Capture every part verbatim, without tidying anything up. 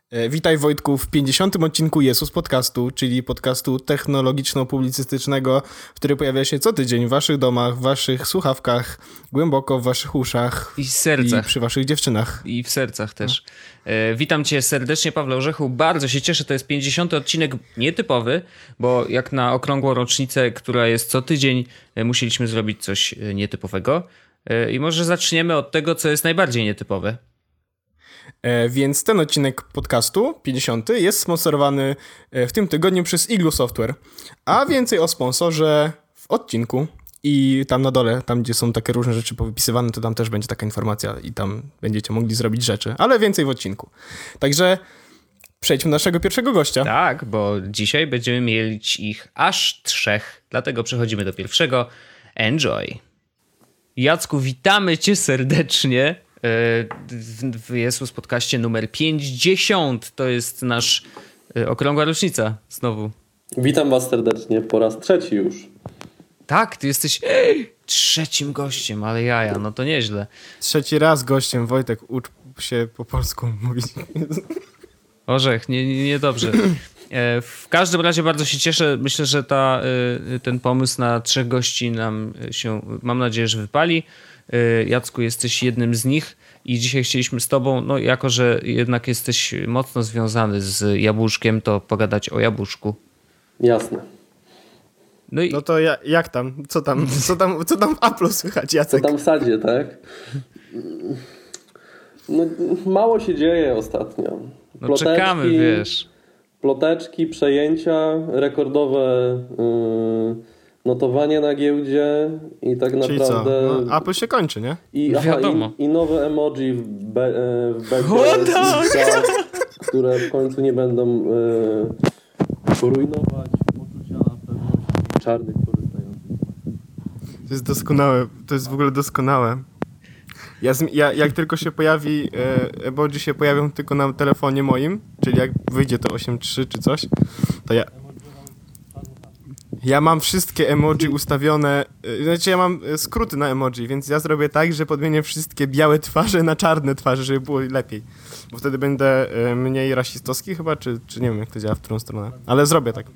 Witaj Wojtku w pięćdziesiątym odcinku Jesus Podcastu, czyli podcastu technologiczno-publicystycznego, który pojawia się co tydzień w waszych domach, w waszych słuchawkach, głęboko w waszych uszach. I w sercach. I przy waszych dziewczynach. I w sercach też. No. E, witam cię serdecznie, Pawle Orzechu. Bardzo się cieszę, to jest pięćdziesiąty odcinek nietypowy, bo jak na okrągłą rocznicę, która jest co tydzień, e, musieliśmy zrobić coś nietypowego. E, I może zaczniemy od tego, co jest najbardziej nietypowe. E, więc ten odcinek podcastu, pięćdziesiąty, jest sponsorowany w tym tygodniu przez Igloo Software. A więcej o sponsorze w odcinku i tam na dole, tam gdzie są takie różne rzeczy powypisywane, to tam też będzie taka informacja i tam będziecie mogli zrobić rzeczy, ale więcej w odcinku. Także przejdźmy do naszego pierwszego gościa. Tak, bo dzisiaj będziemy mieć ich aż trzech, dlatego przechodzimy do pierwszego. Enjoy. Jacku, witamy cię serdecznie w, w Jesus Podcaście numer pięćdziesiąt. To jest nasz okrągła rocznica znowu. Witam was serdecznie po raz trzeci już. Tak, ty jesteś ej, trzecim gościem, ale jaja, no to nieźle. Trzeci raz gościem, Wojtek, ucz się po polsku mówić. Orzech, nie, nie, nie dobrze. W każdym razie bardzo się cieszę. Myślę, że ta, ten pomysł na trzech gości nam się, mam nadzieję, że wypali. Jacku, jesteś jednym z nich i dzisiaj chcieliśmy z tobą, no jako, że jednak jesteś mocno związany z jabłuszkiem, to pogadać o jabłuszku. Jasne. No, i... no to ja, jak tam? Co tam? Co tam, co tam w Apple'u słychać, Jacek? Co tam w sadzie, tak? No, mało się dzieje ostatnio. No ploteczki, czekamy, wiesz. Ploteczki, przejęcia, rekordowe yy, notowania na giełdzie i tak Czyli naprawdę... co? No, Apple się kończy, nie? I, aha, Wiadomo. I, i nowe emoji w, be, w becie, tak! które w końcu nie będą yy, rujnować poczucia pewności czarnych korzystających. To jest doskonałe. To jest w ogóle doskonałe. Ja, ja, jak tylko się pojawi, e, emoji się pojawią tylko na telefonie moim, czyli jak wyjdzie to osiem trzy czy coś, to ja... Ja mam wszystkie emoji ustawione, e, znaczy ja mam skróty na emoji, więc ja zrobię tak, że podmienię wszystkie białe twarze na czarne twarze, żeby było lepiej. Bo wtedy będę e, mniej rasistowski chyba, czy, czy nie wiem jak to działa w którą stronę, ale zrobię tak.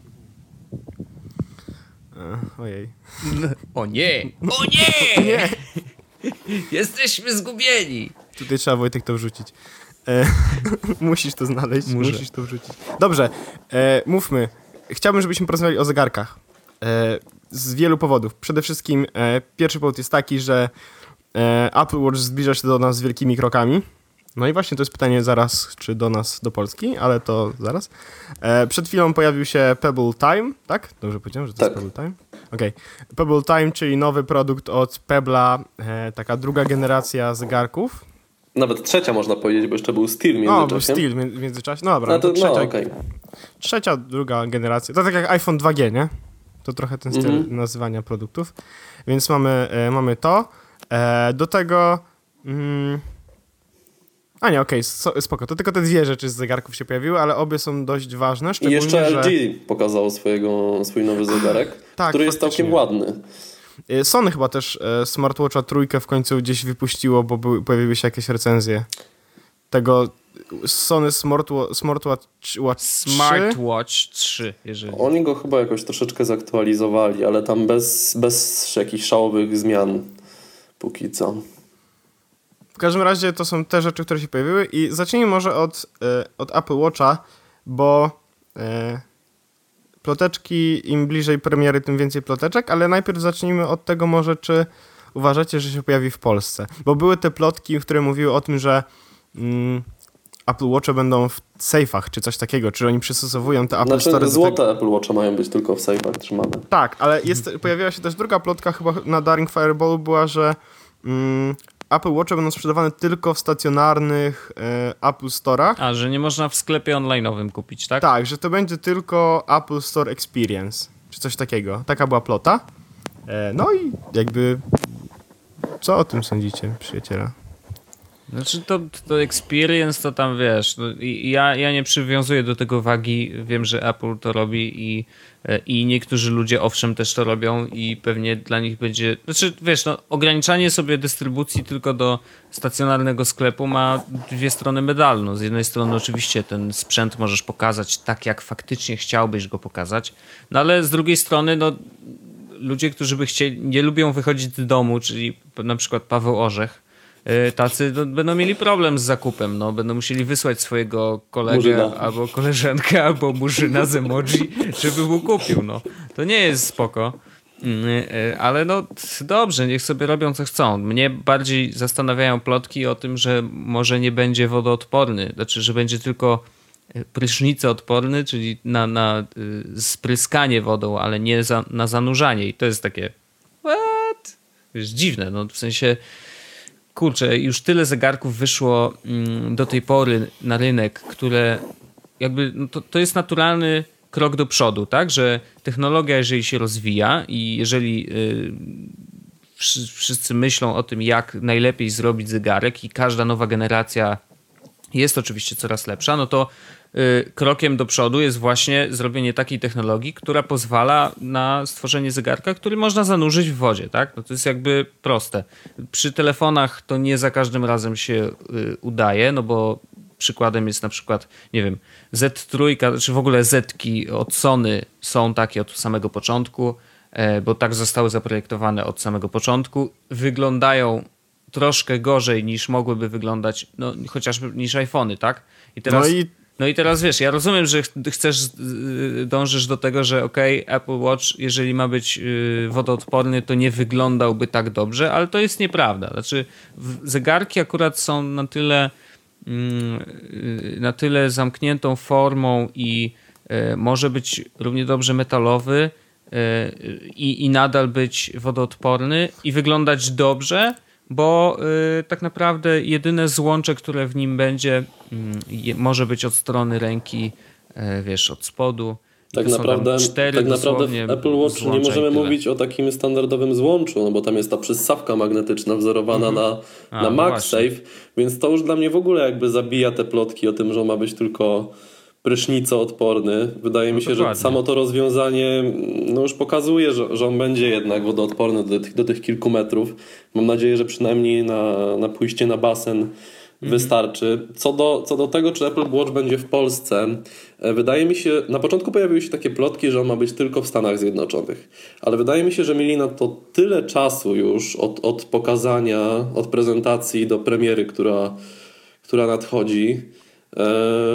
E, ojej. O nie! O nie! Nie! Jesteśmy zgubieni! Tutaj trzeba, Wojtek, to wrzucić. E, musisz to znaleźć, Muszę. musisz to wrzucić. Dobrze, e, mówmy. Chciałbym, żebyśmy porozmawiali o zegarkach. E, z wielu powodów. Przede wszystkim e, pierwszy powód jest taki, że e, Apple Watch zbliża się do nas z wielkimi krokami. No i właśnie to jest pytanie zaraz, czy do nas, do Polski, ale to zaraz. E, przed chwilą pojawił się Pebble Time, tak? Dobrze powiedziałem, że to tak. jest Pebble Time? Okej. Okay. Pebble Time, czyli nowy produkt od Pebble'a, e, taka druga generacja zegarków. Nawet trzecia można powiedzieć, bo jeszcze był Steel w międzyczasie. No, był Steel w międzyczasie. No dobra, no to, to trzecia, no, okay. trzecia, druga generacja. To tak jak iPhone dwa G, nie? To trochę ten styl mm-hmm. nazywania produktów. Więc mamy, e, mamy to. E, do tego... Mm, a nie, okej, okay, spoko. To tylko te dwie rzeczy z zegarków się pojawiły, ale obie są dość ważne. I jeszcze że... L G pokazało swojego, swój nowy zegarek, tak, który jest faktycznie. całkiem ładny. Sony chyba też e, Smartwatcha trójkę w końcu gdzieś wypuściło, bo były, pojawiły się jakieś recenzje tego Sony Smartwatch, Smartwatch Watch Smartwatch trzy, jeżeli... Oni go chyba jakoś troszeczkę zaktualizowali, ale tam bez, bez jakichś szałowych zmian póki co. W każdym razie to są te rzeczy, które się pojawiły i zacznijmy może od, e, od Apple Watcha, bo e, ploteczki, im bliżej premiery, tym więcej ploteczek, ale najpierw zacznijmy od tego może, czy uważacie, że się pojawi w Polsce. Bo były te plotki, które mówiły o tym, że mm, Apple Watche będą w sejfach, czy coś takiego, czy oni przystosowują te Apple znaczy, Store. Złote tego... Apple Watche mają być tylko w sejfach trzymane. Tak, ale jest, pojawiła się też druga plotka, chyba na Daring Fireballu była, że mm, Apple Watche będą sprzedawane tylko w stacjonarnych e, Apple Store'ach. A, że nie można w sklepie online'owym kupić, tak? Tak, że to będzie tylko Apple Store Experience, czy coś takiego. Taka była plota. E, no i jakby... Co o tym sądzicie, przyjaciela? Znaczy to, to experience to tam wiesz, no, i ja, ja nie przywiązuję do tego wagi, wiem, że Apple to robi i, i niektórzy ludzie owszem też to robią i pewnie dla nich będzie, znaczy wiesz, no ograniczanie sobie dystrybucji tylko do stacjonarnego sklepu ma dwie strony medalu. No, z jednej strony oczywiście ten sprzęt możesz pokazać tak, jak faktycznie chciałbyś go pokazać, no ale z drugiej strony no ludzie, którzy by chcieli, nie lubią wychodzić z domu, czyli na przykład Paweł Orzech, tacy no, będą mieli problem z zakupem, no, będą musieli wysłać swojego kolegę Murzyna. albo koleżankę, albo murzyna z emoji, żeby mu kupił, no. To nie jest spoko, ale no dobrze, niech sobie robią co chcą. Mnie bardziej zastanawiają plotki o tym, że może nie będzie wodoodporny, znaczy, że będzie tylko prysznicoodporny, czyli na, na spryskanie wodą, ale nie za, na zanurzanie i to jest takie what? To jest dziwne, no w sensie kurczę, już tyle zegarków wyszło do tej pory na rynek, które jakby, no to, to jest naturalny krok do przodu, tak? Że technologia, jeżeli się rozwija i jeżeli yy, wszyscy myślą o tym, jak najlepiej zrobić zegarek i każda nowa generacja jest oczywiście coraz lepsza, no to yy, krokiem do przodu jest właśnie zrobienie takiej technologii, która pozwala na stworzenie zegarka, który można zanurzyć w wodzie, tak? No to jest jakby proste. Przy telefonach to nie za każdym razem się yy, udaje, no bo przykładem jest na przykład, nie wiem, Z trzy, czy w ogóle Zetki od Sony są takie od samego początku, yy, bo tak zostały zaprojektowane od samego początku. Wyglądają troszkę gorzej niż mogłyby wyglądać, no chociażby niż iPhony, tak? I teraz, no, i... no i teraz wiesz, ja rozumiem, że ch- chcesz, yy, dążysz do tego, że okej, okay, Apple Watch, jeżeli ma być yy, wodoodporny, to nie wyglądałby tak dobrze, ale to jest nieprawda. Znaczy w- zegarki akurat są na tyle yy, na tyle zamkniętą formą i yy, może być równie dobrze metalowy yy, i, i nadal być wodoodporny i wyglądać dobrze, bo y, tak naprawdę jedyne złącze, które w nim będzie, y, je, może być od strony ręki, y, wiesz, od spodu. Tak naprawdę, cztery tak naprawdę w Apple Watch nie możemy mówić o takim standardowym złączu, no bo tam jest ta przyssawka magnetyczna wzorowana mhm. na, A, na no MagSafe, więc to już dla mnie w ogóle jakby zabija te plotki o tym, że on ma być tylko prysznicoodporny. Wydaje no mi się, dokładnie. Że samo to rozwiązanie no już pokazuje, że, że on będzie jednak wodoodporny do tych, do tych kilku metrów. Mam nadzieję, że przynajmniej na, na pójście na basen mhm. wystarczy. Co do, co do tego, czy Apple Watch będzie w Polsce, wydaje mi się, na początku pojawiły się takie plotki, że on ma być tylko w Stanach Zjednoczonych. Ale wydaje mi się, że mieli na to tyle czasu już od, od pokazania, od prezentacji do premiery, która, która nadchodzi, yy,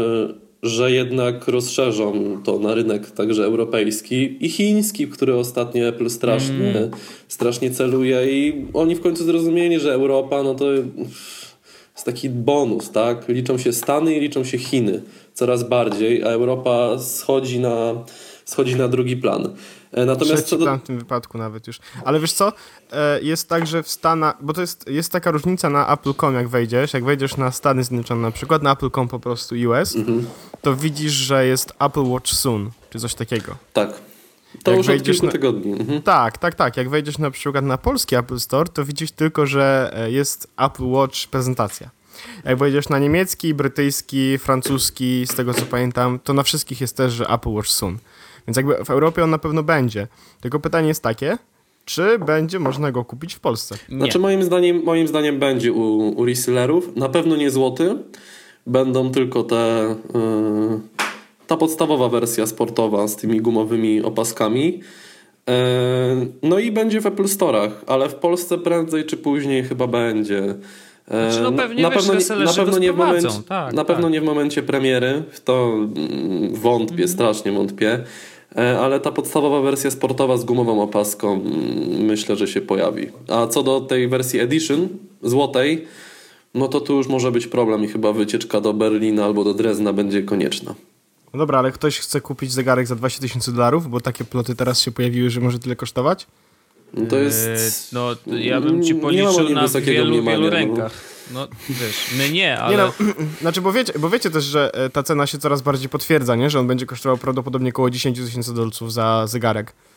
że jednak rozszerzą to na rynek także europejski i chiński, w który ostatnio Apple strasznie, mm. strasznie celuje i oni w końcu zrozumieli, że Europa no to jest taki bonus, tak? Liczą się Stany i liczą się Chiny coraz bardziej, a Europa schodzi na, schodzi na drugi plan. Natomiast Trzeci do... plan w tym wypadku nawet już. Ale wiesz co, jest tak, że w Stanach, bo to jest, jest taka różnica na apple kropka com, jak wejdziesz, jak wejdziesz na Stany Zjednoczone na przykład, na apple kropka com po prostu U S, mhm. to widzisz, że jest Apple Watch Soon, czy coś takiego. Tak. To jak już od kilku na... tygodni. Mhm. Tak, tak, tak. Jak wejdziesz na przykład na polski Apple Store, to widzisz tylko, że jest Apple Watch prezentacja. Jak wejdziesz na niemiecki, brytyjski, francuski, z tego co pamiętam, to na wszystkich jest też, że Apple Watch Soon. Więc jakby w Europie on na pewno będzie. Tylko pytanie jest takie, czy będzie można go kupić w Polsce? Nie. Znaczy moim zdaniem, moim zdaniem będzie u, u resellerów. Na pewno nie złoty. Będą tylko te yy, ta podstawowa wersja sportowa z tymi gumowymi opaskami. Yy, no i będzie w Apple Store'ach, ale w Polsce prędzej czy później chyba będzie. Znaczy, no pewnie na, wiesz, pewno, nie, na, pewno nie w momencie, tak, na tak. pewno nie w momencie premiery, w to wątpię, mm. strasznie wątpię, ale ta podstawowa wersja sportowa z gumową opaską myślę, że się pojawi. A co do tej wersji Edition złotej, no to tu już może być problem i chyba wycieczka do Berlina albo do Drezna będzie konieczna. No dobra, ale ktoś chce kupić zegarek za dwadzieścia tysięcy dolarów, bo takie ploty teraz się pojawiły, że może tyle kosztować? To jest... No, ja bym ci policzył na wielu, wielu rękach. No, wiesz, my nie, ale... Nie no, znaczy, bo wiecie, bo wiecie też, że ta cena się coraz bardziej potwierdza, nie? Że on będzie kosztował prawdopodobnie około dziesięć tysięcy dolców za zegarek.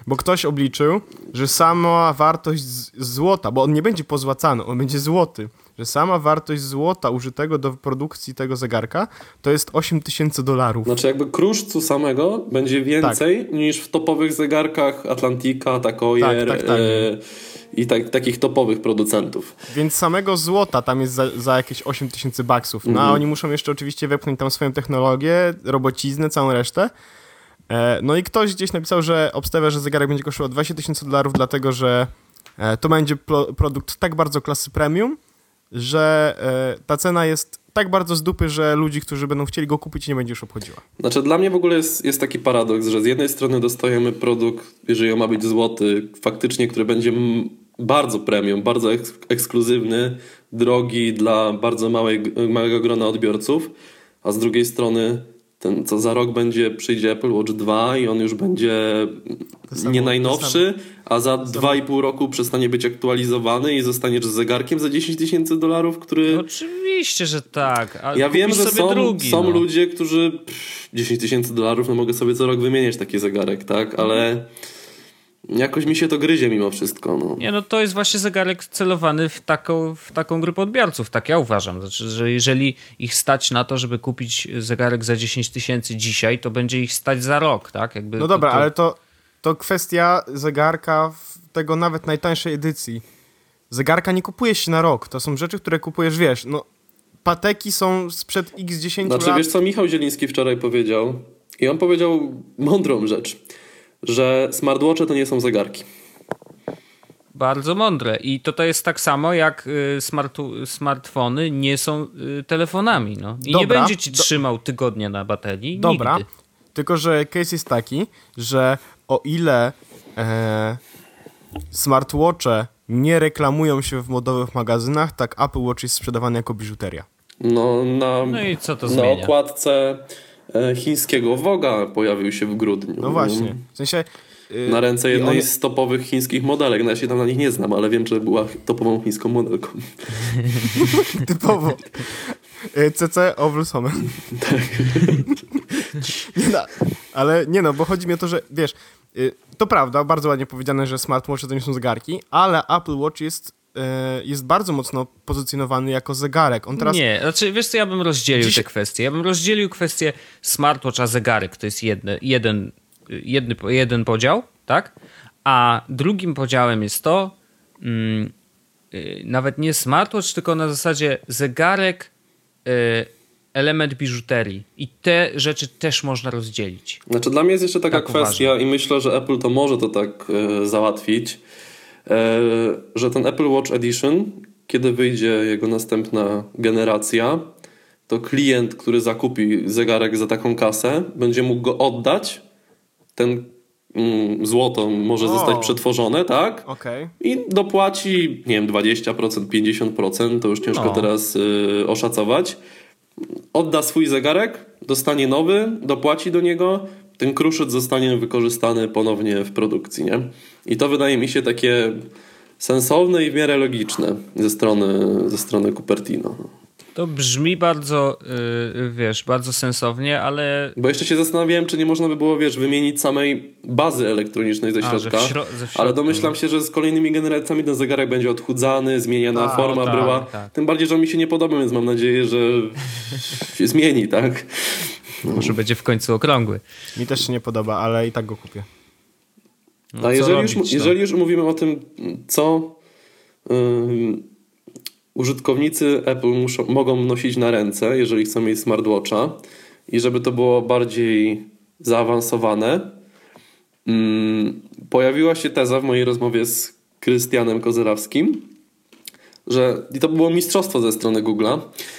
Bo ktoś obliczył, że sama wartość z- złota, bo on nie będzie pozłacany, on będzie złoty, że sama wartość złota użytego do produkcji tego zegarka to jest osiem tysięcy dolarów. Znaczy jakby kruszcu samego będzie więcej tak. niż w topowych zegarkach Atlantika, Tag Heuer tak, tak, tak. e, i tak, takich topowych producentów. Więc samego złota tam jest za, za jakieś osiem tysięcy baksów. No mhm. a oni muszą jeszcze oczywiście wepchnąć tam swoją technologię, robociznę, całą resztę. E, no i ktoś gdzieś napisał, że obstawia, że zegarek będzie kosztował dwadzieścia tysięcy dolarów, dlatego że e, to będzie pro, produkt tak bardzo klasy premium, że e, ta cena jest tak bardzo z dupy, że ludzi, którzy będą chcieli go kupić, nie będzie już obchodziła. Znaczy dla mnie w ogóle jest, jest taki paradoks, że z jednej strony dostajemy produkt, jeżeli on ma być złoty, faktycznie, który będzie m- bardzo premium, bardzo eks- ekskluzywny, drogi dla bardzo małej, małego grona odbiorców, a z drugiej strony ten, co za rok będzie, przyjdzie Apple Watch dwa i on już będzie samo, nie najnowszy, a za dwa i pół roku przestanie być aktualizowany i zostaniesz z zegarkiem za dziesięć tysięcy dolarów, który... Oczywiście, że tak. A ja wiem, że sobie są, drugi, są no. ludzie, którzy pff, dziesięć tysięcy dolarów, no mogę sobie co rok wymieniać taki zegarek, tak? Ale jakoś mi się to gryzie mimo wszystko. No. Nie, no to jest właśnie zegarek celowany w taką, w taką grupę odbiorców, tak ja uważam. Znaczy, że jeżeli ich stać na to, żeby kupić zegarek za dziesięć tysięcy dzisiaj, to będzie ich stać za rok, tak? Jakby no dobra, to, to... ale to, to kwestia zegarka w tego nawet najtańszej edycji. Zegarka nie kupuje się na rok. To są rzeczy, które kupujesz, wiesz, no Pateki są sprzed x dziesięć znaczy, lat. Wiesz co Michał Zieliński wczoraj powiedział? I on powiedział mądrą rzecz, że smartwatche to nie są zegarki. Bardzo mądre. I to, to jest tak samo, jak y, smartu, smartfony nie są y, telefonami. No. I Dobra, nie będzie ci do... trzymał tygodnia na baterii. Dobra, nigdy. tylko że case jest taki, że o ile e, smartwatche nie reklamują się w modowych magazynach, tak Apple Watch jest sprzedawany jako biżuteria. No, na, no i co to na zmienia? okładce e, chińskiego Vogue'a pojawił się w grudniu. No właśnie, w sensie... Yy, na ręce jednej on... z topowych chińskich modelek. No ja się tam na nich nie znam, ale wiem, że była topową chińską modelką. Typowo. C C Owlsome. Tak. nie no, ale nie no, bo chodzi mi o to, że wiesz, yy, to prawda, bardzo ładnie powiedziane, że smartwatche to nie są zegarki, ale Apple Watch jest jest bardzo mocno pozycjonowany jako zegarek. On teraz... Nie, znaczy wiesz co, ja bym rozdzielił Dziś... te kwestie. Ja bym rozdzielił kwestię smartwatch a zegarek. To jest jedne, jeden, jedny, jeden podział, tak? A drugim podziałem jest to mm, yy, nawet nie smartwatch, tylko na zasadzie zegarek, yy, element biżuterii. I te rzeczy też można rozdzielić. Znaczy dla mnie jest jeszcze taka tak kwestia uważam. I myślę, że Apple to może to tak yy, załatwić, że ten Apple Watch Edition, kiedy wyjdzie jego następna generacja, to klient, który zakupi zegarek za taką kasę, będzie mógł go oddać. Ten mm, złoto może o. zostać przetworzone, tak? Okay. I dopłaci, nie wiem, dwadzieścia procent, pięćdziesiąt procent, to już ciężko no. teraz y, oszacować. Odda swój zegarek, dostanie nowy, dopłaci do niego, ten kruszyc zostanie wykorzystany ponownie w produkcji, nie? I to wydaje mi się takie sensowne i w miarę logiczne ze strony, ze strony Cupertino. To brzmi bardzo, yy, wiesz, bardzo sensownie, ale... Bo jeszcze się zastanawiałem, czy nie można by było, wiesz, wymienić samej bazy elektronicznej ze środka, A, śro- ze ale domyślam się, że z kolejnymi generacjami ten zegarek będzie odchudzany, zmieniana A, forma tak, bryła. tak. Tym bardziej, że on mi się nie podoba, więc mam nadzieję, że się zmieni, tak? No. Może będzie w końcu okrągły. Mi też się nie podoba, ale i tak go kupię. No, A jeżeli, robić, już, jeżeli już mówimy o tym, co yy, użytkownicy Apple muszą, mogą nosić na ręce, jeżeli chcą mieć smartwatcha i żeby to było bardziej zaawansowane, yy, pojawiła się teza w mojej rozmowie z Krystianem Kozerawskim, że i to było mistrzostwo ze strony Google'a,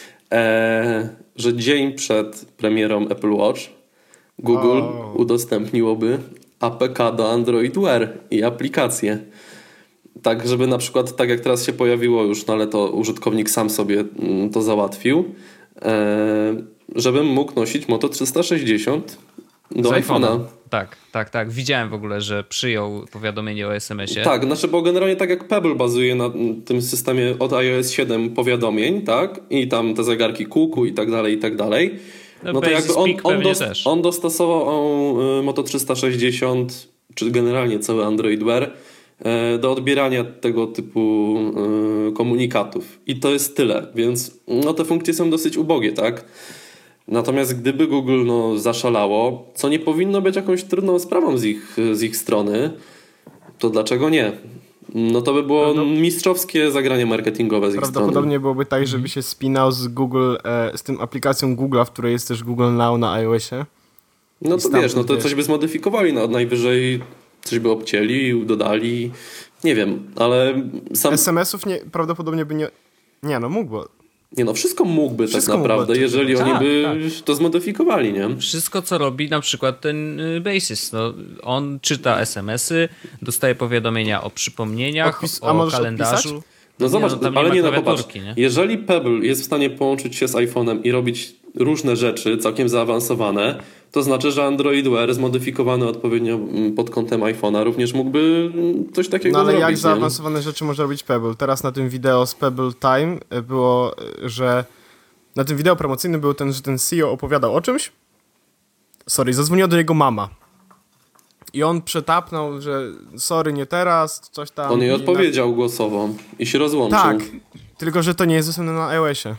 e, że dzień przed premierą Apple Watch Google oh. udostępniłoby A P K do Android Wear i aplikacje. Tak, żeby na przykład, tak jak teraz się pojawiło już, no ale to użytkownik sam sobie to załatwił, e, żebym mógł nosić Moto trzysta sześćdziesiąt do iPhone'a. Tak, tak, tak. Widziałem w ogóle, że przyjął powiadomienie o es em esie. Tak, znaczy, bo generalnie tak jak Pebble bazuje na tym systemie od iOS siedem powiadomień, tak? I tam te zegarki Kuku i tak dalej, i tak dalej. No, no to jakby on, on, dos- też. on dostosował Moto trzysta sześćdziesiąt czy generalnie cały Android Wear, do odbierania tego typu komunikatów. I to jest tyle, więc no, te funkcje są dosyć ubogie, tak? Natomiast gdyby Google no, zaszalało, co nie powinno być jakąś trudną sprawą z ich, z ich strony, to dlaczego nie? No to by było no, mistrzowskie zagranie marketingowe z ich strony. Prawdopodobnie byłoby tak, żeby się spinał z Google, e, z tym aplikacją Google'a, w której jest też Google Now na iOSie. No to wiesz, no to coś by zmodyfikowali, no najwyżej coś by obcięli, dodali, nie wiem, ale sam... es em esów nie, prawdopodobnie by nie... Nie, no mógłby. Nie no, wszystko mógłby wszystko tak naprawdę, mógłby. jeżeli tak, oni by tak. to zmodyfikowali, nie? Wszystko, co robi na przykład ten Basis. No, on czyta es em esy, dostaje powiadomienia o przypomnieniach, Odpis, o kalendarzu. Odpisać? No zobacz, nie, no, ale nie, nie no popatrz. Nie? Jeżeli Pebble jest w stanie połączyć się z iPhone'em i robić różne rzeczy całkiem zaawansowane, to znaczy, że Android Wear zmodyfikowany odpowiednio pod kątem iPhone'a również mógłby coś takiego zrobić. No ale zrobić, jak nie? zaawansowane rzeczy może robić Pebble? Teraz na tym wideo z Pebble Time było, że na tym wideo promocyjnym był ten, że ten C E O opowiadał o czymś. Sorry, zadzwoniła do niego mama. I on przetapnął, że sorry, nie teraz, coś tam. On jej odpowiedział na... głosowo i się rozłączył. Tak, tylko że to nie jest dostępne na iOSie.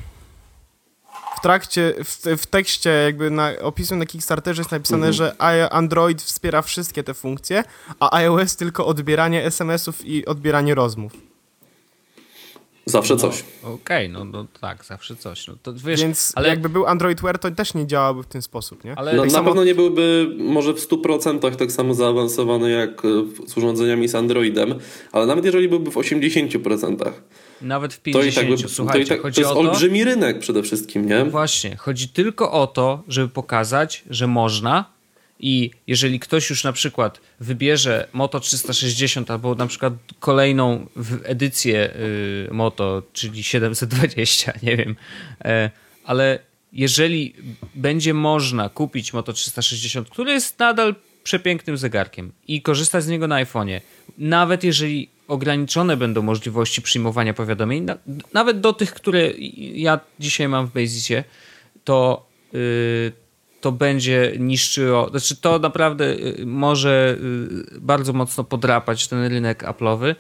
W trakcie, w, w tekście jakby na opisu na Kickstarterze jest napisane, mhm. że Android wspiera wszystkie te funkcje, a iOS tylko odbieranie es em esów i odbieranie rozmów. Zawsze no, coś. Okej, okay, no, no tak, zawsze coś. No, to, wiesz, Więc ale... jakby był Android Wear, to też nie działałby w ten sposób, nie? Ale... No, tak na samo... pewno nie byłby może w stu procentach tak samo zaawansowany jak z urządzeniami z Androidem, ale nawet jeżeli byłby w osiemdziesięciu procentach. Nawet w pięćdziesięciu procentach. Tak, Słuchajcie, to, tak, chodzi to jest o to, olbrzymi rynek przede wszystkim, nie? Właśnie, chodzi tylko o to, żeby pokazać, że można i jeżeli ktoś już na przykład wybierze Moto trzysta sześćdziesiąt albo na przykład kolejną edycję y, Moto, czyli siedemset dwadzieścia, nie wiem, e, ale jeżeli będzie można kupić Moto trzysta sześćdziesiąt, który jest nadal przepięknym zegarkiem i korzystać z niego na iPhone'ie, nawet jeżeli ograniczone będą możliwości przyjmowania powiadomień, na, nawet do tych, które ja dzisiaj mam w Basisie, to yy, to będzie niszczyło, znaczy to naprawdę może bardzo mocno podrapać ten rynek Apple'owy,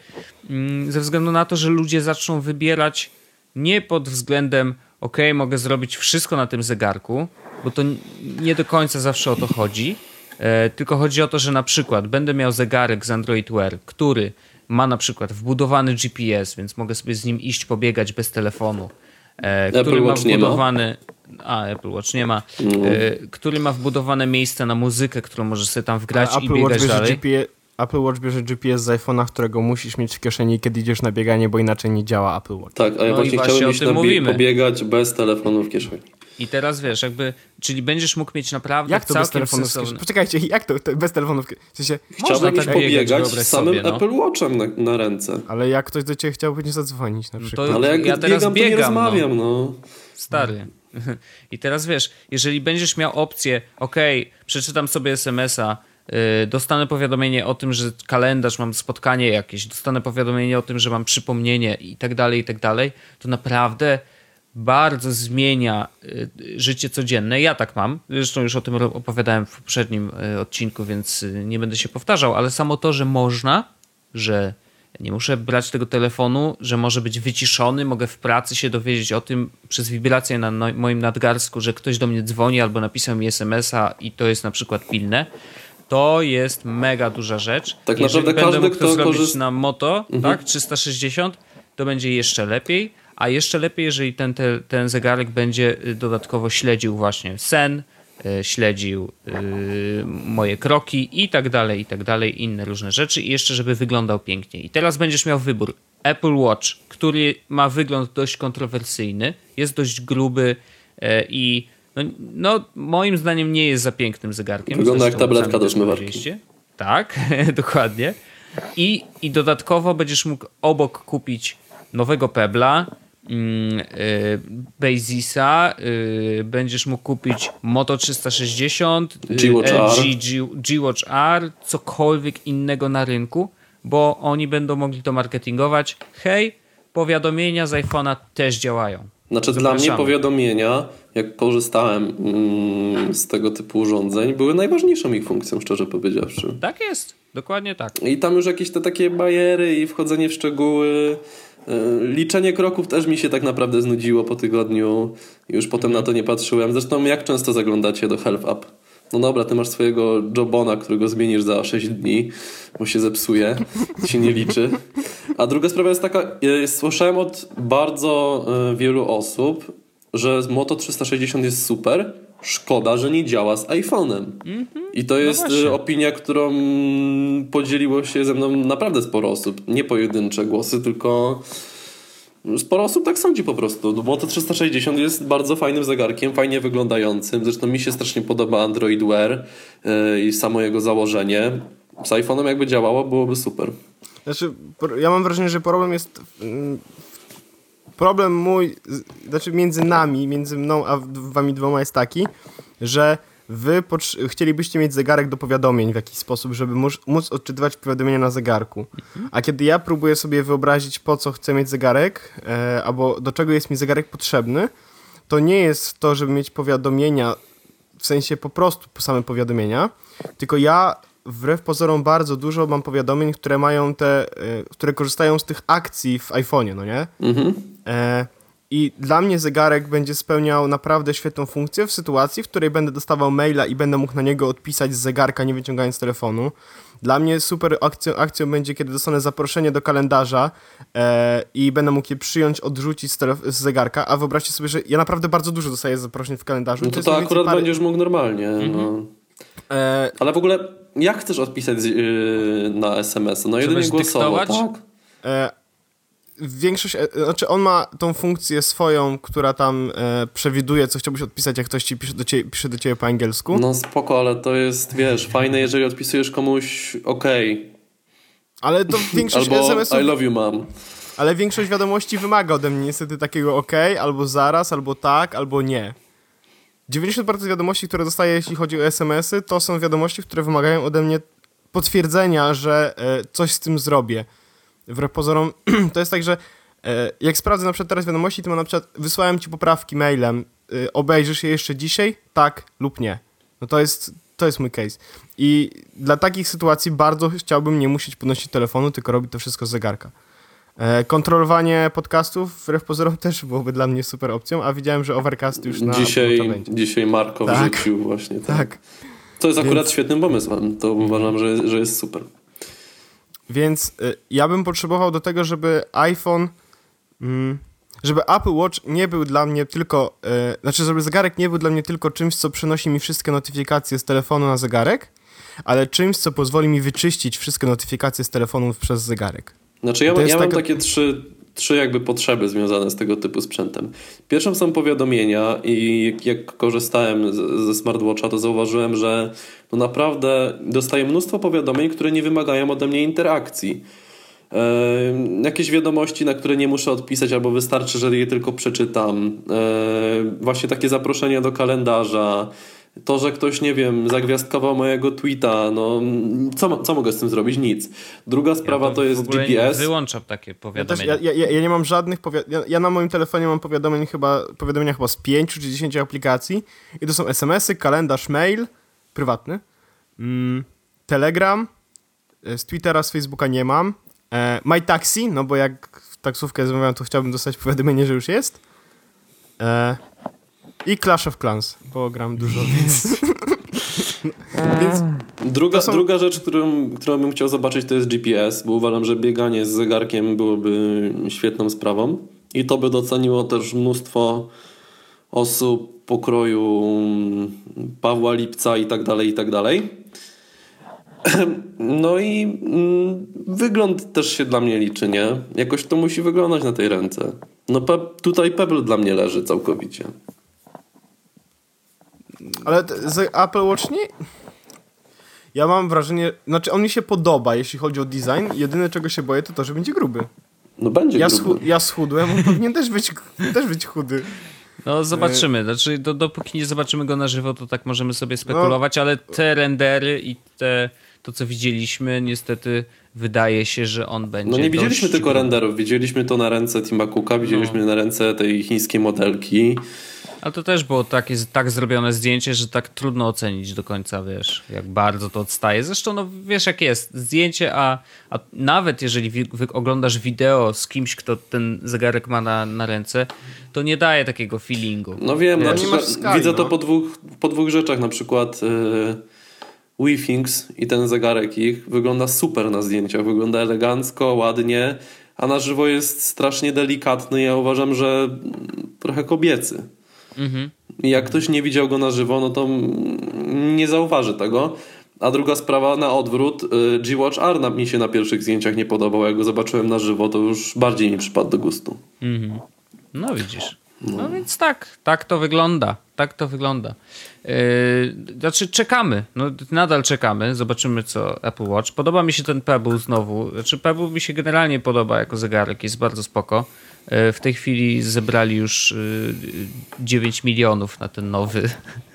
ze względu na to, że ludzie zaczną wybierać nie pod względem ok, mogę zrobić wszystko na tym zegarku, bo to nie do końca zawsze o to chodzi, tylko chodzi o to, że na przykład będę miał zegarek z Android Wear, który ma na przykład wbudowany G P S, więc mogę sobie z nim iść pobiegać bez telefonu, Apple który ma Watch wbudowany... A, Apple Watch nie ma. Mm. Y, który ma wbudowane miejsce na muzykę, którą możesz sobie tam wgrać i biegać dalej. G P S, Apple Watch bierze G P S z iPhone'a, którego musisz mieć w kieszeni, kiedy idziesz na bieganie, bo inaczej nie działa Apple Watch. Tak, a ja no właśnie chciałem iść na bie- pobiegać bez telefonu w kieszeni. I teraz wiesz, jakby, czyli będziesz mógł mieć naprawdę jak to całkiem bez telefonu sensowne... Poczekajcie, jak to, to bez telefonu w kieszeni? W sensie, chciałbym iść tak pobiegać z samym sobie, no. Apple Watchem na, na ręce. Ale jak ktoś do ciebie chciałby nie zadzwonić na przykład. To ale jak ja teraz biegam, biegam, to nie rozmawiam, no. no. Stary. I teraz wiesz, jeżeli będziesz miał opcję, okej, okay, przeczytam sobie es emesa, yy, dostanę powiadomienie o tym, że kalendarz, mam spotkanie jakieś, dostanę powiadomienie o tym, że mam przypomnienie i tak dalej, i tak dalej, to naprawdę bardzo zmienia yy, życie codzienne. Ja tak mam, zresztą już o tym opowiadałem w poprzednim yy, odcinku, więc yy, nie będę się powtarzał, ale samo to, że można, że nie muszę brać tego telefonu, że może być wyciszony, mogę w pracy się dowiedzieć o tym przez wibrację na no, moim nadgarstku, że ktoś do mnie dzwoni albo napisał mi es em esa i to jest na przykład pilne. To jest mega duża rzecz. Tak jeżeli naprawdę będę każdy, mógł to kto zrobić korzyst... na Moto, mhm. tak, trzysta sześćdziesiąt, to będzie jeszcze lepiej, a jeszcze lepiej, jeżeli ten, ten, ten zegarek będzie dodatkowo śledził właśnie sen, śledził yy, moje kroki i tak dalej, i tak dalej, inne różne rzeczy i jeszcze, żeby wyglądał pięknie. I teraz będziesz miał wybór. Apple Watch, który ma wygląd dość kontrowersyjny, jest dość gruby yy, i no, no, moim zdaniem nie jest za pięknym zegarkiem. Wygląda jak tabletka do zmywarki. Tak, dokładnie. I, I dodatkowo będziesz mógł obok kupić nowego Pebble'a, Basisa, będziesz mógł kupić Moto trzysta sześćdziesiąt, G-Watch L G, G-Watch R, cokolwiek innego na rynku, bo oni będą mogli to marketingować. Hej, powiadomienia z iPhone'a też działają. Znaczy Zapraszamy. dla mnie powiadomienia, jak korzystałem mm, z tego typu urządzeń, były najważniejszą ich funkcją, szczerze powiedziawszy. Tak jest, dokładnie tak. I tam już jakieś te takie bariery i wchodzenie w szczegóły. Liczenie kroków też mi się tak naprawdę znudziło po tygodniu. Już potem na to nie patrzyłem. Zresztą jak często zaglądacie do Health App? No dobra, ty masz swojego Jobona, którego zmienisz za sześć dni, bo się zepsuje, się nie liczy. A druga sprawa jest taka, słyszałem od bardzo wielu osób, że Moto trzysta sześćdziesiąt jest super, szkoda, że nie działa z iPhone'em. Mm-hmm. I to jest no opinia, którą podzieliło się ze mną naprawdę sporo osób. Nie pojedyncze głosy, tylko sporo osób tak sądzi po prostu. Moto trzysta sześćdziesiąt jest bardzo fajnym zegarkiem, fajnie wyglądającym. Zresztą mi się strasznie podoba Android Wear yy, i samo jego założenie. Z iPhone'em jakby działało, byłoby super. Znaczy, ja mam wrażenie, że problem jest... Problem mój, znaczy między nami, między mną a wami dwoma jest taki, że wy potrz- chcielibyście mieć zegarek do powiadomień w jakiś sposób, żeby móc, móc odczytywać powiadomienia na zegarku. A kiedy ja próbuję sobie wyobrazić, po co chcę mieć zegarek, e, albo do czego jest mi zegarek potrzebny, to nie jest to, żeby mieć powiadomienia, w sensie po prostu same powiadomienia, tylko ja wbrew pozorom bardzo dużo mam powiadomień, które mają te, y, które korzystają z tych akcji w iPhone'ie, no nie? Mhm. E, I dla mnie zegarek będzie spełniał naprawdę świetną funkcję w sytuacji, w której będę dostawał maila i będę mógł na niego odpisać z zegarka, nie wyciągając telefonu. Dla mnie super akcją, akcją będzie, kiedy dostanę zaproszenie do kalendarza e, i będę mógł je przyjąć, odrzucić z, telef- z zegarka, a wyobraźcie sobie, że ja naprawdę bardzo dużo dostaję zaproszeń w kalendarzu. No to to, to akurat parę... będziesz mógł normalnie. Mhm. No. E... Ale w ogóle jak chcesz odpisać yy, na es em es? No jedynie głosowo, tak? E... Większość, znaczy on ma tą funkcję swoją, która tam e, przewiduje, co chciałbyś odpisać, jak ktoś ci pisze do ciebie, pisze do ciebie po angielsku. No spoko, ale to jest, wiesz, fajne, jeżeli odpisujesz komuś okej. Okay. Ale to większość albo es em esów... I love you, mom. Ale większość wiadomości wymaga ode mnie niestety takiego okej, albo zaraz, albo tak, albo nie. dziewięćdziesiąt procent wiadomości, które dostaję, jeśli chodzi o es em esy, to są wiadomości, które wymagają ode mnie potwierdzenia, że e, coś z tym zrobię. Wbrew pozorom, to jest tak, że e, jak sprawdzę na przykład teraz wiadomości, to mam na przykład wysłałem ci poprawki mailem, e, obejrzysz je jeszcze dzisiaj? Tak lub nie. No to jest, to jest mój case. I dla takich sytuacji bardzo chciałbym nie musieć podnosić telefonu, tylko robić to wszystko z zegarka. E, kontrolowanie podcastów wbrew pozorom też byłoby dla mnie super opcją, a widziałem, że Overcast już na Dzisiaj, dzisiaj Marko tak. wrzucił właśnie. Tak. tak. To jest akurat Więc... świetnym pomysłem. To uważam, że, że jest super. Więc y, ja bym potrzebował do tego, żeby iPhone, mm, żeby Apple Watch nie był dla mnie tylko, y, znaczy żeby zegarek nie był dla mnie tylko czymś, co przynosi mi wszystkie notyfikacje z telefonu na zegarek, ale czymś, co pozwoli mi wyczyścić wszystkie notyfikacje z telefonu przez zegarek. Znaczy ja, ja taka... mam takie trzy, trzy jakby potrzeby związane z tego typu sprzętem. Pierwszą są powiadomienia i jak korzystałem z, ze smartwatcha, to zauważyłem, że no naprawdę dostaję mnóstwo powiadomień, które nie wymagają ode mnie interakcji. E, jakieś wiadomości, na które nie muszę odpisać, albo wystarczy, że je tylko przeczytam. E, właśnie takie zaproszenia do kalendarza. To, że ktoś, nie wiem, zagwiazdkował mojego tweeta, no co, co mogę z tym zrobić? Nic. Druga sprawa ja to, to jest w ogóle G P S. Wyłączam takie powiadomienia. Ja, też, ja, ja, ja nie mam żadnych powiadomień. Ja, ja na moim telefonie mam powiadomień chyba, powiadomienia chyba z pięciu czy dziesięciu aplikacji i to są es em esy, kalendarz, mail, prywatny, mm, Telegram, z Twittera, z Facebooka nie mam, e, My Taxi, no bo jak taksówkę zamawiam, to chciałbym dostać powiadomienie, że już jest. E, I Clash of Clans, bo gram dużo, więc... więc Druga, są... druga rzecz, którą, którą bym chciał zobaczyć, to jest G P S, bo uważam, że bieganie z zegarkiem byłoby świetną sprawą. I to by doceniło też mnóstwo osób pokroju Pawła Lipca i tak dalej, i tak dalej. No i mm, wygląd też się dla mnie liczy, nie? Jakoś to musi wyglądać na tej ręce. No pe- tutaj Pebble dla mnie leży całkowicie. Ale z Apple Watch nie... Ja mam wrażenie... Znaczy on mi się podoba, jeśli chodzi o design. Jedyne, czego się boję, to to, że będzie gruby. No będzie ja gruby. Schu- ja schudłem, on powinien też być, też być chudy. No zobaczymy. Znaczy, do, dopóki nie zobaczymy go na żywo, to tak możemy sobie spekulować, no. Ale te rendery i te, to, co widzieliśmy, niestety wydaje się, że on będzie No nie widzieliśmy dość... tylko renderów, widzieliśmy to na ręce Tima Cooka, widzieliśmy no. na ręce tej chińskiej modelki. Ale to też było takie, tak zrobione zdjęcie, że tak trudno ocenić do końca, wiesz, jak bardzo to odstaje. Zresztą, no wiesz jak jest, zdjęcie, a, a nawet jeżeli wi- wy- oglądasz wideo z kimś, kto ten zegarek ma na, na ręce, to nie daje takiego feelingu. No wiem, wiesz, znaczy, nie masz skali, widzę no. to po dwóch, po dwóch rzeczach, na przykład yy, WeThings i ten zegarek ich wygląda super na zdjęciach, wygląda elegancko, ładnie, a na żywo jest strasznie delikatny, ja uważam, że trochę kobiecy. Mhm. I jak ktoś nie widział go na żywo, no to nie zauważy tego. A druga sprawa na odwrót, G-Watch R mi się na pierwszych zdjęciach nie podobał. Jak go zobaczyłem na żywo, to już bardziej mi przypadł do gustu. Mhm. No widzisz. No. no więc tak, tak to wygląda. Tak to wygląda. Yy, znaczy czekamy, no nadal czekamy, zobaczymy co Apple Watch. Podoba mi się ten Pebble znowu. Znaczy Pebble mi się generalnie podoba jako zegarek, jest bardzo spoko. Yy, w tej chwili zebrali już yy, dziewięć milionów na ten nowy.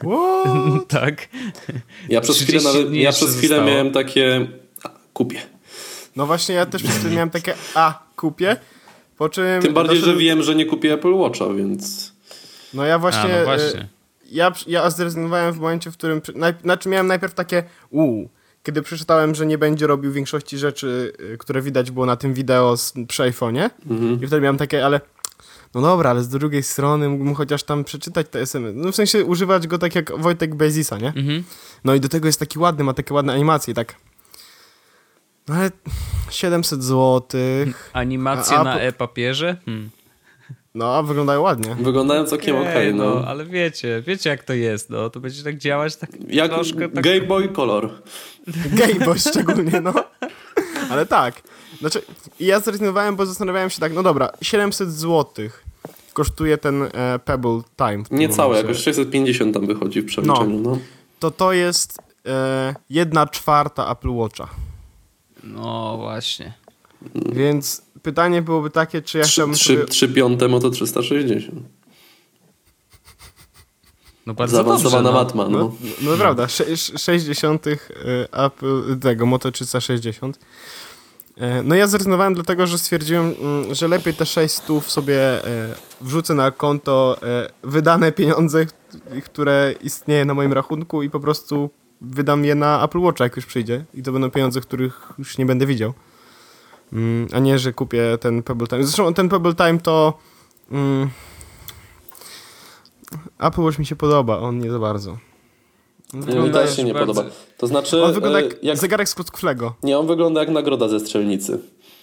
Tak. Ja przez chwilę, nawet, ja przez chwilę zostało. miałem takie a, kupię. No właśnie ja też przez chwilę miałem takie a, kupię. Po czym Tym bardziej, doszedł... że wiem, że nie kupię Apple Watcha, więc... No ja właśnie... A, no właśnie. Ja, ja zrezygnowałem w momencie, w którym... Naj, znaczy miałem najpierw takie uuu, kiedy przeczytałem, że nie będzie robił większości rzeczy, które widać było na tym wideo z, przy iPhone'ie. Mhm. I wtedy miałem takie, ale... No dobra, ale z drugiej strony mógłbym chociaż tam przeczytać te es em esy. No w sensie używać go tak jak Wojtek Bezisa, nie? Mhm. No i do tego jest taki ładny, ma takie ładne animacje i tak... No ale siedemset złotych. Animacje a, a, na e-papierze? Hmm. No, wyglądają ładnie. Wyglądają całkiem okej, okay, no. no. Ale wiecie, wiecie jak to jest, no. To będzie tak działać tak jak troszkę... Tak... Game Boy Color. Game Boy szczególnie, no. Ale tak. Znaczy, ja zrezygnowałem, bo zastanawiałem się tak, no dobra, siedemset złotych kosztuje ten e, Pebble Time. Niecałe, jakoś sześćset pięćdziesiąt tam wychodzi w przeliczeniu, no. no. To to jest e, jedna czwarta Apple Watcha. No właśnie. Więc pytanie byłoby takie, czy ja trzy, chciałbym trzy, sobie... trzy piąte Moto trzysta sześćdziesiąt. No bardzo zaawansowana dobrze, matma, no. no. No, no prawda, sześćdziesiąt Apple, tego Moto trzysta sześćdziesiąt. No ja zrezygnowałem dlatego, że stwierdziłem, że lepiej te sześćset sobie wrzucę na konto wydane pieniądze, które istnieje na moim rachunku i po prostu wydam je na Apple Watcha, jak już przyjdzie. I to będą pieniądze, których już nie będę widział. A nie, że kupię ten Pebble Time. Zresztą ten Pebble Time to... Mm, Apple Watch mi się podoba, on nie za bardzo. Mi też się nie bardzo. podoba. To znaczy... On wygląda jak, jak zegarek z klocków Lego. Nie, on wygląda jak nagroda ze strzelnicy.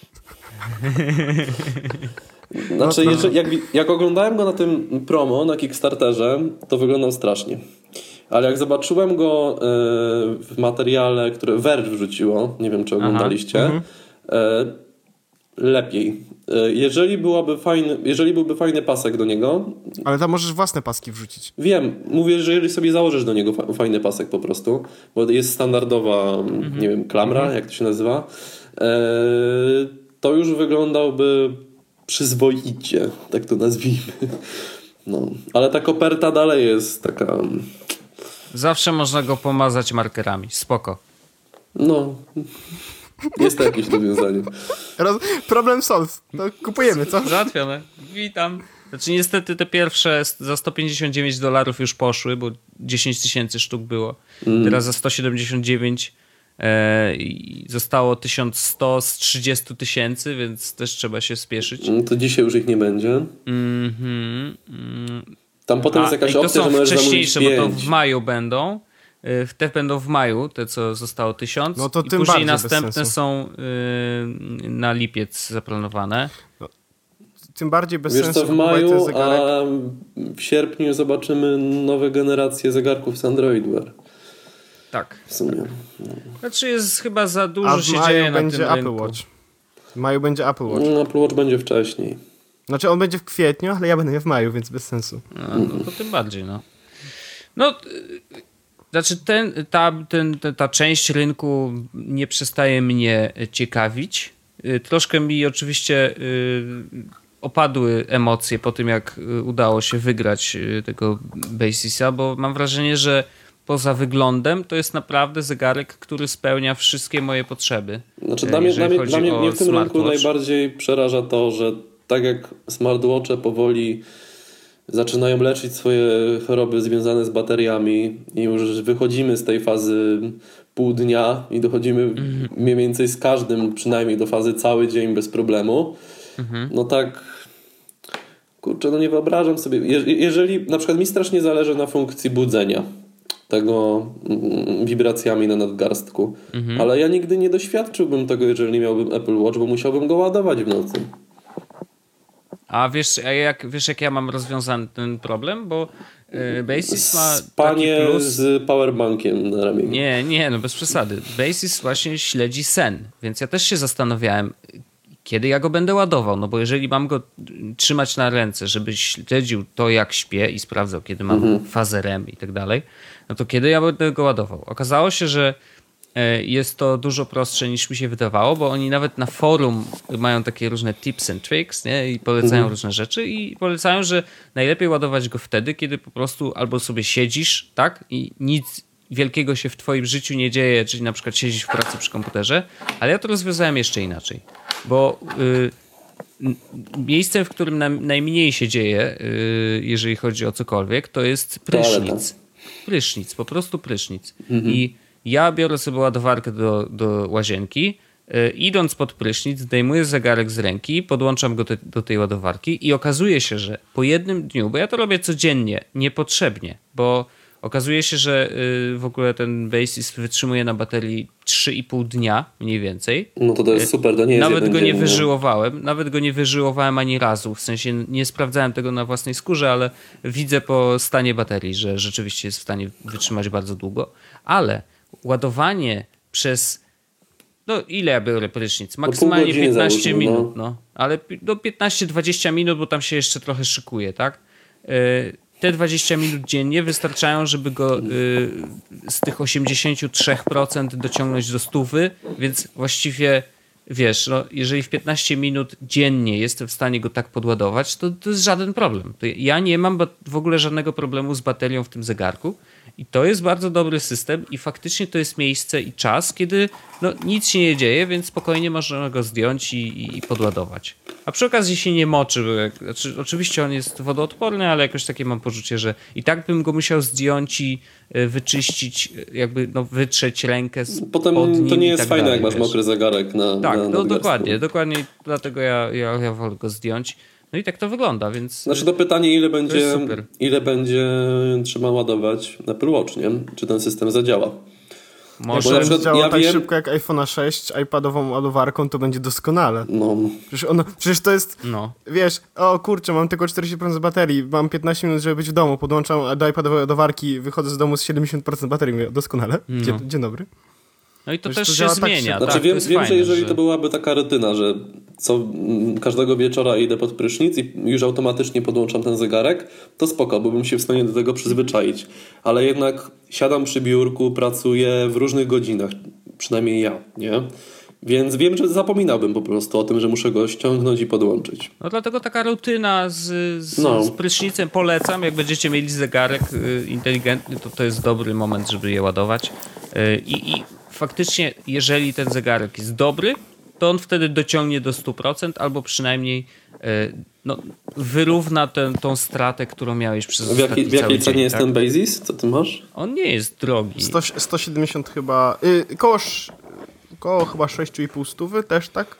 Znaczy, no jeżeli, jak, jak oglądałem go na tym promo, na Kickstarterze, to wyglądał strasznie. Ale jak zobaczyłem go y, w materiale, które Verge wrzuciło, nie wiem czy oglądaliście, Aha, y, lepiej. Y, jeżeli, byłaby fajny, jeżeli byłby fajny pasek do niego... Ale tam możesz własne paski wrzucić. Wiem, mówię, że jeżeli sobie założysz do niego fa- fajny pasek po prostu, bo jest standardowa, mhm. nie wiem, klamra, mhm. jak to się nazywa, y, to już wyglądałby przyzwoicie, tak to nazwijmy. No, ale ta koperta dalej jest taka... Zawsze można go pomazać markerami. Spoko. No, jest to jakieś rozwiązanie. Roz... Problem solved. To kupujemy, co? Załatwione. Witam. Znaczy niestety te pierwsze za sto pięćdziesiąt dziewięć dolarów już poszły, bo dziesięć tysięcy sztuk było. Mm. Teraz za sto siedemdziesiąt dziewięć e, i zostało tysiąc sto z trzydziestu tysięcy, więc też trzeba się spieszyć. No to dzisiaj już ich nie będzie. Mhm. Mm, Tam potem A, jest jakaś i to opcja, są że możesz wcześniejsze, zamówić bo to pięć. w maju będą. Te będą w maju, te co zostało tysiąc. No to i tym później bardziej następne są y, na lipiec zaplanowane. No, tym bardziej bez Wiesz sensu co, w maju, zegarek... a w sierpniu zobaczymy nowe generacje zegarków z Android Wear. Tak. W sumie. No. Znaczy jest chyba za dużo A w się maju dzieje na będzie tym Apple rynku. Watch. W maju będzie Apple Watch. No, Apple Watch będzie wcześniej. Znaczy on będzie w kwietniu, ale ja będę w maju, więc bez sensu. No, no to tym bardziej, no. No, znaczy ten, ta, ten, ta część rynku nie przestaje mnie ciekawić. Troszkę mi oczywiście opadły emocje po tym, jak udało się wygrać tego Basisa, bo mam wrażenie, że poza wyglądem, to jest naprawdę zegarek, który spełnia wszystkie moje potrzeby. Znaczy dla mnie, dla mnie, dla mnie, mnie w tym rynku najbardziej przeraża to, że tak jak smartwatche powoli zaczynają leczyć swoje choroby związane z bateriami i już wychodzimy z tej fazy pół dnia i dochodzimy mhm. mniej więcej z każdym przynajmniej do fazy cały dzień bez problemu, mhm. no tak kurczę, no nie wyobrażam sobie, Je- jeżeli na przykład mi strasznie zależy na funkcji budzenia tego mm, wibracjami na nadgarstku, mhm. ale ja nigdy nie doświadczyłbym tego, jeżeli nie miałbym Apple Watch, bo musiałbym go ładować w nocy. A wiesz, a jak, wiesz, jak ja mam rozwiązany ten problem? Bo yy, Basis ma Spanie taki plus... z powerbankiem na ramieniu. Nie, nie, no bez przesady. Basis właśnie śledzi sen, więc ja też się zastanawiałem, kiedy ja go będę ładował, no bo jeżeli mam go trzymać na ręce, żeby śledził to, jak śpię i sprawdzał, kiedy mam mhm. fazę R E M i tak dalej, no to kiedy ja będę go ładował? Okazało się, że jest to dużo prostsze niż mi się wydawało, bo oni nawet na forum mają takie różne tips and tricks, nie? I polecają mhm. różne rzeczy i polecają, że najlepiej ładować go wtedy, kiedy po prostu albo sobie siedzisz, tak? I nic wielkiego się w twoim życiu nie dzieje, czyli na przykład siedzisz w pracy przy komputerze, ale ja to rozwiązałem jeszcze inaczej, bo yy, miejscem, w którym nam, najmniej się dzieje, yy, jeżeli chodzi o cokolwiek, to jest prysznic. Prysznic, po prostu prysznic. Mhm. I ja biorę sobie ładowarkę do, do łazienki, yy, idąc pod prysznic, zdejmuję zegarek z ręki, podłączam go te, do tej ładowarki i okazuje się, że po jednym dniu, bo ja to robię codziennie, niepotrzebnie, bo okazuje się, że yy, w ogóle ten Basis wytrzymuje na baterii trzy i pół dnia mniej więcej. No to to jest super, to nie jest Nawet go nie dzień, wyżyłowałem, nawet go nie wyżyłowałem ani razu, w sensie nie sprawdzałem tego na własnej skórze, ale widzę po stanie baterii, że rzeczywiście jest w stanie wytrzymać bardzo długo, ale ładowanie przez, no ile ja biorę prysznic? Maksymalnie piętnaście załóżmy, minut, no. no. Ale do piętnaście dwadzieścia minut, bo tam się jeszcze trochę szykuje, tak? Yy, te dwadzieścia minut dziennie wystarczają, żeby go yy, z tych osiemdziesiąt trzy procent dociągnąć do stówy, więc właściwie wiesz, no, jeżeli w piętnaście minut dziennie jestem w stanie go tak podładować, to to jest żaden problem. To ja nie mam w ogóle żadnego problemu z baterią w tym zegarku i to jest bardzo dobry system i faktycznie to jest miejsce i czas, kiedy no, nic się nie dzieje, więc spokojnie można go zdjąć i, i, i podładować. A przy okazji się nie moczy, bo jak, znaczy, oczywiście on jest wodoodporny, ale jakoś takie mam poczucie, że i tak bym go musiał zdjąć i y, wyczyścić, jakby no, wytrzeć rękę z Potem pod nim to nie jest tak fajne, dalej, jak masz wiesz. mokry zegarek na Tak, na, no na dokładnie, dokładnie dlatego ja, ja, ja wolę go zdjąć. No i tak to wygląda, więc... Znaczy to pytanie, ile będzie, super. ile będzie trzeba ładować Apple Watch, nie? Czy ten system zadziała? Może jak na przykład działa ja tak wiem- szybko jak iPhone'a sześć iPadową ładowarką, to będzie doskonale. No, Przecież, ono, przecież to jest, No. wiesz, o kurczę, mam tylko czterdzieści procent baterii, mam piętnaście minut, żeby być w domu, podłączam do iPadowej ładowarki, wychodzę z domu z siedemdziesiąt procent baterii, mówię, doskonale, No. dzień, dzień dobry. No i to Przecież też to się działa tak zmienia. szybko. znaczy tak, wiem, to jest wiem fajne, że jeżeli że... to byłaby taka rutyna, że co mm, każdego wieczora idę pod prysznic i już automatycznie podłączam ten zegarek, to spoko, bo bym się w stanie do tego przyzwyczaić. Ale jednak siadam przy biurku, pracuję w różnych godzinach, przynajmniej ja, nie? Więc wiem, że zapominałbym po prostu o tym, że muszę go ściągnąć i podłączyć. No dlatego taka rutyna z, z, No. z prysznicem polecam. Jak będziecie mieli zegarek y, inteligentny, to to jest dobry moment, żeby je ładować. Y, I, I faktycznie, jeżeli ten zegarek jest dobry, to on wtedy dociągnie do stu procent albo przynajmniej y, no, wyrówna ten, tą stratę, którą miałeś przez W, jakiej- ostatni w jakiej cały cenie dzień, jest tak? ten Basis? Co ty masz? On nie jest drogi. sto, sto siedemdziesiąt chyba, y, koło, sz- koło chyba sześć i pół stówy też, tak?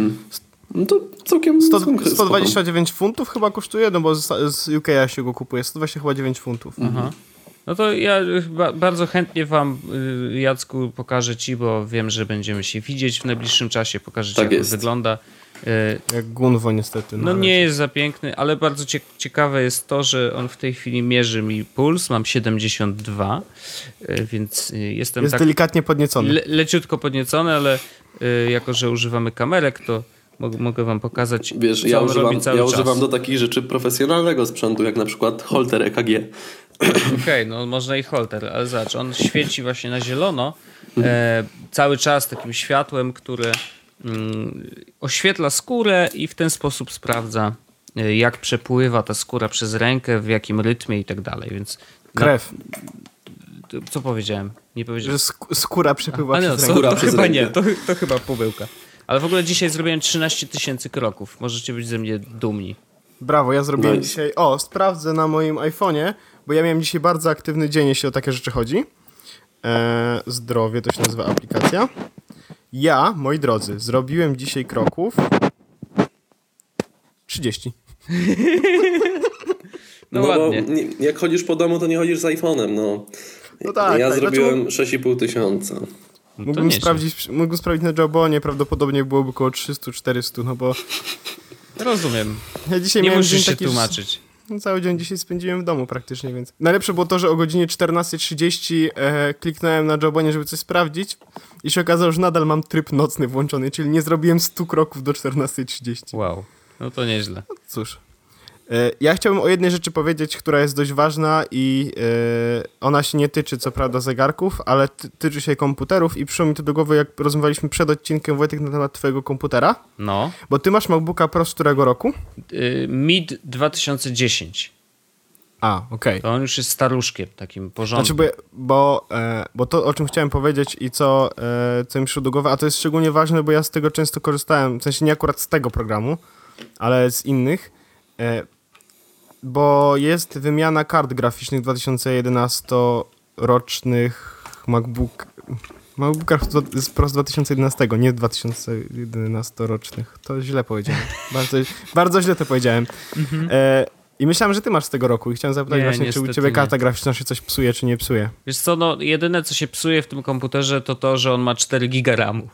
No to całkiem sto, spoko. sto dwadzieścia dziewięć funtów chyba kosztuje, no bo z, z U K się go kupuje, sto dwadzieścia chyba dziewięć funtów. Aha. No to ja chyba bardzo chętnie wam, y, Jacku, pokażę ci, bo wiem, że będziemy się widzieć w najbliższym czasie. Pokażę ci, Tak jak jest. to wygląda. Y, Jak Gunwo niestety. No ale- nie jest za piękny, ale bardzo cie- ciekawe jest to, że on w tej chwili mierzy mi puls. Mam siedemdziesiąt dwa, y, więc y, jestem Jest tak delikatnie podniecony. le- leciutko podniecony, ale y, jako, że używamy kamerek, to mog- mogę wam pokazać, Wiesz, co ja on używam, robi cały ja czas. używam do takich rzeczy profesjonalnego sprzętu, jak na przykład holter E K G. Okej, no można i holter, ale zobacz, on świeci właśnie na zielono e, cały czas takim światłem, które mm, oświetla skórę i w ten sposób sprawdza, e, jak przepływa ta skóra przez rękę, w jakim rytmie i tak dalej, więc no, Krew. co powiedziałem? Nie powiedziałem. Że sk- skóra przepływa A, przez no, rękę. to, Skóra to przez chyba rękę. nie, to, to chyba pomyłka. Ale w ogóle dzisiaj zrobiłem trzynaście tysięcy kroków. Możecie być ze mnie dumni. Brawo, ja zrobiłem Nice. dzisiaj... O, sprawdzę na moim iPhonie, bo ja miałem dzisiaj bardzo aktywny dzień, jeśli o takie rzeczy chodzi. Eee, zdrowie, to się nazywa aplikacja. Ja, moi drodzy, zrobiłem dzisiaj kroków trzydzieści. No, No, bo ładnie. nie, jak chodzisz po domu, to nie chodzisz z iPhone'em, no. No tak, ja tak. zrobiłem Znaczy, sześć i pół tysiąca. No to mógłbym, nieźle. sprawdzić, mógłbym sprawdzić na Jobonie, prawdopodobnie byłoby około trzysta czterysta, no bo Rozumiem. ja dzisiaj Nie miałem musisz dzień się taki, że- tłumaczyć. No, cały dzień dzisiaj spędziłem w domu praktycznie, więc... Najlepsze było to, że o godzinie czternasta trzydzieści e, kliknąłem na Jobonie, żeby coś sprawdzić i się okazało, że nadal mam tryb nocny włączony, czyli nie zrobiłem stu kroków do czternasta trzydzieści. Wow. No to nieźle. Cóż. E, ja chciałbym o jednej rzeczy powiedzieć, która jest dość ważna i e, ona się nie tyczy co prawda zegarków, ale ty, tyczy się komputerów i przyszło mi to do głowy, jak rozmawialiśmy przed odcinkiem, Wojtek, na temat twojego komputera, No. bo ty masz MacBooka Pro z którego roku? Y, mid dwa tysiące dziesięć. A, okej. To on już jest staruszkiem, takim porządnym. Znaczy, bo, bo, e, bo to, o czym chciałem powiedzieć i co, e, co mi przyszło do głowy, a to jest szczególnie ważne, bo ja z tego często korzystałem, w sensie nie akurat z tego programu, ale z innych, e, bo jest wymiana kart graficznych dwa tysiące jedenastorocznych MacBook, MacBookach z Pro z dwa tysiące jedenastego, nie dwa tysiące jedenastorocznych. To źle powiedziałem. Bardzo, bardzo źle to powiedziałem. E, I myślałem, że ty masz z tego roku i chciałem zapytać Nie, właśnie, czy u niestety ciebie nie. karta graficzna się coś psuje, czy nie psuje. Wiesz co, no jedyne co się psuje w tym komputerze to to, że on ma cztery giga ramu.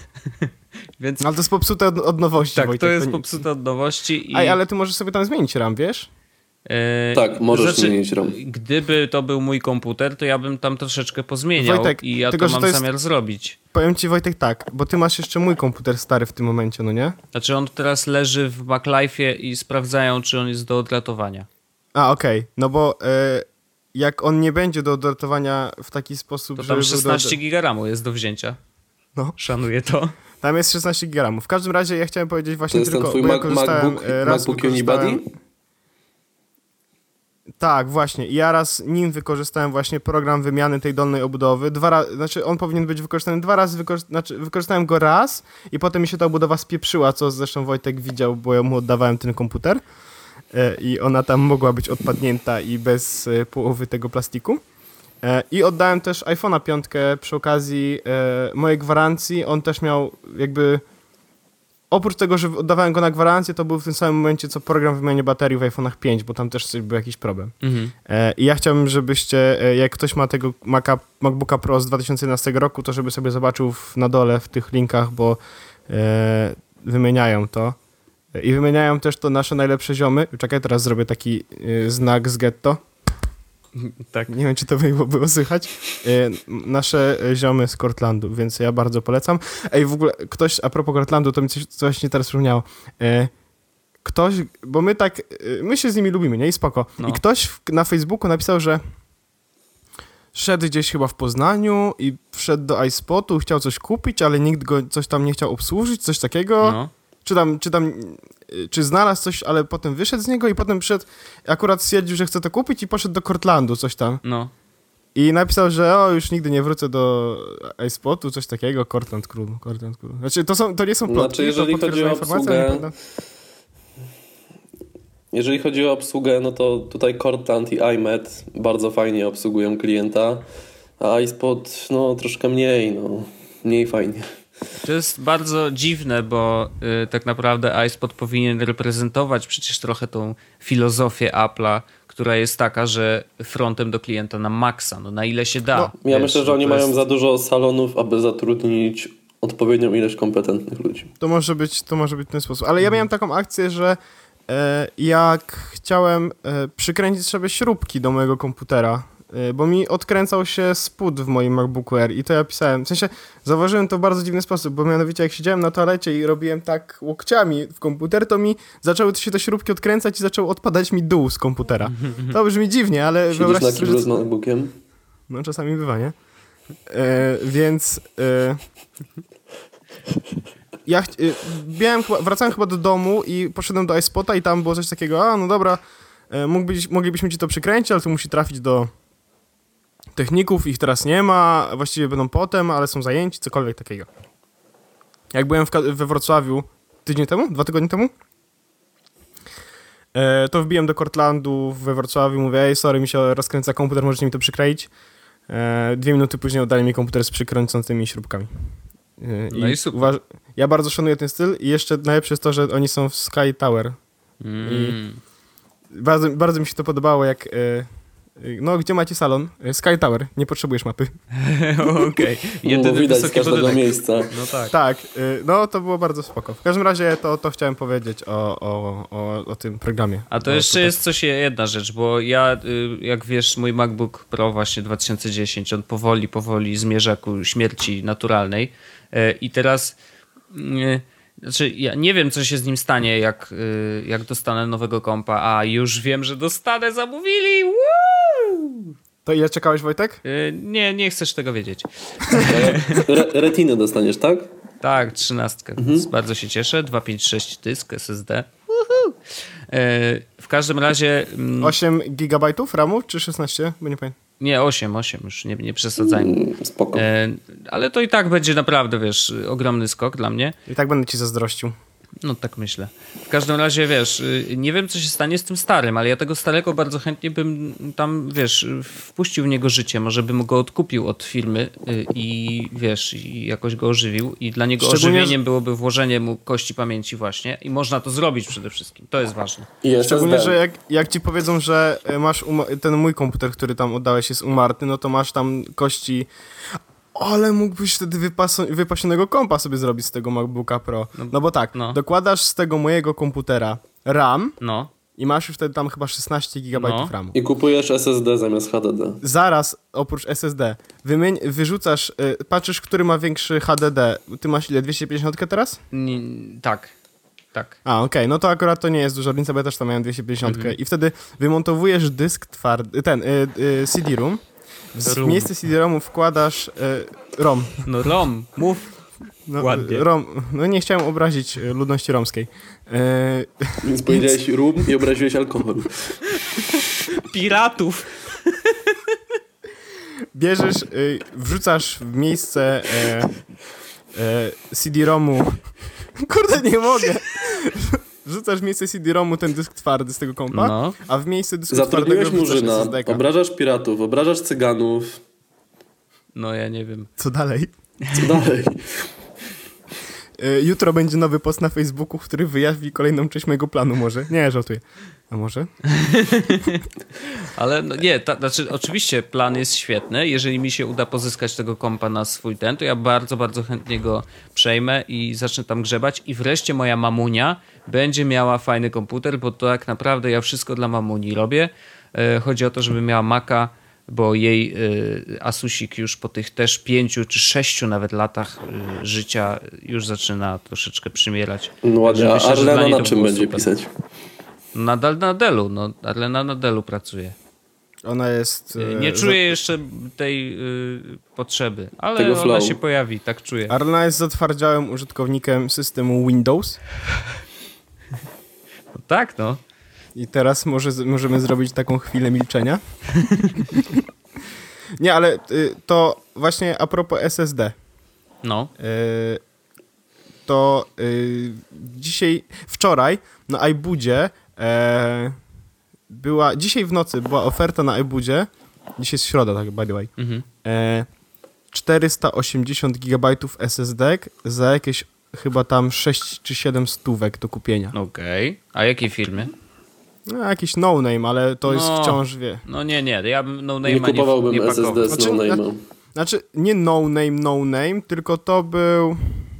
Więc No, ale to jest popsute od, od nowości, tak, Wojtek. to jest nie- popsute od nowości. I, Ej, ale ty możesz sobie tam zmienić RAM, wiesz? e, Tak, możesz znaczy, zmienić RAM. Gdyby to był mój komputer, to ja bym tam troszeczkę pozmieniał Wojtek, i ja tylko, to że mam to jest- zamiar zrobić. Powiem ci, Wojtek, tak, bo ty masz jeszcze mój komputer stary w tym momencie, no nie? Znaczy on teraz leży w MacLife'ie i sprawdzają, czy on jest do odratowania. A, okej, no bo e, jak on nie będzie do odratowania w taki sposób, To żeby tam był szesnaście do... giga ramu jest do wzięcia. No. Szanuję to. Tam jest szesnaście gigabajtów. W każdym razie ja chciałem powiedzieć To właśnie jest ten tylko, twój bo ja Mac, korzystałem, MacBook, e, raz MacBook wykorzystałem- Unibody? Tak, właśnie. I ja raz nim wykorzystałem właśnie program wymiany tej dolnej obudowy. Dwa razy, znaczy on powinien być wykorzystany dwa razy, wykorzy- znaczy wykorzystałem go raz i potem mi się ta obudowa spieprzyła, co zresztą Wojtek widział, bo ja mu oddawałem ten komputer e, i ona tam mogła być odpadnięta i bez e, połowy tego plastiku. E, I oddałem też iPhone'a piątkę przy okazji e, mojej gwarancji. On też miał jakby... Oprócz tego, że oddawałem go na gwarancję, to był w tym samym momencie, co program wymiany baterii w iPhone'ach pięć, bo tam też coś był jakiś problem. Mhm. E, I ja chciałbym, żebyście, e, jak ktoś ma tego Maca, MacBooka Pro z dwa tysiące jedenastego roku, to żeby sobie zobaczył w, na dole w tych linkach, bo e, wymieniają to. E, I wymieniają też to nasze najlepsze ziomy. Czekaj, teraz zrobię taki e, znak z getto. Tak. Nie wiem, czy to było, było słychać. E, nasze ziomy z Cortlandu, więc ja bardzo polecam. Ej, w ogóle ktoś, a propos Cortlandu, to mi coś, coś właśnie teraz przypomniało. E, ktoś, bo my tak, e, my się z nimi lubimy, nie? I spoko. No. I ktoś w, na Facebooku napisał, że szedł gdzieś chyba w Poznaniu i wszedł do iSpotu, chciał coś kupić, ale nikt go coś tam nie chciał obsłużyć, coś takiego. No. Czy tam, czy tam, y, czy znalazł coś, ale potem wyszedł z niego i potem przyszedł, akurat stwierdził, że chce to kupić i poszedł do Cortlandu, coś tam. No. I napisał, że o, już nigdy nie wrócę do iSpotu, coś takiego, Cortland Król, Cortland Król. Znaczy, to, są, to nie są plotki, Znaczy, jeżeli to chodzi o potwierdzona informacja, ale obsługę- nieprawda. Jeżeli chodzi o obsługę, no to tutaj Cortland i iMed bardzo fajnie obsługują klienta, a iSpot no troszkę mniej, no mniej fajnie. To jest bardzo dziwne, bo y, tak naprawdę iSpot powinien reprezentować przecież trochę tą filozofię Apple'a, która jest taka, że frontem do klienta na maksa, no na ile się da. No, Ja Wiesz, myślę, że oni to mają jest- za dużo salonów, aby zatrudnić odpowiednią ilość kompetentnych ludzi. To może być, to może być w ten sposób. Ale ja miałem taką akcję, że e, jak chciałem e, przykręcić sobie śrubki do mojego komputera, e, bo mi odkręcał się spód w moim MacBooku Air i to ja pisałem. W sensie zauważyłem to w bardzo dziwny sposób, bo mianowicie jak siedziałem na toalecie i robiłem tak łokciami w komputer, to mi zaczęły się te śrubki odkręcać i zaczął odpadać mi dół z komputera. To brzmi dziwnie, ale Siedzisz wyobraźcie na sobie, kiblu że... z MacBookiem? No czasami bywa, nie? E, więc... E, ja ch- y, miałem chyba, wracałem chyba do domu i poszedłem do iSpota i tam było coś takiego, a no dobra, e, mógłbyś, moglibyśmy ci to przykręcić, ale to musi trafić do techników, ich teraz nie ma, właściwie będą potem, ale są zajęci, cokolwiek takiego. Jak byłem w, we Wrocławiu tydzień temu, dwa tygodnie temu, e, to wbiłem do Cortlandu we Wrocławiu, mówię, ej, sorry, mi się rozkręca komputer, możecie mi to przykleić. E, dwie minuty później oddali mi komputer z przykręcącymi śrubkami. E, No i super. Uważ- ja bardzo szanuję ten styl i jeszcze najlepsze jest to, że oni są w Sky Tower. Mm. Bardzo, bardzo mi się to podobało, jak... E, no, gdzie macie salon? E, Sky Tower, nie potrzebujesz mapy. Okej. Okay. No, Jedyny widać z wysoki każdego budynek. miejsca. No tak. Tak, y, no to było bardzo spoko. W każdym razie to, to chciałem powiedzieć o, o, o, o tym programie. A to Bo jeszcze tutaj- jest coś, jedna rzecz, bo ja, y, jak wiesz, mój MacBook Pro właśnie dwa tysiące dziesięć, on powoli, powoli zmierza ku śmierci naturalnej y, i teraz y, znaczy ja nie wiem, co się z nim stanie, jak, y, jak dostanę nowego kompa, a już wiem, że dostanę, zamówili! Woo! To ile czekałeś, Wojtek? Y, nie, nie chcesz tego wiedzieć. Re- Retiny dostaniesz, tak? Tak, trzynastkę. Bardzo się cieszę. dwieście pięćdziesiąt sześć dysk S S D. Woohoo! E, w każdym razie... mm, osiem gigabajtów ramu czy szesnaście? Bo nie pamiętam. Nie, osiem, osiem już, nie, nie przesadzajmy. Mm, Spoko. E, ale to i tak będzie naprawdę, wiesz, ogromny skok dla mnie. I tak będę ci zazdrościł. No tak myślę. W każdym razie, wiesz, y, nie wiem, co się stanie z tym starym, ale ja tego starego bardzo chętnie bym tam, wiesz, wpuścił w niego życie. Może bym go odkupił od firmy y, i, wiesz, i jakoś go ożywił. I dla niego Szczególnie, ożywieniem byłoby włożenie mu kości pamięci właśnie. I można to zrobić przede wszystkim. To jest ważne. I jeszcze Szczególnie, S D. że jak, jak ci powiedzą, że e, masz uma- ten mój komputer, który tam oddałeś, jest umarty, no to masz tam kości... Ale mógłbyś wtedy wypas- wypasionego kompa sobie zrobić z tego MacBooka Pro. No bo tak, no. dokładasz z tego mojego komputera RAM No. i masz już wtedy tam chyba szesnaście gigabajtów No. ramu. I kupujesz S S D zamiast H D D. Zaraz, oprócz S S D, wymień, wyrzucasz, y, patrzysz, który ma większy H D D. Ty masz ile, dwieście pięćdziesiąt teraz? Nie, tak. Tak. A, okej, no to akurat to nie jest duża różnica, bo ja też tam miałem dwieście pięćdziesiąt i wtedy wymontowujesz dysk twardy, ten, y, y, C D ROM, w Rum. miejsce C D ROMu wkładasz y, ROM. No Rom, mów. No, Ładnie. ROM. No nie chciałem obrazić y, ludności romskiej. Y, Więc powiedziałeś rum i obraziłeś alkohol. Piratów. bierzesz, y, wrzucasz w miejsce y, y, C D ROMu. Kurde, nie mogę. Wrzucasz w miejsce C D ROMu ten dysk twardy z tego kompa, No. a w miejsce dysku twardego Zatrudniłeś wrzucasz murzyna, S S D-ka. obrażasz piratów, obrażasz cyganów. No ja nie wiem. Co dalej? Co dalej? Y, Jutro będzie nowy post na Facebooku, który wyjawi kolejną część mojego planu może. Nie, żartuję. A może? Ale no nie, ta, znaczy oczywiście plan jest świetny. Jeżeli mi się uda pozyskać tego kompa na swój ten, to ja bardzo, bardzo chętnie go przejmę i zacznę tam grzebać i wreszcie moja mamunia będzie miała fajny komputer, bo to tak naprawdę ja wszystko dla mamuni robię. E, chodzi o to, żeby miała Maca, bo jej e, Asusik już po tych też pięciu czy sześciu nawet latach e, życia już zaczyna troszeczkę przymierać. No ładnie, Także a myślę, że dla Arlena niej na to czym było będzie super. pisać? Nadal na Dellu, no Arlena na Dellu pracuje. Ona jest... y, Nie za- czuję jeszcze tej y, potrzeby, ale Tego ona flow. się pojawi, tak czuję. Arlena jest zatwardziałym użytkownikiem systemu Windows No tak, no. i teraz może, z- możemy zrobić taką chwilę milczenia. Nie, ale y, to właśnie a propos S S D. No, Y, to y, dzisiaj, wczoraj na iBoodzie e, była, dzisiaj w nocy była oferta na iBoodzie, dzisiaj jest środa, tak by the way, mhm. e, czterysta osiemdziesiąt gigabajtów S S D za jakieś chyba tam sześć czy siedem stówek do kupienia. Okej. A jakiej firmy? No, jakiś no-name, ale to jest No. wciąż, wie. No nie, nie, ja bym no Nie name'a kupowałbym nie, nie S S D pakował. z Znaczy, no-name'em. Znaczy, nie no-name, no-name, tylko to był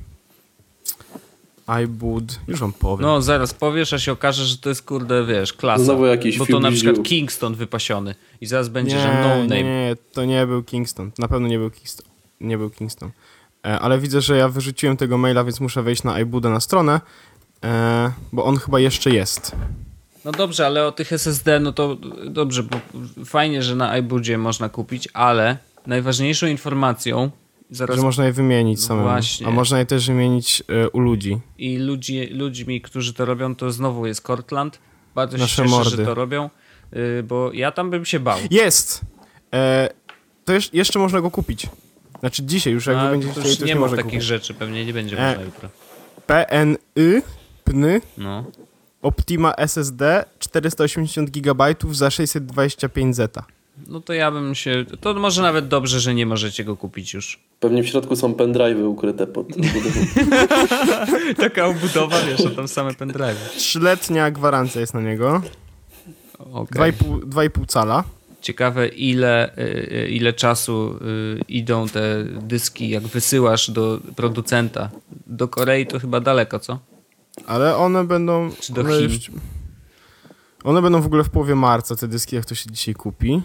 iBood, już wam powiem. No zaraz powiesz, a się okaże, że to jest kurde, wiesz, klasa. Znowu jakiś Bo to na fiubiziu. przykład Kingston wypasiony i zaraz będzie, nie, że no nie, name. nie, to nie był Kingston, na pewno nie był Kingston, nie był Kingston. E, ale widzę, że ja wyrzuciłem tego maila, więc muszę wejść na iBooda na stronę, e, bo on chyba jeszcze jest. No dobrze, ale o tych S S D, no to dobrze, bo fajnie, że na iBoodzie można kupić, ale najważniejszą informacją zaraz Że można je wymienić No samemu, właśnie. a można je też wymienić e, u ludzi. i ludzi, ludźmi, którzy to robią, to znowu jest Cortland. Bardzo się Nasze cieszę, mordy. że to robią, yy, bo ja tam bym się bał. Jest! E, to to jeszcze, jeszcze można go kupić. Znaczy dzisiaj już jakby A, będzie to chcieli, już to nie już ma może takich kupić. rzeczy, pewnie nie będzie E. można jutro. P N Y, P N Y, No. Optima S S D, czterysta osiemdziesiąt gigabajtów za sześćset dwadzieścia pięć zeta. No to ja bym się... To może nawet dobrze, że nie możecie go kupić już. Pewnie w środku są pendrive'y ukryte pod budową. Taka obudowa, wiesz, a tam same pendrive. Trzyletnia gwarancja jest na niego. Okay. dwa i pół cala. Ciekawe, ile, y, ile czasu y, idą te dyski, jak wysyłasz do producenta. Do Korei to chyba daleko, co? Ale one będą... Czy do one, Chin? już, one będą w ogóle w połowie marca, te dyski, jak to się dzisiaj kupi.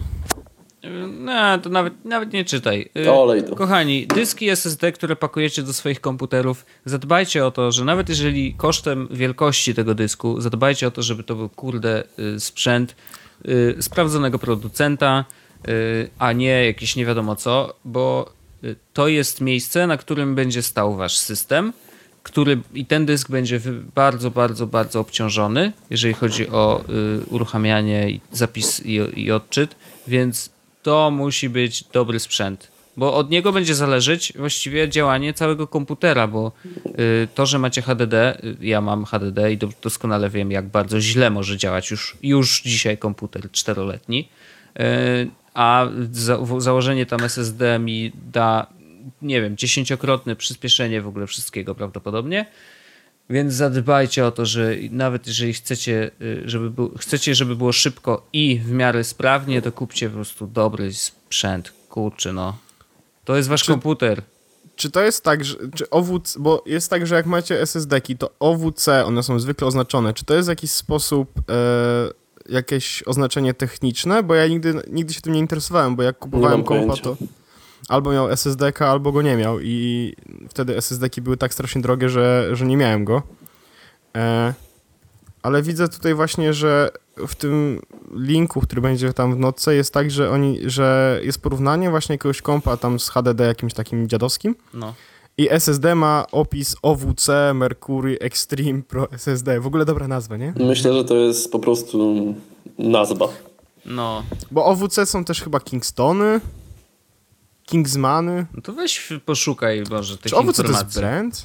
No, to nawet, nawet nie czytaj. Y, Olej to. Kochani, dyski S S D, które pakujecie do swoich komputerów, zadbajcie o to, że nawet jeżeli kosztem wielkości tego dysku, zadbajcie o to, żeby to był, kurde, y, sprzęt y, sprawdzonego producenta, y, a nie jakiś nie wiadomo co, bo y, to jest miejsce, na którym będzie stał wasz system, który i ten dysk będzie wy- bardzo, bardzo, bardzo obciążony, jeżeli chodzi o y, uruchamianie, i zapis i, i odczyt, więc to musi być dobry sprzęt, bo od niego będzie zależeć właściwie działanie całego komputera, bo y, to, że macie H D D, y, ja mam H D D i do, doskonale wiem, jak bardzo źle może działać już, już dzisiaj komputer czteroletni, y, a za, w, założenie tam S S D mi da, nie wiem, dziesięciokrotne przyspieszenie w ogóle wszystkiego prawdopodobnie. Więc zadbajcie o to, że nawet jeżeli chcecie, żeby, był, chcecie, żeby było szybko i w miarę sprawnie, to kupcie po prostu dobry sprzęt. Kurczę, no. To jest wasz Czy- komputer. Czy to jest tak, że czy O W C, bo jest tak, że jak macie S S D-ki, to O W C, one są zwykle oznaczone. Czy to jest w jakiś sposób e, jakieś oznaczenie techniczne? Bo ja nigdy, nigdy się tym nie interesowałem, bo jak kupowałem mam kompa, pojęcia. to albo miał S S D-ka, albo go nie miał i wtedy S S D-ki były tak strasznie drogie, że, że nie miałem go. E, ale widzę tutaj właśnie, że w tym linku, który będzie tam w notce, jest tak, że oni, że jest porównanie właśnie jakiegoś kompa tam z H D D jakimś takim dziadowskim. No. I S S D ma opis O W C Mercury Extreme Pro S S D. W ogóle dobra nazwa, nie? Myślę, że to jest po prostu nazwa. No. Bo O W C są też chyba Kingstony, Kingsmany. No to weź poszukaj może tych Czy O W C to informacji. jest brand?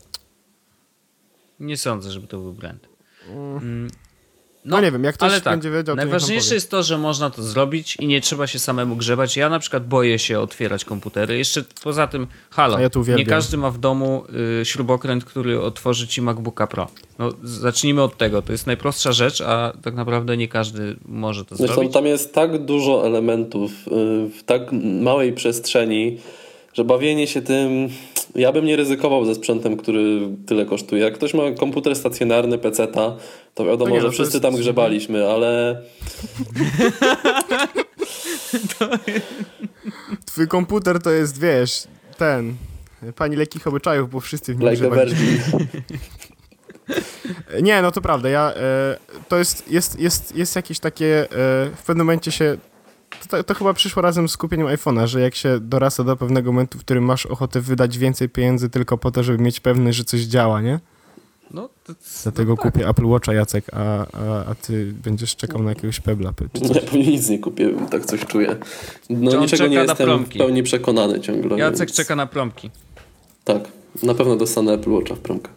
Nie sądzę, żeby to był brand. Mm. No, nie wiem, jak ktoś ale tak, będzie wiedział, to niech nam najważniejsze powie. jest to, że można to zrobić i nie trzeba się samemu grzebać. Ja na przykład boję się otwierać komputery. Jeszcze poza tym, halo, A ja to uwielbiam. nie każdy ma w domu y, śrubokręt, który otworzy ci MacBooka Pro. No, zacznijmy od tego. To jest najprostsza rzecz, a tak naprawdę nie każdy może to Zresztą zrobić. tam jest tak dużo elementów y, w tak małej przestrzeni, że bawienie się tym... Ja bym nie ryzykował ze sprzętem, który tyle kosztuje. Jak ktoś ma komputer stacjonarny, peceta, to wiadomo, To nie, no że to wszyscy jest- tam grzebaliśmy, ale Twój komputer to jest, wiesz, ten... Pani lekkich obyczajów, bo wszyscy w nim like a grzebali. virgin. Nie, no to prawda, ja, e, to jest, jest, jest, jest jakieś takie, e, w pewnym momencie się, to, to chyba przyszło razem z kupieniem iPhone'a, że jak się dorasta do pewnego momentu, w którym masz ochotę wydać więcej pieniędzy tylko po to, żeby mieć pewność, że coś działa, nie? No, to, Dlatego no tak. kupię Apple Watcha, Jacek, a, a, a ty będziesz czekał na jakiegoś Pebla. Czy coś. Ja pewnie nic nie kupię, tak coś czuję. No John niczego czeka nie na jestem w promki. pełni przekonany ciągle. Jacek więc... czeka na promki. Tak, na pewno dostanę Apple Watcha w promkach.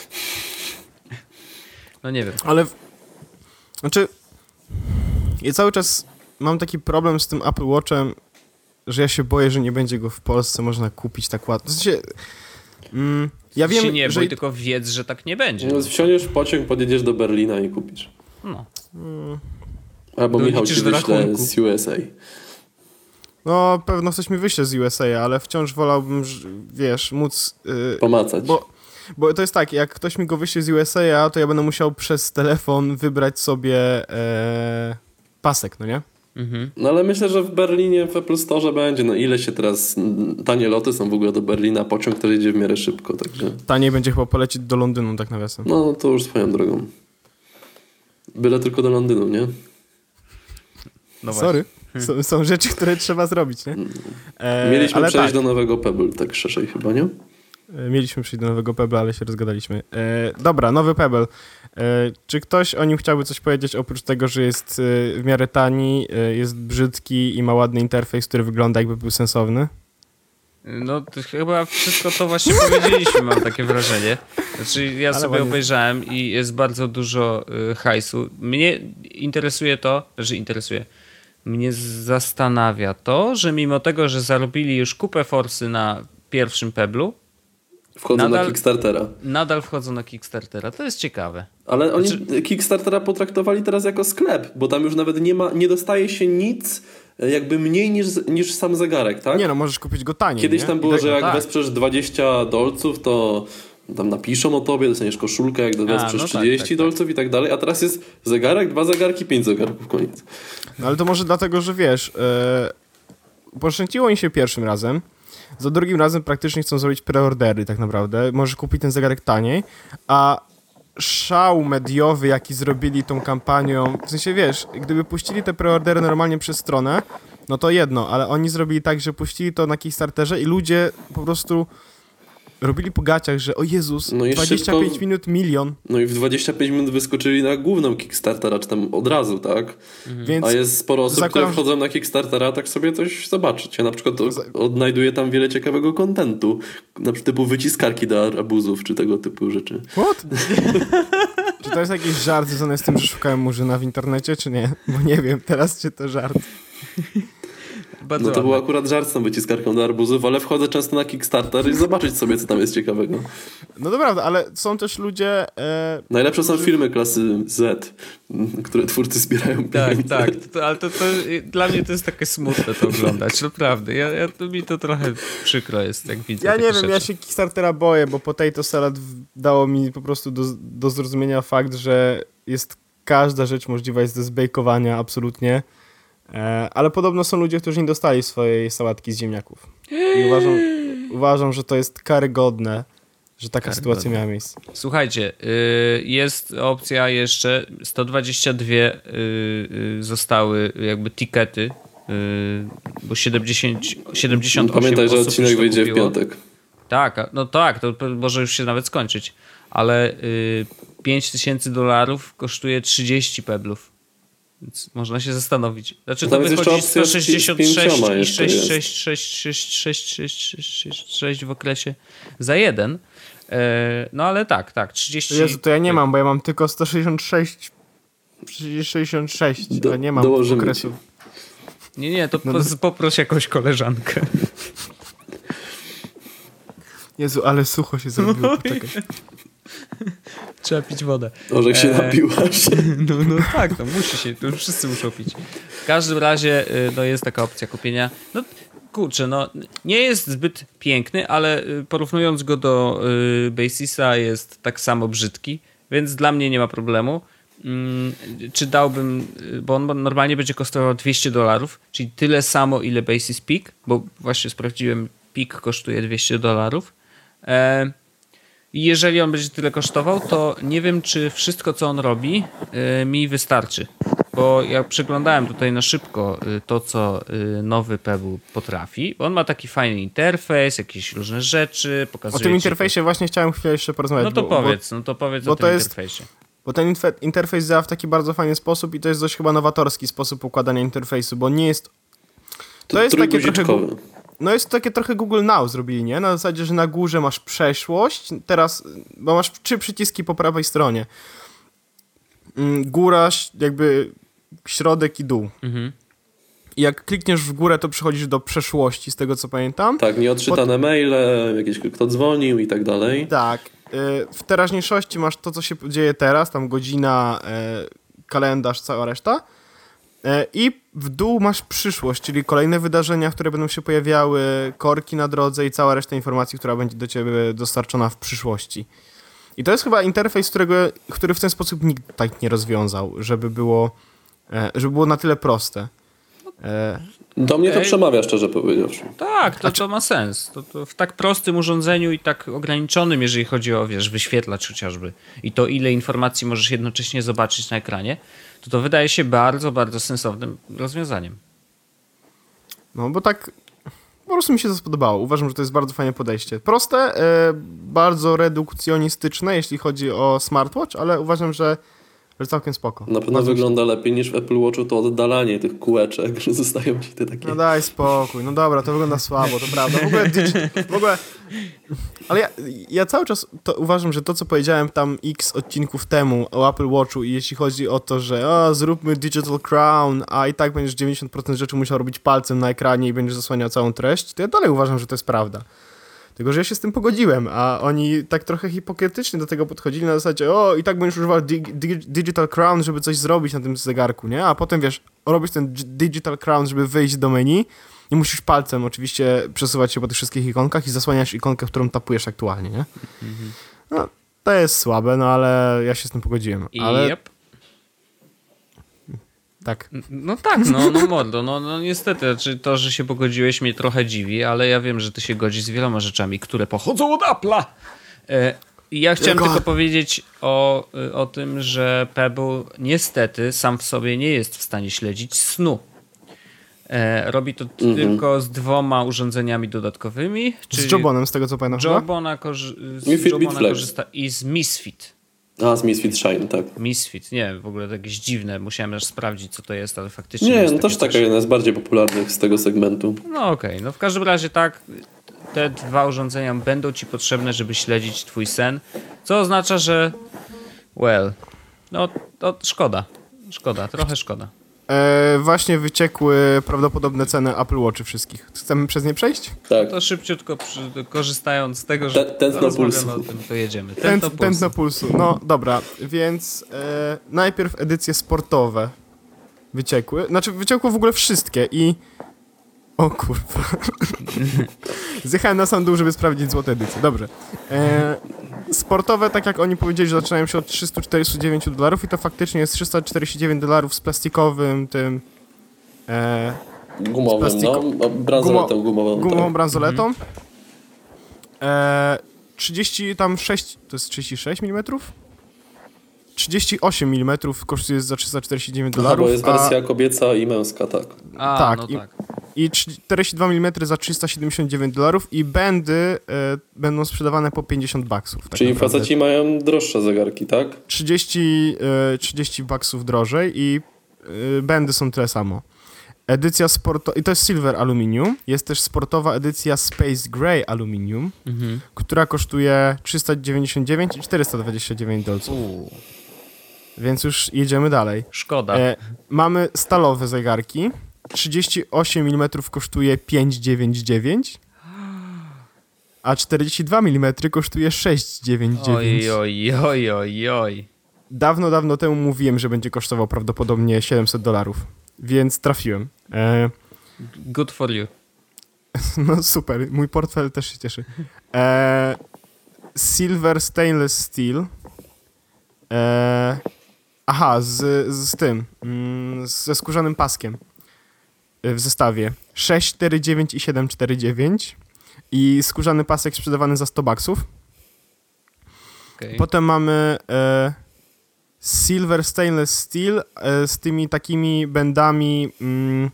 No nie wiem. Ale, w- znaczy, ja cały czas mam taki problem z tym Apple Watchem, że ja się boję, że nie będzie go w Polsce można kupić tak łatwo. W sensie, mm, ja Się wiem, nie że... bój, tylko wiedz, że tak nie będzie. No, wsiądziesz w pociąg, podjedziesz do Berlina i kupisz. No. Albo Michał Doliczysz ci do wyśle rachunku. z U S A. No, pewno ktoś mi wyśle z U S A, ale wciąż wolałbym, że, wiesz, móc... Yy, Pomacać. bo, bo to jest tak, jak ktoś mi go wyśle z U S A, to ja będę musiał przez telefon wybrać sobie e, pasek, no nie? Mhm. No ale myślę, że w Berlinie w Apple Store będzie. No ile się teraz... Tanie loty są w ogóle do Berlina, pociąg też jedzie w miarę szybko, także... Taniej będzie chyba polecieć do Londynu, tak nawiasem. No to już swoją drogą. Byle tylko do Londynu, nie? No Sorry, są, są rzeczy, które trzeba zrobić, nie? E, Mieliśmy ale przejść tak, do nowego Pebble, tak szerzej chyba, nie? e, mieliśmy przyjść do nowego Pebble, ale się rozgadaliśmy. E, dobra, nowy Pebble. Czy ktoś o nim chciałby coś powiedzieć, oprócz tego, że jest w miarę tani, jest brzydki i ma ładny interfejs, który wygląda jakby był sensowny? No to chyba wszystko to właśnie powiedzieliśmy, mam takie wrażenie. Znaczy ja Ale sobie ładnie. obejrzałem i jest bardzo dużo y, hajsu. Mnie interesuje to, że interesuje, mnie zastanawia to, że mimo tego, że zarobili już kupę forsy na pierwszym Peblu, Wchodzą Nadal- na Kickstartera. nadal wchodzą na Kickstartera. To jest ciekawe. Ale oni Znaczy- Kickstartera potraktowali teraz jako sklep, bo tam już nawet nie ma, nie dostaje się nic jakby mniej niż, niż sam zegarek, tak? Nie no, możesz kupić go taniej, Kiedyś nie? tam I było, tak- że jak tak. wesprzesz dwadzieścia dolców, to tam napiszą o tobie, dostaniesz koszulkę, jak wesprzesz no tak, trzydzieści tak, tak. dolców i tak dalej, a teraz jest zegarek, dwa zegarki, pięć zegarków, koniec. No ale to może dlatego, że wiesz, yy, poszczęciło im się pierwszym razem, za drugim razem praktycznie chcą zrobić preordery tak naprawdę. Możesz kupić ten zegarek taniej, a szał mediowy, jaki zrobili tą kampanią, w sensie wiesz, gdyby puścili te preordery normalnie przez stronę, no to jedno, ale oni zrobili tak, że puścili to na Kickstarterze i ludzie po prostu robili po gaciach, że o Jezus, No i dwadzieścia pięć szybko- minut, milion. No i w dwadzieścia pięć minut wyskoczyli na główną Kickstartera, czy tam od razu, tak? Więc A jest sporo osób, które zakładam, że- wchodzą na Kickstartera tak sobie coś zobaczyć. Ja na przykład o- odnajduję tam wiele ciekawego kontentu, na przykład typu wyciskarki do arbuzów, czy tego typu rzeczy. What? Czy to jest jakiś żart związany z tym, że szukałem murzyna w internecie, czy nie? Bo nie wiem, teraz czy to żart. Bardzo No to był ładne. akurat żart z tą wyciskarką do arbuzów, ale wchodzę często na Kickstarter i zobaczyć sobie, co tam jest ciekawego. No dobra, ale są też ludzie... E, Najlepsze są filmy klasy Z, które twórcy zbierają Tak, pieniądze. tak, to, ale to, to dla mnie to jest takie smutne to oglądać, naprawdę. Ja, ja, to mi to trochę przykro jest, jak widzę ja takie nie wiem, rzeczy. ja się Kickstartera boję, bo Potato Salad w- dało mi po prostu do, do zrozumienia fakt, że jest każda rzecz możliwa jest do zbejkowania, absolutnie. E, ale podobno są ludzie, którzy nie dostali swojej sałatki z ziemniaków. I uważam, uważam, że to jest karygodne, że taka Karygodne. sytuacja miała miejsce. Słuchajcie, y, jest opcja jeszcze, sto dwadzieścia dwa y, y, zostały jakby tikety, y, bo siedemdziesiąt, siedemdziesiąt osiem Pamiętaj, że osób odcinek już to wyjdzie w kupiło. piątek. Tak, a- no tak, to p- może już się nawet skończyć, ale y, pięć tysięcy dolarów kosztuje trzydzieści peblów. Więc można się zastanowić. Znaczy to Tam jest jeszcze wychodzi opcja z sto sześćdziesiąt pi- z sześć pięcioma i jeszcze sześć jest. sześć sześć sześć sześć sześć sześć sześć sześć w okresie za jeden. E, No ale tak, tak, trzydzieści... Jezu, to ja nie mam, bo ja mam tylko sto sześćdziesiąt sześć, sześćdziesiąt sześć, Do- a nie mam dołożymy okresu. Nie, nie, to No, po, no. poproś jakąś koleżankę. Jezu, ale sucho się zrobiło, poczekaj. Trzeba pić wodę. Orzech się E, napiłaś. No, no tak, no musi się, to już wszyscy muszą pić. W każdym razie y, no jest taka opcja kupienia. No kurczę, no nie jest zbyt piękny, ale y, porównując go do y, Basisa jest tak samo brzydki, więc dla mnie nie ma problemu. Mm, czy dałbym, y, bo on normalnie będzie kosztował dwieście dolarów, czyli tyle samo ile Basis Peak, bo właśnie sprawdziłem, Peak kosztuje dwieście dolarów. E, I jeżeli on będzie tyle kosztował, to nie wiem, czy wszystko, co on robi, y, mi wystarczy. Bo ja przeglądałem tutaj na szybko y, to, co y, nowy Pebble potrafi. On ma taki fajny interfejs, jakieś różne rzeczy, O pokazuje tym ci- interfejsie właśnie chciałem chwilę jeszcze porozmawiać. No to bo, powiedz, no to powiedz bo o to tym jest- interfejsie. Bo, bo ten infe- interfejs działa w taki bardzo fajny sposób i to jest dość chyba nowatorski sposób układania interfejsu, bo nie jest... To jest takie trochę... trójguziczkowe. Gu- No jest takie trochę Google Now zrobili, nie? Na zasadzie, że na górze masz przeszłość, teraz, bo masz trzy przyciski po prawej stronie. Mm, Góra, ś- jakby środek i dół. Mhm. I jak klikniesz w górę, to przechodzisz do przeszłości, z tego co pamiętam. Tak, nieodczytane maile, jakieś kto dzwonił i tak dalej. Tak. y, W teraźniejszości masz to, co się dzieje teraz, tam godzina, y, kalendarz, cała reszta. Y, I w dół masz przyszłość, czyli kolejne wydarzenia, które będą się pojawiały, korki na drodze i cała reszta informacji, która będzie do ciebie dostarczona w przyszłości. I to jest chyba interfejs, którego, który w ten sposób nikt tak nie rozwiązał, żeby było, e, żeby było na tyle proste. E, Do mnie to Ej. przemawia, szczerze powiedziawszy. Tak, to, to ma sens. To, to w tak prostym urządzeniu i tak ograniczonym, jeżeli chodzi o, wiesz, wyświetlacz chociażby i to, ile informacji możesz jednocześnie zobaczyć na ekranie, to to wydaje się bardzo, bardzo sensownym rozwiązaniem. No bo tak, po prostu mi się to spodobało. Uważam, że to jest bardzo fajne podejście. Proste, e, bardzo redukcjonistyczne, jeśli chodzi o smartwatch, ale uważam, że, że całkiem spoko. Na pewno Bardzo wygląda się... lepiej niż w Apple Watchu to oddalanie tych kółeczek, że zostają ci te takie... No daj spokój, no dobra, to wygląda słabo, to prawda. W ogóle, digi- w ogóle... Ale ja, ja cały czas to uważam, że to, co powiedziałem tam x odcinków temu o Apple Watchu i jeśli chodzi o to, że o, zróbmy Digital Crown, a i tak będziesz dziewięćdziesiąt procent rzeczy musiał robić palcem na ekranie i będziesz zasłaniał całą treść, to ja dalej uważam, że to jest prawda. Tylko, że ja się z tym pogodziłem, a oni tak trochę hipokrytycznie do tego podchodzili na zasadzie, o, i tak będziesz używał dig- dig- Digital Crown, żeby coś zrobić na tym zegarku, nie? A potem, wiesz, robisz ten G- Digital Crown, żeby wyjść do menu i musisz palcem oczywiście przesuwać się po tych wszystkich ikonkach i zasłaniasz ikonkę, którą tapujesz aktualnie, nie? No, to jest słabe, no ale ja się z tym pogodziłem. Ale Yep. tak. No tak, no, no mordo, no, no niestety, znaczy to, że się pogodziłeś mnie trochę dziwi, ale ja wiem, że ty się godzisz z wieloma rzeczami, które pochodzą od Apple'a. E, I ja chciałem Tylko- tylko powiedzieć o, o tym, że Pebble niestety sam w sobie nie jest w stanie śledzić snu. E, robi to Mhm. tylko z dwoma urządzeniami dodatkowymi. Z Jobonem, z tego co pamiętam chyba? Jobona, korzy- z I Fitbit Jobona Flex. korzysta i z Misfit. A, z Misfit Shine, tak. Misfit, nie, w ogóle to jakieś dziwne, musiałem aż sprawdzić, co to jest, ale faktycznie Nie, jest no też takie taka coś. jedna z bardziej popularnych z tego segmentu. No okej, no w każdym razie tak, te dwa urządzenia będą ci potrzebne, żeby śledzić twój sen, co oznacza, że well, no to szkoda, szkoda, trochę szkoda. E, właśnie wyciekły prawdopodobne ceny Apple Watchy wszystkich. Chcemy przez nie przejść? Tak. To szybciutko przy, korzystając z tego, że Te- tętno rozmawiamy pulsu. o tym, to jedziemy. Tęt, Tętno pulsu. tętno pulsu. No dobra, więc e, najpierw edycje sportowe wyciekły. Znaczy wyciekło w ogóle wszystkie i... O kurwa. Zjechałem na sam dół, żeby sprawdzić złote edycje. Dobrze. E, sportowe, tak jak oni powiedzieli, że zaczynają się od trzysta czterdzieści dziewięć dolarów i to faktycznie jest trzysta czterdzieści dziewięć dolarów z plastikowym tym... E, Gumowym, plastiku- no. Bransoletą gumową. gumową tak. bransoletą. E, trzydzieści tam sześć, to jest trzydzieści sześć milimetrów? trzydzieści osiem milimetrów kosztuje za trzysta czterdzieści dziewięć Aha, dolarów, bo jest wersja kobieca i męska, tak. A, tak, no i- tak. i czterdzieści dwa milimetry za trzysta siedemdziesiąt dziewięć dolarów i bendy e, będą sprzedawane po pięćdziesiąt baksów. Tak Czyli naprawdę. faceci mają droższe zegarki, tak? trzydzieści, e, trzydzieści baksów drożej i e, bendy są tyle samo. Edycja sportowa, i to jest silver aluminium, jest też sportowa edycja Space Gray aluminium, Mhm. która kosztuje trzysta dziewięćdziesiąt dziewięć i czterysta dwadzieścia dziewięć dolców. Uuu, Więc już jedziemy dalej. szkoda. E, mamy stalowe zegarki. trzydzieści osiem milimetrów kosztuje pięć dziewięćdziesiąt dziewięć, a czterdzieści dwa milimetry kosztuje sześć dziewięćdziesiąt dziewięć. Oj, oj, oj, oj, oj. Dawno, dawno temu mówiłem, że będzie kosztował prawdopodobnie siedemset dolarów, więc trafiłem. E, Good for you. no super, mój portfel też się cieszy. E, silver stainless steel. E, aha, z, z tym, mm, ze skórzanym paskiem w zestawie. sześć cztery dziewięć i siedem cztery dziewięć i skórzany pasek sprzedawany za sto baksów. Okay. Potem mamy e, silver stainless steel e, z tymi takimi bändami, mm,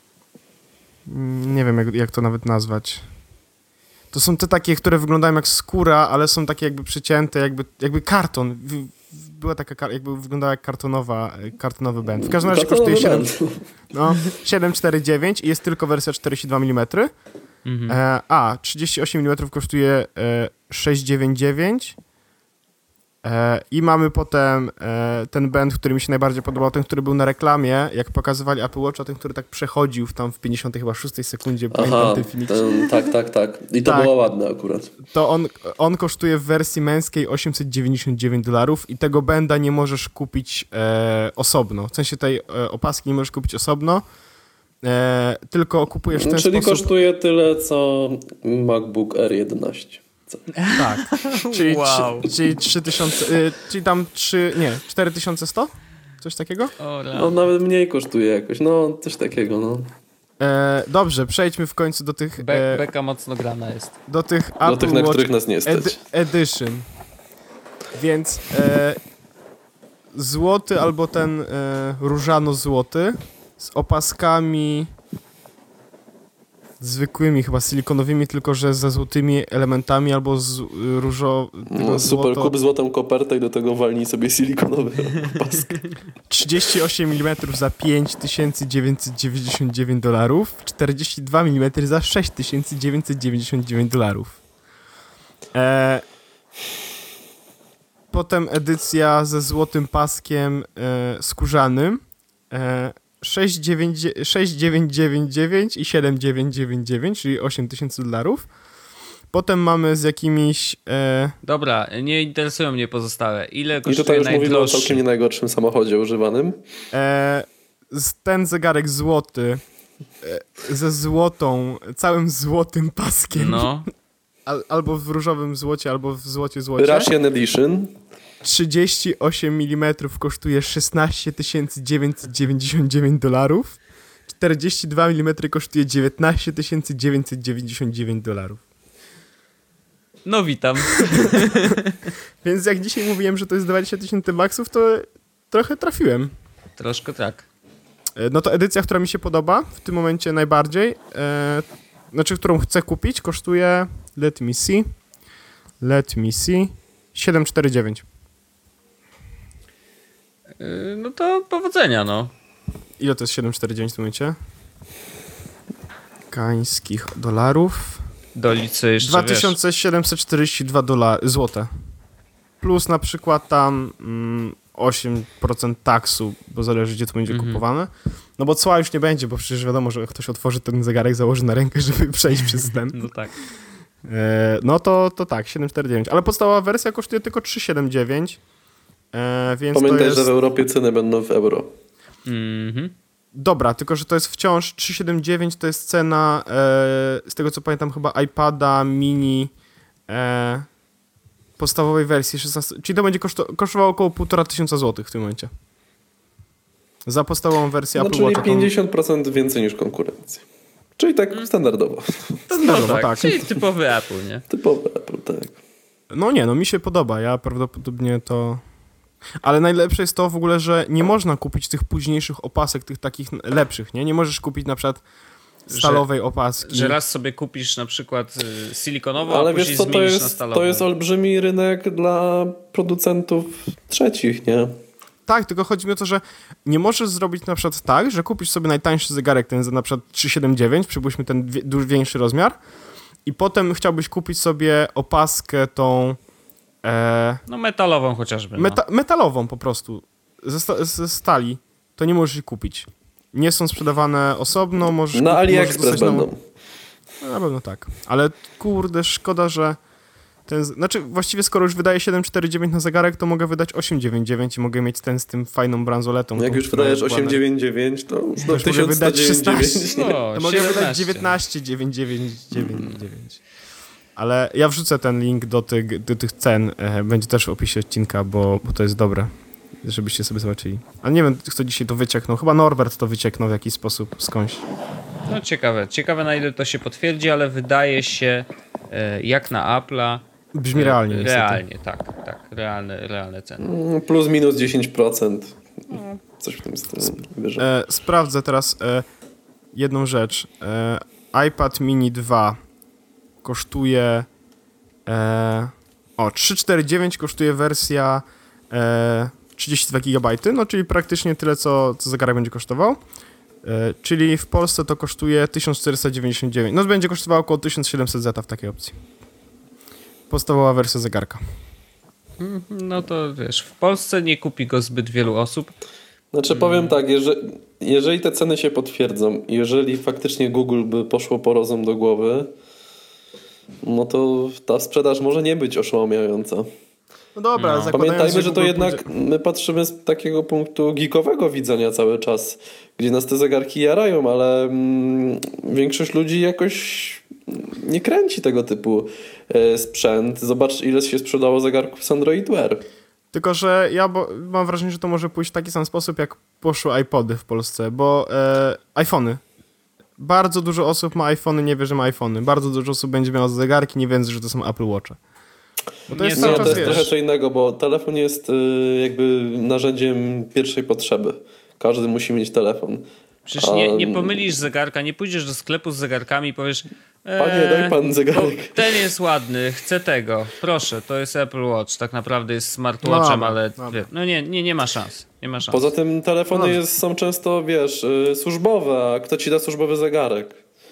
mm, nie wiem jak, jak to nawet nazwać. To są te takie, które wyglądają jak skóra, ale są takie jakby przycięte, jakby, jakby karton. W, w, była taka, kar- jakby wyglądała jak kartonowa, kartonowy band. W każdym razie Kartonowy kosztuje siedem, band. no, siedem cztery dziewięć i jest tylko wersja czterdzieści dwa milimetry. Mhm. E, a, trzydzieści osiem milimetrów kosztuje e, sześć dziewięćdziesiąt dziewięć e, i mamy potem e, ten band, który mi się najbardziej podobał, ten, który był na reklamie, jak pokazywali Apple Watcha, ten, który tak przechodził w tam w pięćdziesiątej chyba szóstej sekundzie, pamiętam Aha, ten filmik. ten, tak, tak, tak. I to Tak. było ładne akurat. To on, on kosztuje w wersji męskiej osiemset dziewięćdziesiąt dziewięć dolarów i tego banda nie możesz kupić e, osobno. W sensie tej e, opaski nie możesz kupić osobno, e, tylko kupujesz w ten Czyli sposób... kosztuje tyle, co MacBook R jedenaście. Co? Tak, czyli, Wow. trzy, czyli trzy tysiące, y, czyli tam trzy, nie, cztery tysiące sto? Coś takiego? O, No nawet mniej kosztuje jakoś, no coś takiego, no. E, dobrze, przejdźmy w końcu do tych, Be- e, beka mocno grana jest. do tych Do Apple tych, na Watch których nas nie stać. ed- Edition. Więc e, złoty albo ten e, różano-złoty z opaskami zwykłymi, chyba silikonowymi, tylko że ze złotymi elementami albo z różo... No, super, złoto... kup złotą kopertę i do tego walnij sobie silikonowy pask. trzydzieści osiem milimetrów za pięć tysięcy dziewięćset dziewięćdziesiąt dziewięć dolarów, czterdzieści dwa milimetry za sześć tysięcy dziewięćset dziewięćdziesiąt dziewięć dolarów. E... Potem edycja ze złotym paskiem e, skórzanym. E, sześć dziewięć dziewięć dziewięć i siedem dziewięć dziewięć dziewięć, czyli osiem tysięcy dolarów. Potem mamy z jakimiś... E... Dobra, nie interesują mnie pozostałe. Ile I kosztuje tutaj już najdroższy? mówimy o całkiem nie najgorszym samochodzie używanym. E... Ten zegarek złoty e, ze złotą, całym złotym paskiem. No. Al, albo w różowym złocie, albo w złocie złocie. Russian Edition. trzydzieści osiem milimetrów kosztuje szesnaście tysięcy dziewięćset dziewięćdziesiąt dziewięć dolarów. czterdzieści dwa milimetry kosztuje dziewiętnaście tysięcy dziewięćset dziewięćdziesiąt dziewięć dolarów. No witam. Więc jak dzisiaj mówiłem, że to jest dwadzieścia tysięcy maksów, to trochę trafiłem. Troszkę tak. No to edycja, która mi się podoba w tym momencie najbardziej, e, znaczy którą chcę kupić, kosztuje, let me see, let me see, siedem cztery dziewięć. Yy, no to powodzenia, no. Ile to jest siedem cztery dziewięć w tym momencie? Kańskich dolarów. Dolicz sobie jeszcze, dwa tysiące siedemset czterdzieści dwa dolary, złote. Plus na przykład tam mm, osiem procent taksu, bo zależy gdzie to będzie Mhm. kupowane. No bo cła już nie będzie, bo przecież wiadomo, że ktoś otworzy ten zegarek, założy na rękę, żeby przejść przez ten. No tak. E, no to, to tak, siedem cztery dziewięć. Ale podstawowa wersja kosztuje tylko trzy siedem dziewięć. E, więc Pamiętaj, to jest... że w Europie ceny będą w euro. Mhm. Dobra, tylko że to jest wciąż trzysta siedemdziesiąt dziewięć, to jest cena, e, z tego co pamiętam, chyba iPada mini e, podstawowej wersji, szesnaście, czyli to będzie koszto, kosztowało około półtora tysiąca złotych w tym momencie. Za podstawową wersję No Apple czyli Watcha. pięćdziesiąt procent więcej niż konkurencja. Czyli tak standardowo. No, Standardowo, tak, tak. czyli typowy Apple, nie? Typowe Apple, tak. No nie, no mi się podoba, ja prawdopodobnie to... Ale najlepsze jest to w ogóle, że nie można kupić tych późniejszych opasek, tych takich lepszych, nie? Nie możesz kupić na przykład stalowej opaski. Że raz sobie kupisz na przykład y, silikonową, a Ale później wiesz co, to zmienisz na jest, stalową. to jest olbrzymi rynek dla producentów trzecich, nie? Tak, tylko chodzi mi o to, że nie możesz zrobić na przykład tak, że kupisz sobie najtańszy zegarek, ten za na przykład trzysta siedemdziesiąt dziewięć, przypuśćmy ten wie, dużo większy rozmiar i potem chciałbyś kupić sobie opaskę tą e, No metalową chociażby. No. meta- metalową po prostu, ze, sta- ze stali, to nie możesz ich kupić. Nie są sprzedawane osobno, możesz... Na kup- AliExpress możesz dostać będą. No, na pewno tak, ale kurde, szkoda, że ten, z- znaczy właściwie skoro już wydaję siedem cztery dziewięć na zegarek, to mogę wydać osiem dziewięć dziewięć i mogę mieć ten z tym fajną bransoletą. Jak tą, już która wydajesz była na- osiem dziewięć dziewięć, to już do Już mogę tysiąc sto wydać dziewięćdziesiąt dziewięć. szesnaście. No, To mogę wydać siedemnaście. dziewiętnaście dziewięćset dziewięćdziesiąt dziewięć. Ale ja wrzucę ten link do tych, do tych cen. E, będzie też w opisie odcinka, bo, bo to jest dobre, żebyście sobie zobaczyli. Ale nie wiem, kto dzisiaj to wycieknął. Chyba Norbert to wycieknął w jakiś sposób skądś. No ciekawe. Ciekawe na ile to się potwierdzi, ale wydaje się e, jak na Apple'a. Brzmi e, realnie. niestety. Realnie, tak, tak. Realne, realne ceny. Mm, Plus minus dziesięć procent. Coś w tym stylu. Wyżej. E, sprawdzę teraz e, jedną rzecz. E, iPad mini dwa kosztuje e, o, trzysta czterdzieści dziewięć kosztuje wersja e, trzydzieści dwa gigabajty, no czyli praktycznie tyle, co, co zegarek będzie kosztował. E, czyli w Polsce to kosztuje tysiąc czterysta dziewięćdziesiąt dziewięć. No będzie kosztowało około tysiąc siedemset zeta w takiej opcji. Podstawowa wersja zegarka. No to wiesz, w Polsce nie kupi go zbyt wielu osób. Znaczy powiem tak, jeżeli, jeżeli te ceny się potwierdzą, jeżeli faktycznie Google by poszło po rozum do głowy, no to ta sprzedaż może nie być oszałamiająca. No dobra, No. zakładając, Pamiętajmy, że to Google jednak pójdzie- my patrzymy z takiego punktu geekowego widzenia cały czas, gdzie nas te zegarki jarają, ale mm, większość ludzi jakoś nie kręci tego typu e, sprzęt. Zobacz, ile się sprzedało zegarków z Android Wear. Tylko, że ja bo, mam wrażenie, że to może pójść w taki sam sposób, jak poszły iPody w Polsce, bo e, iPhony. Bardzo dużo osób ma iPhony, nie wie, że ma iPhony. Bardzo dużo osób będzie miało zegarki, nie wiedząc, że to są Apple Watche. Bo to Nie, jest no, Nie, cały to czas, jest wiesz... trochę co innego, bo telefon jest y, jakby narzędziem pierwszej potrzeby. Każdy musi mieć telefon. Przecież nie, nie pomylisz zegarka, nie pójdziesz do sklepu z zegarkami i powiesz eee, Panie, daj pan zegarek. ten jest ładny, chcę tego. Proszę, to jest Apple Watch. Tak naprawdę jest smartwatchem, No, ale no. wie, no nie, nie, nie ma szans. Nie ma szans. Poza tym telefony No. jest, są często, wiesz, y, służbowe, a kto ci da służbowy zegarek?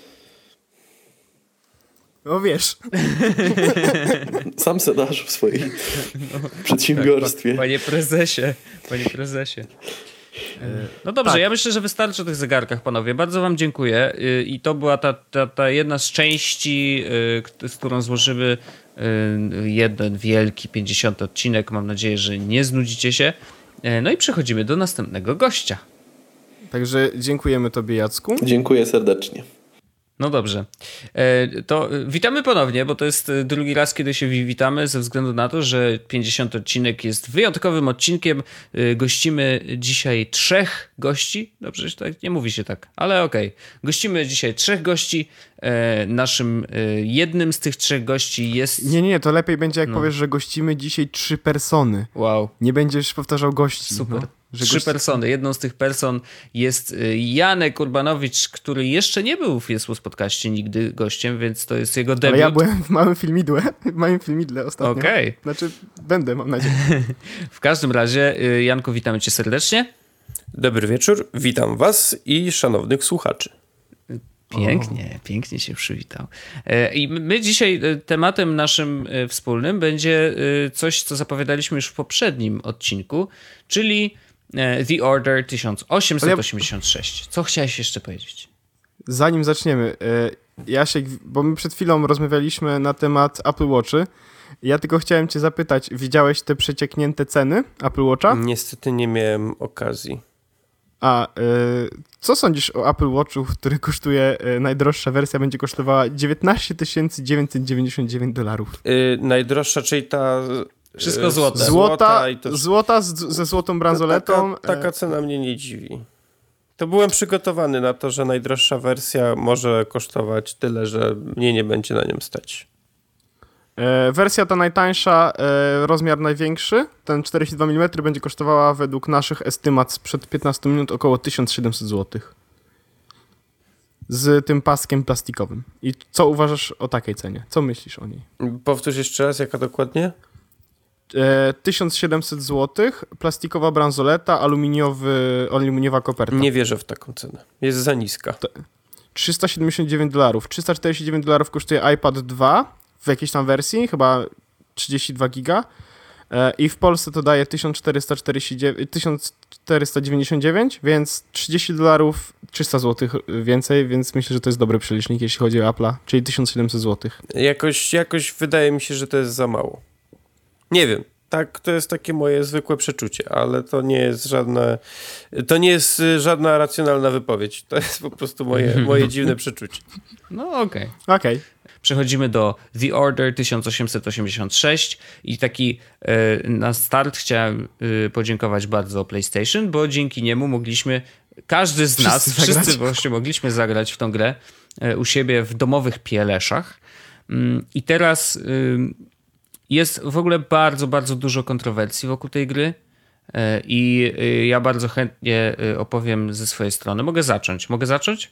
No wiesz, Sam se dasz w swoim przedsiębiorstwie. Pa- Panie prezesie, panie prezesie. No dobrze, tak. ja myślę, że wystarczy o tych zegarkach, panowie. Bardzo wam dziękuję. Y, I to była ta, ta, ta jedna z części, y, k- z którą złożymy y, jeden wielki pięćdziesiąty odcinek. Mam nadzieję, że nie znudzicie się. Y, No i przechodzimy do następnego gościa. także dziękujemy tobie, Jacku. Dziękuję serdecznie. No dobrze. E, To e, witamy ponownie, bo to jest e, drugi raz, kiedy się wi- witamy, ze względu na to, że pięćdziesiąty odcinek jest wyjątkowym odcinkiem. E, Gościmy dzisiaj trzech gości. Dobrze, że tak nie mówi się tak, ale okej. Gościmy dzisiaj trzech gości. E, Naszym e, jednym z tych trzech gości jest... Nie, nie, to lepiej będzie jak No. powiesz, że gościmy dzisiaj trzy persony. Wow. Nie będziesz powtarzał gości. Super. No, że Trzy gości... persony. Jedną z tych person jest y, Janek Urbanowicz, który jeszcze nie był w Jesłos Podcaście nigdy gościem, więc to jest jego Ale debiut. ja byłem w małym filmidle, w małym filmidle ostatnio. Okej. Znaczy, będę, mam nadzieję. W każdym razie, y, Janku, witamy cię serdecznie. Dobry wieczór, witam was i szanownych słuchaczy. Pięknie, pięknie się przywitał. E, I my dzisiaj e, tematem naszym e, wspólnym będzie e, coś, co zapowiadaliśmy już w poprzednim odcinku, czyli e, The Order tysiąc osiemset osiemdziesiąt sześć. Co chciałeś jeszcze powiedzieć? Zanim zaczniemy, e, Jasiek, bo my przed chwilą rozmawialiśmy na temat Apple Watchy. Ja tylko chciałem cię zapytać, widziałeś te przecieknięte ceny Apple Watcha? Niestety nie miałem okazji. A, e, co sądzisz o Apple Watchu, który kosztuje, e, najdroższa wersja będzie kosztowała dziewiętnaście tysięcy dziewięćset dziewięćdziesiąt dziewięć dolarów? Yy, najdroższa, czyli ta... Wszystko yy, złote. Złota, Złota, i to, złota z, ze złotą bransoletą. Taka, taka cena mnie nie dziwi. To byłem przygotowany na to, że najdroższa wersja może kosztować tyle, że mnie nie będzie na nią stać. E, wersja ta najtańsza, e, rozmiar największy, ten czterdzieści dwa milimetry będzie kosztowała według naszych estymat sprzed piętnastu minut około tysiąc siedemset złotych. Z tym paskiem plastikowym. I co uważasz o takiej cenie? Co myślisz o niej? Powtórz jeszcze raz, jaka dokładnie? E, tysiąc siedemset złotych, plastikowa bransoleta, aluminiowy, aluminiowa koperta. Nie wierzę w taką cenę. Jest za niska. trzysta siedemdziesiąt dziewięć dolarów. trzysta czterdzieści dziewięć dolarów kosztuje iPad dwa w jakiejś tam wersji, chyba trzydzieści dwa giga. E, I w Polsce to daje tysiąc czterysta czterdzieści dziewięć, tysiąc czterysta dziewięćdziesiąt dziewięć, więc trzydzieści dolarów, trzysta złotych więcej, więc myślę, że to jest dobry przelicznik, jeśli chodzi o Apple'a, czyli tysiąc siedemset złotych. Jakoś, jakoś wydaje mi się, że to jest za mało. Nie wiem. Tak, to jest takie moje zwykłe przeczucie, ale to nie jest żadne, to nie jest y, żadna racjonalna wypowiedź. To jest po prostu moje, moje dziwne przeczucie. No okej. Okej. Przechodzimy do The Order tysiąc osiemset osiemdziesiąt sześć i taki e, na start chciałem e, podziękować bardzo PlayStation, bo dzięki niemu mogliśmy, każdy z nas, Wszyscy wszyscy zagrać. właśnie mogliśmy zagrać w tą grę e, u siebie w domowych pieleszach. Mm, I teraz y, jest w ogóle bardzo, bardzo dużo kontrowersji wokół tej gry e, i y, ja bardzo chętnie y, opowiem ze swojej strony. Mogę zacząć? Mogę zacząć?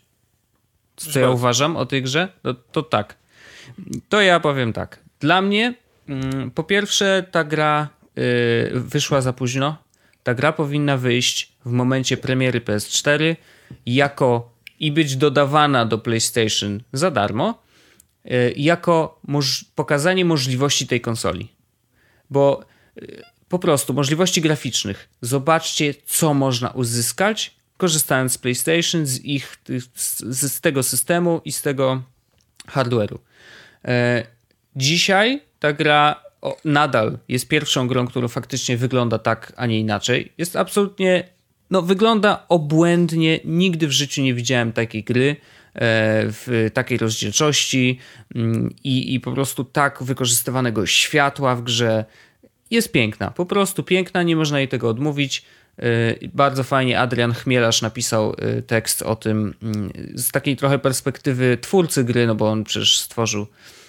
Co ja uważam o tej grze? No, to tak. To ja powiem tak. Dla mnie, mm, po pierwsze, ta gra y, wyszła za późno. Ta gra powinna wyjść w momencie premiery P S cztery jako i być dodawana do PlayStation za darmo, y, jako moż- pokazanie możliwości tej konsoli. Bo y, po prostu możliwości graficznych. Zobaczcie, co można uzyskać, korzystając z PlayStation, z ich, z, z tego systemu i z tego hardware'u. E, dzisiaj ta gra o, nadal jest pierwszą grą, która faktycznie wygląda tak, a nie inaczej. Jest absolutnie, no wygląda obłędnie. Nigdy w życiu nie widziałem takiej gry e, w takiej rozdzielczości mm, i, i po prostu tak wykorzystywanego światła w grze. Jest piękna, po prostu piękna, nie można jej tego odmówić. Yy, bardzo fajnie Adrian Chmielarz napisał yy, tekst o tym yy, z takiej trochę perspektywy twórcy gry, no bo on przecież stworzył,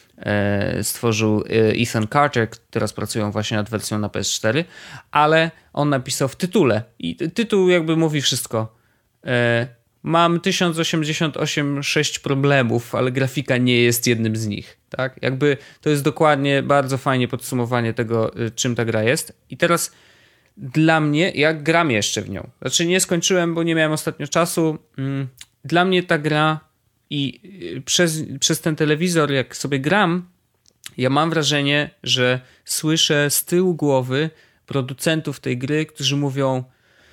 yy, stworzył yy, Ethan Carter, teraz pracują właśnie nad wersją na P S cztery, ale on napisał w tytule i ty- tytuł jakby mówi wszystko. Yy, mam tysiąc osiemdziesiąt osiem sześć problemów, ale grafika nie jest jednym z nich, tak? Jakby to jest dokładnie bardzo fajnie podsumowanie tego, czym ta gra jest. I teraz dla mnie, jak gram jeszcze w nią, znaczy nie skończyłem, bo nie miałem ostatnio czasu, dla mnie ta gra i przez, przez ten telewizor, jak sobie gram, ja mam wrażenie, że słyszę z tyłu głowy producentów tej gry, którzy mówią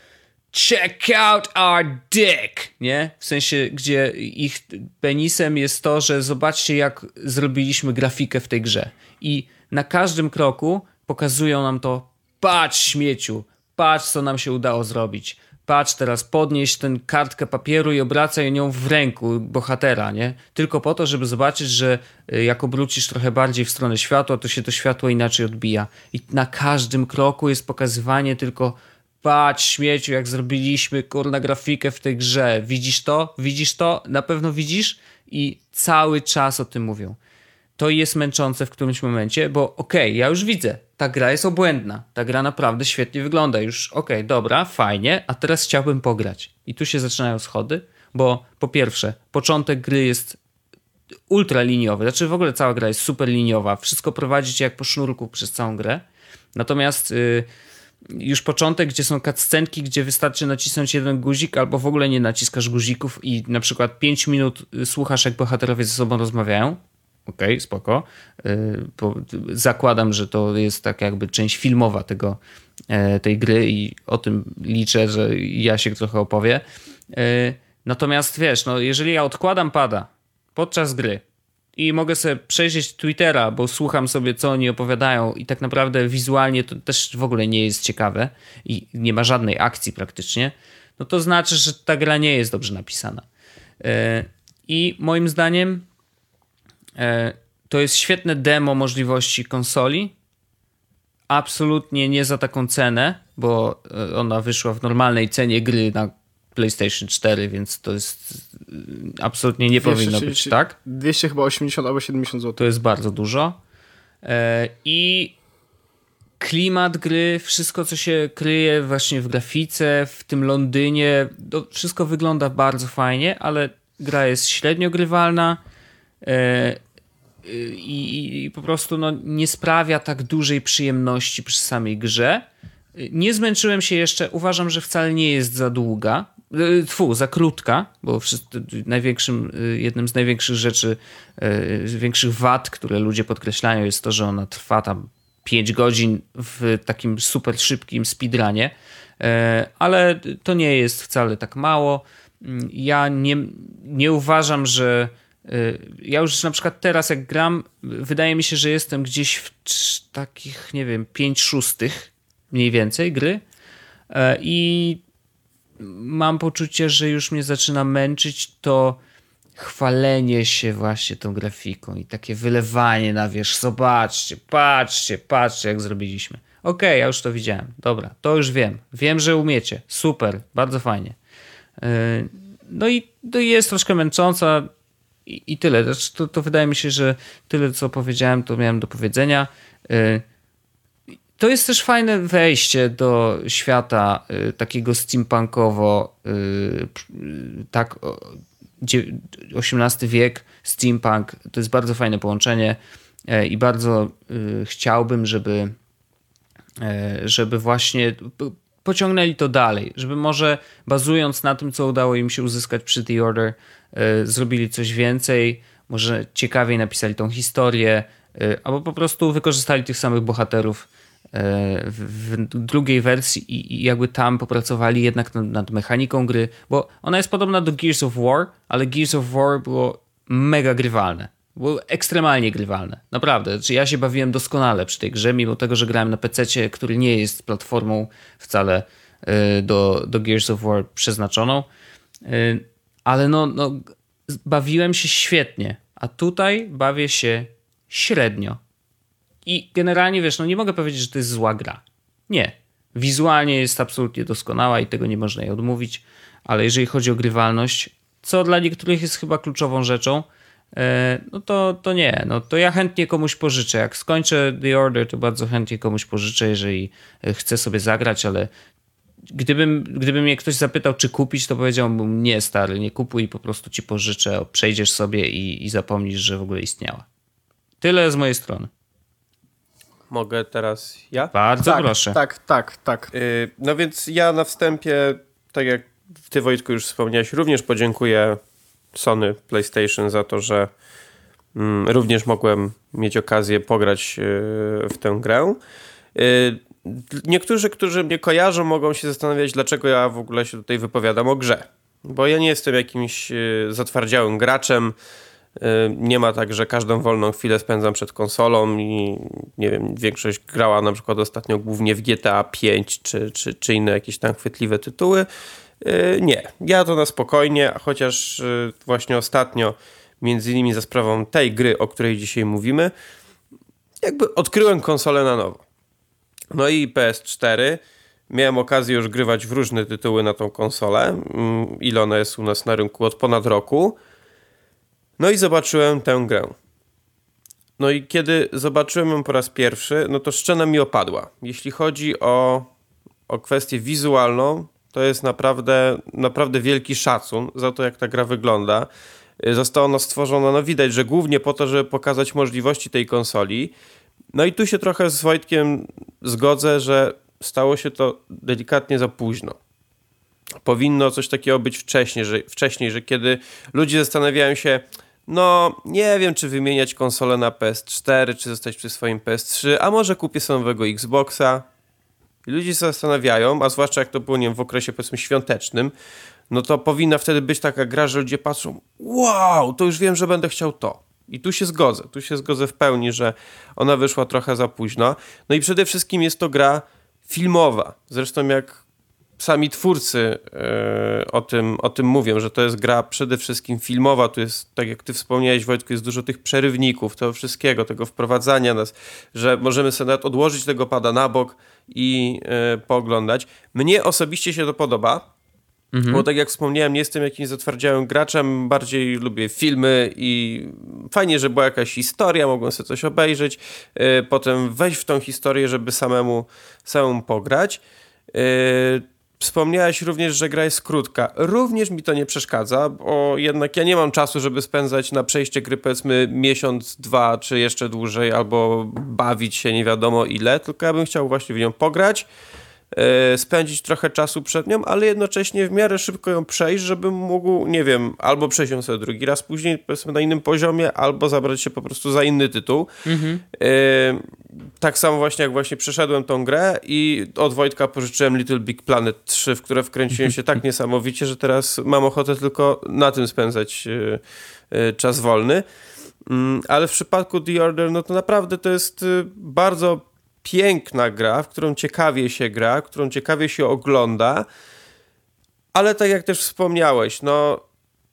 check out our dick, nie? W sensie, gdzie ich penisem jest to, że zobaczcie, jak zrobiliśmy grafikę w tej grze. I na każdym kroku pokazują nam to, patrz śmieciu, patrz co nam się udało zrobić. Patrz teraz, podnieś tę kartkę papieru i obracaj nią w ręku bohatera, nie? Tylko po to, żeby zobaczyć, że jak obrócisz trochę bardziej w stronę światła, to się to światło inaczej odbija. I na każdym kroku jest pokazywanie tylko patrz śmieciu, jak zrobiliśmy kurna grafikę w tej grze. Widzisz to? Widzisz to? Na pewno widzisz? I cały czas o tym mówią. To jest męczące w którymś momencie, bo okej, okay, ja już widzę, ta gra jest obłędna, ta gra naprawdę świetnie wygląda, już okej, okay, dobra, fajnie, a teraz chciałbym pograć. I tu się zaczynają schody, bo po pierwsze, początek gry jest ultra liniowy, znaczy w ogóle cała gra jest super liniowa, wszystko prowadzi cię jak po sznurku przez całą grę, natomiast yy, już początek, gdzie są cutscenki, gdzie wystarczy nacisnąć jeden guzik, albo w ogóle nie naciskasz guzików i na przykład pięć minut słuchasz, jak bohaterowie ze sobą rozmawiają. Okej, okay, spoko. Yy, zakładam, że to jest tak jakby część filmowa tego, yy, tej gry i o tym liczę, że Jasiek trochę opowie. Yy, natomiast wiesz, no, jeżeli ja odkładam pada podczas gry i mogę sobie przejrzeć Twittera, bo słucham sobie, co oni opowiadają i tak naprawdę wizualnie to też w ogóle nie jest ciekawe i nie ma żadnej akcji praktycznie, no to znaczy, że ta gra nie jest dobrze napisana. Yy, I moim zdaniem to jest świetne demo możliwości konsoli. Absolutnie nie za taką cenę, bo ona wyszła w normalnej cenie gry na PlayStation cztery, więc to jest absolutnie nie dwieście, powinno być tak. dwieście chyba osiemdziesiąt albo siedemdziesiąt złotych. To jest bardzo dużo. I klimat gry, wszystko co się kryje właśnie w grafice, w tym Londynie, to wszystko wygląda bardzo fajnie, ale gra jest średnio grywalna. I, i po prostu no, nie sprawia tak dużej przyjemności przy samej grze. Nie zmęczyłem się jeszcze, uważam, że wcale nie jest za długa, tfu, za krótka, bo wszyscy, największym, jednym z największych rzeczy, z większych wad, które ludzie podkreślają, jest to, że ona trwa tam pięć godzin w takim super szybkim speedrunie, ale to nie jest wcale tak mało. Ja nie, nie uważam, że ja już na przykład teraz jak gram, wydaje mi się, że jestem gdzieś w takich, nie wiem, pięć szóstych mniej więcej gry i mam poczucie, że już mnie zaczyna męczyć to chwalenie się właśnie tą grafiką i takie wylewanie na wierzch. Zobaczcie, patrzcie, patrzcie jak zrobiliśmy. Okej, okay, ja już to widziałem. Dobra, to już wiem. Wiem, że umiecie. Super, bardzo fajnie. No i to jest troszkę męcząca. I, i tyle. To, to wydaje mi się, że tyle, co powiedziałem, to miałem do powiedzenia. To jest też fajne wejście do świata takiego steampunkowo, tak, osiemnasty wiek, steampunk. To jest bardzo fajne połączenie i bardzo chciałbym, żeby, żeby właśnie pociągnęli to dalej, żeby może bazując na tym, co udało im się uzyskać przy The Order, zrobili coś więcej, może ciekawiej napisali tą historię, albo po prostu wykorzystali tych samych bohaterów w drugiej wersji i jakby tam popracowali jednak nad, nad mechaniką gry, bo ona jest podobna do Gears of War, ale Gears of War było mega grywalne. Było ekstremalnie grywalne. Naprawdę. Znaczy ja się bawiłem doskonale przy tej grze, mimo tego, że grałem na pececie, który nie jest platformą wcale do, do Gears of War przeznaczoną. Ale no, no bawiłem się świetnie, a tutaj bawię się średnio. I generalnie, wiesz, no nie mogę powiedzieć, że to jest zła gra. Nie. Wizualnie jest absolutnie doskonała i tego nie można jej odmówić, ale jeżeli chodzi o grywalność, co dla niektórych jest chyba kluczową rzeczą, no to, to nie. No to ja chętnie komuś pożyczę. Jak skończę The Order, to bardzo chętnie komuś pożyczę, jeżeli chce sobie zagrać, ale gdybym, gdyby mnie ktoś zapytał, czy kupić, to powiedziałbym nie, stary, nie kupuj, po prostu ci pożyczę, przejdziesz sobie i, i zapomnisz, że w ogóle istniała. Tyle z mojej strony. Mogę teraz ja? Bardzo tak, proszę. Tak, tak, tak. Y, No więc ja na wstępie, tak jak ty, Wojtku, już wspomniałeś, również podziękuję Sony PlayStation za to, że mm, również mogłem mieć okazję pograć y, w tę grę. Y, Niektórzy, którzy mnie kojarzą, mogą się zastanawiać, dlaczego ja w ogóle się tutaj wypowiadam o grze. Bo ja nie jestem jakimś y, zatwardziałym graczem. Nie ma tak, że każdą wolną chwilę spędzam przed konsolą i nie wiem, większość grała na przykład ostatnio głównie w G T A pięć czy, czy, czy inne jakieś tam chwytliwe tytuły. Nie, ja to na spokojnie, chociaż właśnie ostatnio, między innymi za sprawą tej gry, o której dzisiaj mówimy, jakby odkryłem konsolę na nowo. No i P S cztery. Miałem okazję już grywać w różne tytuły na tą konsolę. Ile ona jest u nas na rynku? Od ponad roku. No i zobaczyłem tę grę. No i kiedy zobaczyłem ją po raz pierwszy, no to szczena mi opadła. Jeśli chodzi o, o kwestię wizualną, to jest naprawdę, naprawdę wielki szacun za to, jak ta gra wygląda. Została ona stworzona, no widać, że głównie po to, żeby pokazać możliwości tej konsoli. No i tu się trochę z Wojtkiem zgodzę, że stało się to delikatnie za późno. Powinno coś takiego być wcześniej, że, wcześniej, że kiedy ludzie zastanawiają się, no nie wiem, czy wymieniać konsolę na P S cztery, czy zostać przy swoim P S trzy, a może kupię sobie nowego Xboxa. I ludzie się zastanawiają, a zwłaszcza jak to było, nie wiem, w okresie powiedzmy świątecznym, no to powinna wtedy być taka gra, że ludzie patrzą, wow, to już wiem, że będę chciał to. I tu się zgodzę, tu się zgodzę w pełni, że ona wyszła trochę za późno. No i przede wszystkim jest to gra filmowa. Zresztą jak sami twórcy yy, o tym, o tym mówią, że to jest gra przede wszystkim filmowa. Tu jest, tak jak ty wspomniałeś, Wojtku, jest dużo tych przerywników, tego wszystkiego, tego wprowadzania nas, że możemy sobie nawet odłożyć tego pada na bok i yy, pooglądać. Mnie osobiście się to podoba, mhm. bo tak jak wspomniałem, nie jestem jakimś zatwardziałym graczem, bardziej lubię filmy i fajnie, że była jakaś historia, mogłem sobie coś obejrzeć, yy, potem wejść w tą historię, żeby samemu, samemu pograć. Yy, Wspomniałeś również, że gra jest krótka. Również mi to nie przeszkadza, bo jednak ja nie mam czasu, żeby spędzać na przejście gry powiedzmy miesiąc, dwa, czy jeszcze dłużej, albo bawić się nie wiadomo ile, tylko ja bym chciał właśnie w nią pograć, yy, spędzić trochę czasu przed nią, ale jednocześnie w miarę szybko ją przejść, żebym mógł, nie wiem, albo przejść ją sobie drugi raz później, powiedzmy na innym poziomie, albo zabrać się po prostu za inny tytuł. Mhm. Yy, tak samo właśnie jak właśnie przeszedłem tą grę i od Wojtka pożyczyłem Little Big Planet trzy, w które wkręciłem się tak niesamowicie, że teraz mam ochotę tylko na tym spędzać yy, yy, czas wolny. Yy, ale w przypadku The Order, no to naprawdę to jest yy, bardzo piękna gra, w którą ciekawie się gra, którą ciekawie się ogląda, ale tak jak też wspomniałeś, no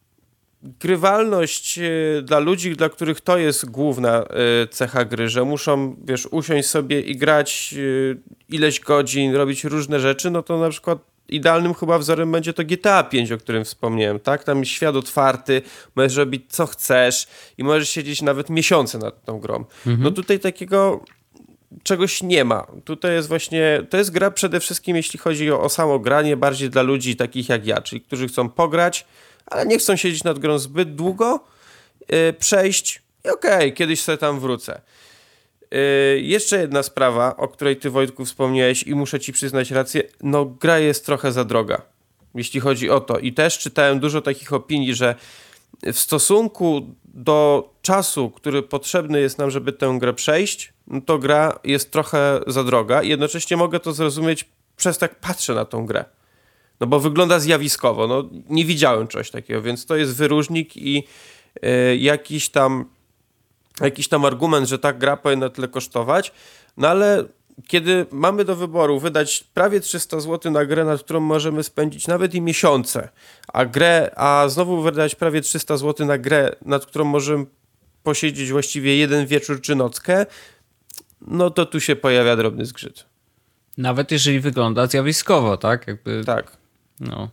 grywalność y, dla ludzi, dla których to jest główna y, cecha gry, że muszą, wiesz, usiąść sobie i grać y, ileś godzin, robić różne rzeczy, no to na przykład idealnym chyba wzorem będzie to G T A pięć, o którym wspomniałem, tak? Tam jest świat otwarty, możesz robić co chcesz i możesz siedzieć nawet miesiące nad tą grą. Mhm. No tutaj takiego czegoś nie ma. Tutaj jest właśnie, to jest gra przede wszystkim, jeśli chodzi o, o samo granie, bardziej dla ludzi takich jak ja, czyli którzy chcą pograć, ale nie chcą siedzieć nad grą zbyt długo, yy, przejść i okej, okay, kiedyś sobie tam wrócę. Yy, jeszcze jedna sprawa, o której ty, Wojtku, wspomniałeś i muszę ci przyznać rację, no gra jest trochę za droga, jeśli chodzi o to. I też czytałem dużo takich opinii, że w stosunku do czasu, który potrzebny jest nam, żeby tę grę przejść, no to gra jest trochę za droga i jednocześnie mogę to zrozumieć przez tak patrzę na tą grę. No bo wygląda zjawiskowo, no nie widziałem czegoś takiego, więc to jest wyróżnik i y, jakiś tam jakiś tam argument, że ta gra powinna tyle kosztować, no ale kiedy mamy do wyboru wydać prawie trzysta złotych na grę, nad którą możemy spędzić nawet i miesiące, a grę, a znowu wydać prawie trzysta złotych na grę, nad którą możemy posiedzieć właściwie jeden wieczór czy nockę, no to tu się pojawia drobny zgrzyt. Nawet jeżeli wygląda zjawiskowo, tak? Jakby, tak. No.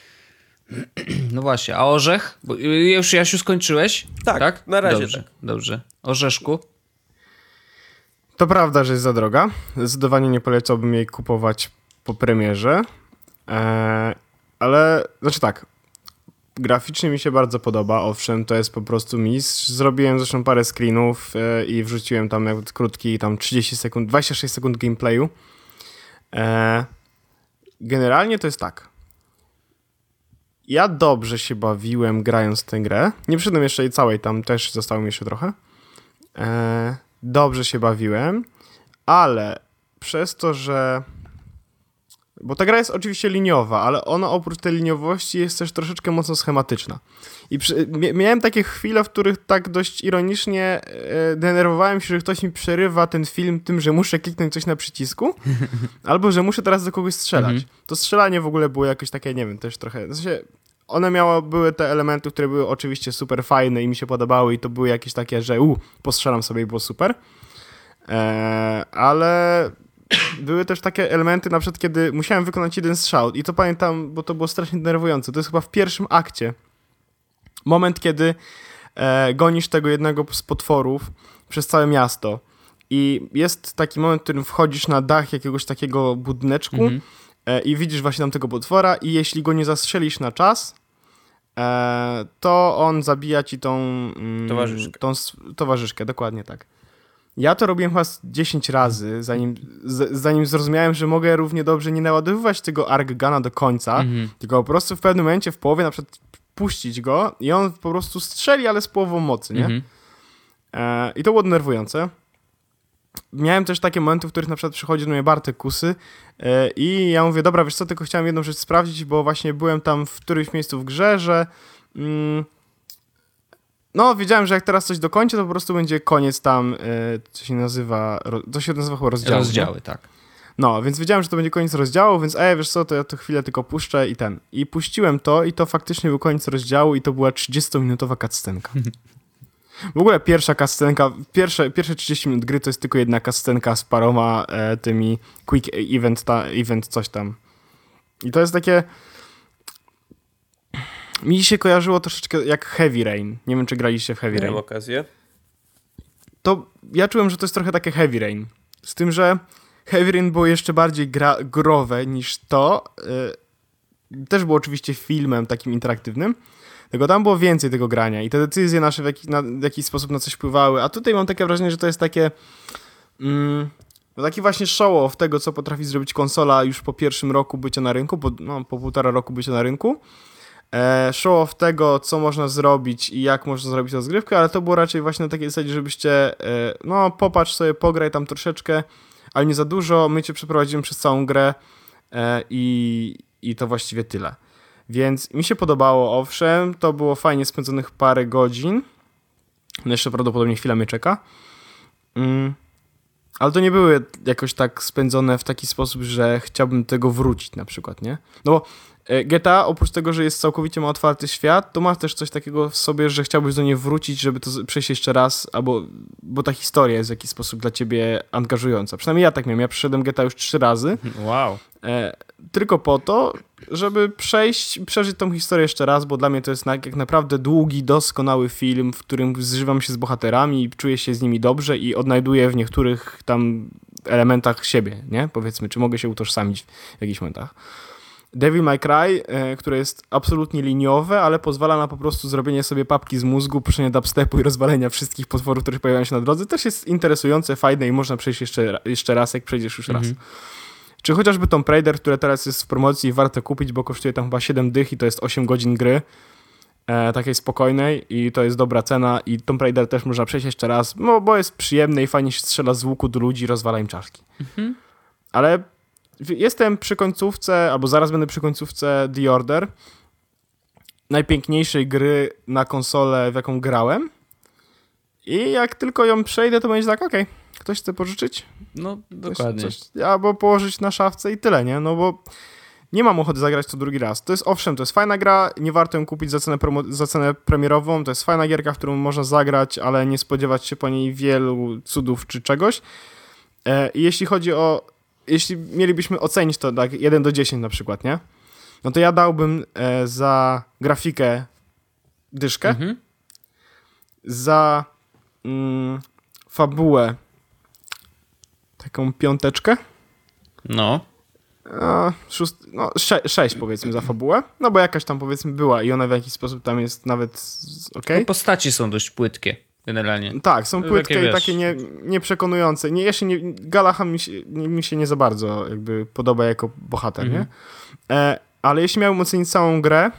No właśnie, a orzech? Bo już, Jasiu, skończyłeś? Tak, tak? Na razie dobrze, tak. Dobrze. Orzeszku? To prawda, że jest za droga. Zdecydowanie nie polecałbym jej kupować po premierze. E, ale, znaczy tak, graficznie mi się bardzo podoba, owszem, to jest po prostu mistrz. Zrobiłem zresztą parę screenów e, i wrzuciłem tam nawet krótki, tam trzydzieści sekund, dwadzieścia sześć sekund gameplayu. E, generalnie to jest tak. Ja dobrze się bawiłem grając w tę grę. Nie przyszedłem jeszcze jej całej, tam też zostało mi jeszcze trochę. E, dobrze się bawiłem, ale przez to, że... Bo ta gra jest oczywiście liniowa, ale ona oprócz tej liniowości jest też troszeczkę mocno schematyczna. I przy, miałem takie chwile, w których tak dość ironicznie e, denerwowałem się, że ktoś mi przerywa ten film tym, że muszę kliknąć coś na przycisku, albo że muszę teraz do kogoś strzelać. Mhm. To strzelanie w ogóle było jakoś takie, nie wiem, też trochę... W sensie one miały, były te elementy, które były oczywiście super fajne i mi się podobały i to były jakieś takie, że u, postrzelam sobie i było super. E, ale... Były też takie elementy, na przykład kiedy musiałem wykonać jeden strzał i to pamiętam, bo to było strasznie denerwujące. To jest chyba w pierwszym akcie. Moment, kiedy e, gonisz tego jednego z potworów przez całe miasto i jest taki moment, w którym wchodzisz na dach jakiegoś takiego budyneczku mm-hmm. e, i widzisz właśnie tam tego potwora i jeśli go nie zastrzelisz na czas, e, to on zabija ci tą... Mm, towarzyszkę. Tą towarzyszkę, dokładnie tak. Ja to robiłem chyba dziesięć razy, zanim, z, zanim zrozumiałem, że mogę równie dobrze nie naładowywać tego Arc Guna do końca, mm-hmm. tylko po prostu w pewnym momencie w połowie na przykład puścić go i on po prostu strzeli, ale z połową mocy, nie? Mm-hmm. E, I to było denerwujące. Miałem też takie momenty, w których na przykład przychodzi do mnie Bartek Kusy e, i ja mówię, dobra, wiesz co, tylko chciałem jedną rzecz sprawdzić, bo właśnie byłem tam w którymś miejscu w grze, że... Mm, No, wiedziałem, że jak teraz coś dokończę, to po prostu będzie koniec tam, yy, co się nazywa, to się nazywa chyba rozdziały. Rozdziały, nie? tak. No, więc wiedziałem, że to będzie koniec rozdziału, więc ej, wiesz co, to ja to chwilę tylko puszczę i ten. I puściłem to i to faktycznie był koniec rozdziału i to była trzydziestominutowa cutscenka. W ogóle pierwsza cutscenka, pierwsze, pierwsze trzydzieści minut gry to jest tylko jedna cutscenka z paroma e, tymi quick event, ta, event coś tam. I to jest takie... Mi się kojarzyło troszeczkę jak Heavy Rain. Nie wiem, czy graliście w Heavy Rain. Miałem okazję. To ja czułem, że to jest trochę takie Heavy Rain. Z tym, że Heavy Rain było jeszcze bardziej gra, growe niż to. Yy, też było oczywiście filmem takim interaktywnym. Tylko tam było więcej tego grania i te decyzje nasze w, jaki, na, w jakiś sposób na coś wpływały. A tutaj mam takie wrażenie, że to jest takie... Mm, taki właśnie show-off tego, co potrafi zrobić konsola już po pierwszym roku bycia na rynku, po, no, po półtora roku bycia na rynku. Show of tego, co można zrobić i jak można zrobić rozgrywkę, ale to było raczej właśnie na takiej zasadzie, żebyście no popatrz sobie, pograj tam troszeczkę, ale nie za dużo, my cię przeprowadzimy przez całą grę i, i to właściwie tyle. Więc mi się podobało, owszem, to było fajnie spędzonych parę godzin, no jeszcze prawdopodobnie chwila mnie czeka, mm. ale to nie były jakoś tak spędzone w taki sposób, że chciałbym do tego wrócić na przykład, nie? No bo G T A oprócz tego, że jest całkowicie ma otwarty świat, to ma też coś takiego w sobie, że chciałbyś do niej wrócić, żeby to przejść jeszcze raz, albo bo ta historia jest w jakiś sposób dla ciebie angażująca. Przynajmniej ja tak miałem. Ja przeszedłem G T A już trzy razy. Wow. E, tylko po to, żeby przejść, przeżyć tą historię jeszcze raz, bo dla mnie to jest na, jak naprawdę długi, doskonały film, w którym zżywam się z bohaterami i czuję się z nimi dobrze i odnajduję w niektórych tam elementach siebie, nie? Powiedzmy, czy mogę się utożsamić w jakichś momentach. Devil May Cry, e, które jest absolutnie liniowe, ale pozwala na po prostu zrobienie sobie papki z mózgu, puszczenie dubstepu i rozwalenia wszystkich potworów, które pojawiają się na drodze, też jest interesujące, fajne i można przejść jeszcze, jeszcze raz, jak przejdziesz już raz. Mhm. Czy chociażby Tomb Raider, które teraz jest w promocji i warto kupić, bo kosztuje tam chyba siedem dych i to jest osiem godzin gry, e, takiej spokojnej i to jest dobra cena i Tomb Raider też można przejść jeszcze raz, no bo jest przyjemny i fajnie się strzela z łuku do ludzi i rozwala im czaszki. Mhm. Ale jestem przy końcówce, albo zaraz będę przy końcówce The Order, najpiękniejszej gry na konsolę, w jaką grałem. I jak tylko ją przejdę, to będzie tak, okej, okay, ktoś chce pożyczyć? No, dokładnie. Coś, coś, albo położyć na szafce i tyle, nie? No bo nie mam ochoty zagrać to drugi raz. To jest, owszem, to jest fajna gra, nie warto ją kupić za cenę, promo- za cenę premierową, to jest fajna gierka, w którą można zagrać, ale nie spodziewać się po niej wielu cudów czy czegoś. E, i jeśli chodzi o Jeśli mielibyśmy ocenić to tak jeden do dziesięciu na przykład, nie? No to ja dałbym e, za grafikę dyszkę, mhm. za mm, fabułę taką piąteczkę. No. No, szóst, no sze, sześć powiedzmy za fabułę, no bo jakaś tam powiedzmy była i ona w jakiś sposób tam jest nawet okej. No, postaci są dość płytkie generalnie. Tak, są No, płytkie takie, i takie nie, nieprzekonujące. Nie, jeszcze nie, Galahad mi się, nie, mi się nie za bardzo jakby podoba jako bohater, Mhm. nie? E, ale jeśli miałbym ocenić całą grę,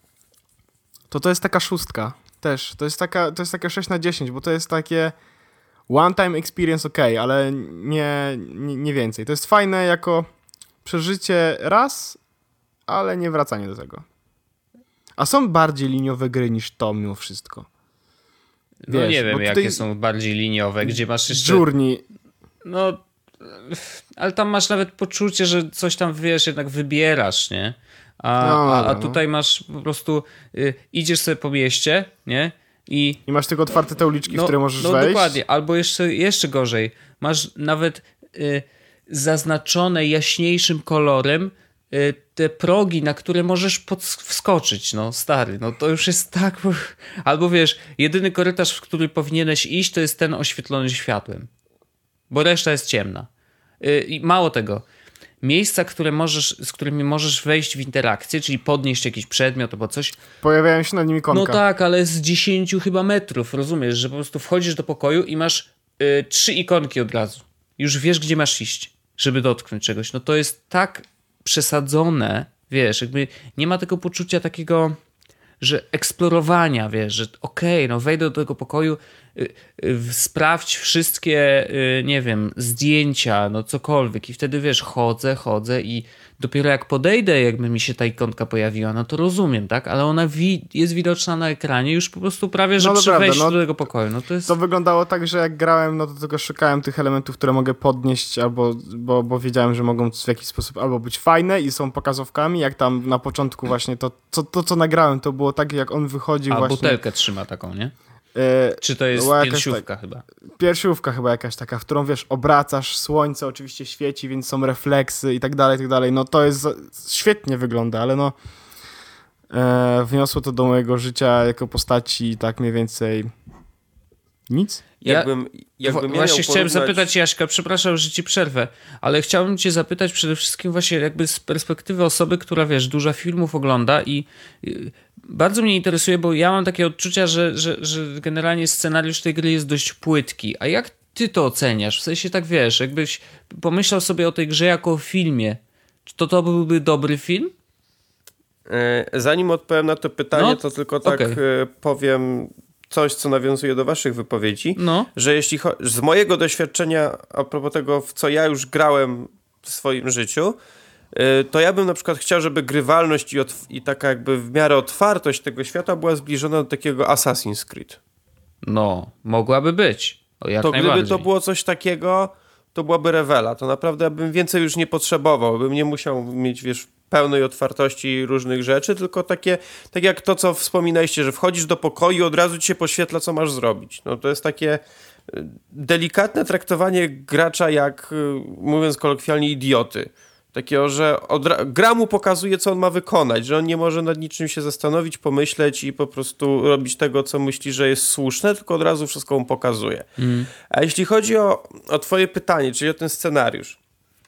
to to jest taka szóstka też. To jest taka, to jest taka sześć na dziesięć, bo to jest takie one time experience ok, ale nie, nie, nie więcej. To jest fajne jako przeżycie raz, ale nie wracanie do tego. A są bardziej liniowe gry niż to mimo wszystko. No Wiesz, nie bo wiem, tutaj- jakie są bardziej liniowe, gdzie masz jeszcze... Journey. No, ale tam masz nawet poczucie, że coś tam, wiesz, jednak wybierasz, nie? A, No, a, a no. tutaj masz po prostu, y, idziesz sobie po mieście, nie? I I masz tylko otwarte te uliczki, w które możesz no wejść. dokładnie, albo jeszcze, jeszcze gorzej. Masz nawet y, zaznaczone jaśniejszym kolorem y, te progi, na które możesz pod, wskoczyć, no stary, no to już jest tak... Albo wiesz, jedyny korytarz, w który powinieneś iść, to jest ten oświetlony światłem. Bo reszta jest ciemna. Y, I mało tego, miejsca, które możesz, z którymi możesz wejść w interakcję, czyli podnieść jakiś przedmiot albo coś, Pojawiają się nad nimi konka. no tak, ale z dziesięciu chyba metrów, rozumiesz, że po prostu wchodzisz do pokoju i masz y, trzy ikonki od razu. Już wiesz, gdzie masz iść, żeby dotknąć czegoś. No to jest tak przesadzone, wiesz, jakby nie ma tego poczucia takiego, że eksplorowania, wiesz, że okej, okay, no wejdę do tego pokoju, y, y, sprawdź wszystkie, y, nie wiem, zdjęcia, no cokolwiek i wtedy, wiesz, chodzę, chodzę i dopiero jak podejdę, jakby mi się ta ikonka pojawiła, no to rozumiem, tak? Ale ona wi- jest widoczna na ekranie już po prostu prawie, że No to przy prawda, wejściu no do tego pokoju. No to jest... To wyglądało tak, że jak grałem, no to tylko szukałem tych elementów, które mogę podnieść, albo, bo, bo wiedziałem, że mogą w jakiś sposób albo być fajne i są pokazówkami, jak tam na początku właśnie to, to, to co nagrałem, to było tak, jak on wychodził A właśnie... butelkę trzyma taką, nie? E, Czy to jest była jakaś piersiówka chyba? piersiówka chyba jakaś taka, w którą wiesz, obracasz, słońce oczywiście świeci, więc są refleksy i tak dalej, i tak dalej. No to jest, świetnie wygląda, ale no e, wniosło to do mojego życia jako postaci tak mniej więcej nic. Jakbym, jakbym Wa- ja właśnie miał chciałem porównać- zapytać Jaśka, przepraszam, że ci przerwę, ale chciałbym cię zapytać przede wszystkim właśnie jakby z perspektywy osoby, która wiesz, dużo filmów ogląda i y, bardzo mnie interesuje, bo ja mam takie odczucia, że, że, że generalnie scenariusz tej gry jest dość płytki. A jak ty to oceniasz? W sensie tak wiesz, jakbyś pomyślał sobie o tej grze jako o filmie, czy to to byłby dobry film? E, Zanim odpowiem na to pytanie, No, to tylko tak okej. e, powiem coś, co nawiązuje do waszych wypowiedzi, No. że jeśli cho- z mojego doświadczenia, a propos tego, w co ja już grałem w swoim życiu, e, to ja bym na przykład chciał, żeby grywalność i, otw- i taka jakby w miarę otwartość tego świata była zbliżona do takiego Assassin's Creed. No, mogłaby być. O, jak To gdyby najbardziej. to było coś takiego, to byłaby rewela. To naprawdę ja bym więcej już nie potrzebował. Bym nie musiał mieć, wiesz, pełnej otwartości różnych rzeczy, tylko takie, tak jak to, co wspominaliście, że wchodzisz do pokoju, od razu ci się poświetla, co masz zrobić. No to jest takie y, delikatne traktowanie gracza jak, y, mówiąc kolokwialnie, idioty. Takiego, że od ra- gra mu pokazuje, co on ma wykonać, że on nie może nad niczym się zastanowić, pomyśleć i po prostu robić tego, co myśli, że jest słuszne, tylko od razu wszystko mu pokazuje. Mm. A jeśli chodzi o, o twoje pytanie, czyli o ten scenariusz,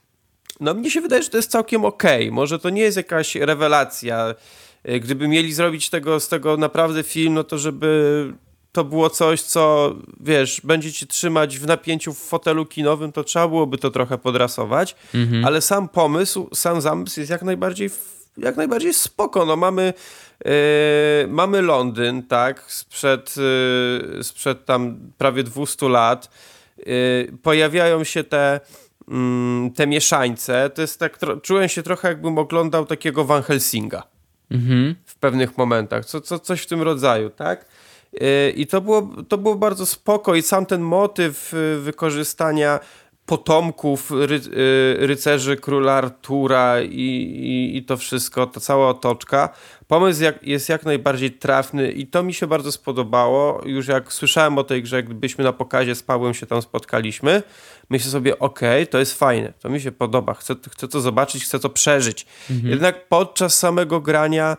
no mnie się wydaje, że to jest całkiem okej. Może to nie jest jakaś rewelacja. Y, Gdyby mieli zrobić tego, z tego naprawdę film, no to żeby to było coś, co, wiesz, będzie ci trzymać w napięciu w fotelu kinowym, to trzeba byłoby to trochę podrasować, Mhm. ale sam pomysł, sam zamysł jest jak najbardziej, f- jak najbardziej spoko. No mamy, yy, mamy Londyn, tak, sprzed, yy, sprzed tam prawie dwieście lat. Yy, pojawiają się te mm, te mieszańce. To jest tak, tro- czułem się trochę, jakbym oglądał takiego Van Helsinga Mhm. w pewnych momentach, co, co, coś w tym rodzaju, tak? Yy, I to było, to było bardzo spoko i sam ten motyw yy, wykorzystania potomków ry, yy, rycerzy króla Artura i, i, i to wszystko, ta cała otoczka. Pomysł jak, jest jak najbardziej trafny i to mi się bardzo spodobało. Już jak słyszałem o tej grze, gdybyśmy na pokazie z Pawłem się tam spotkaliśmy, myślę sobie, okej, to jest fajne, to mi się podoba, chcę, chcę to zobaczyć, chcę to przeżyć. Mhm. Jednak podczas samego grania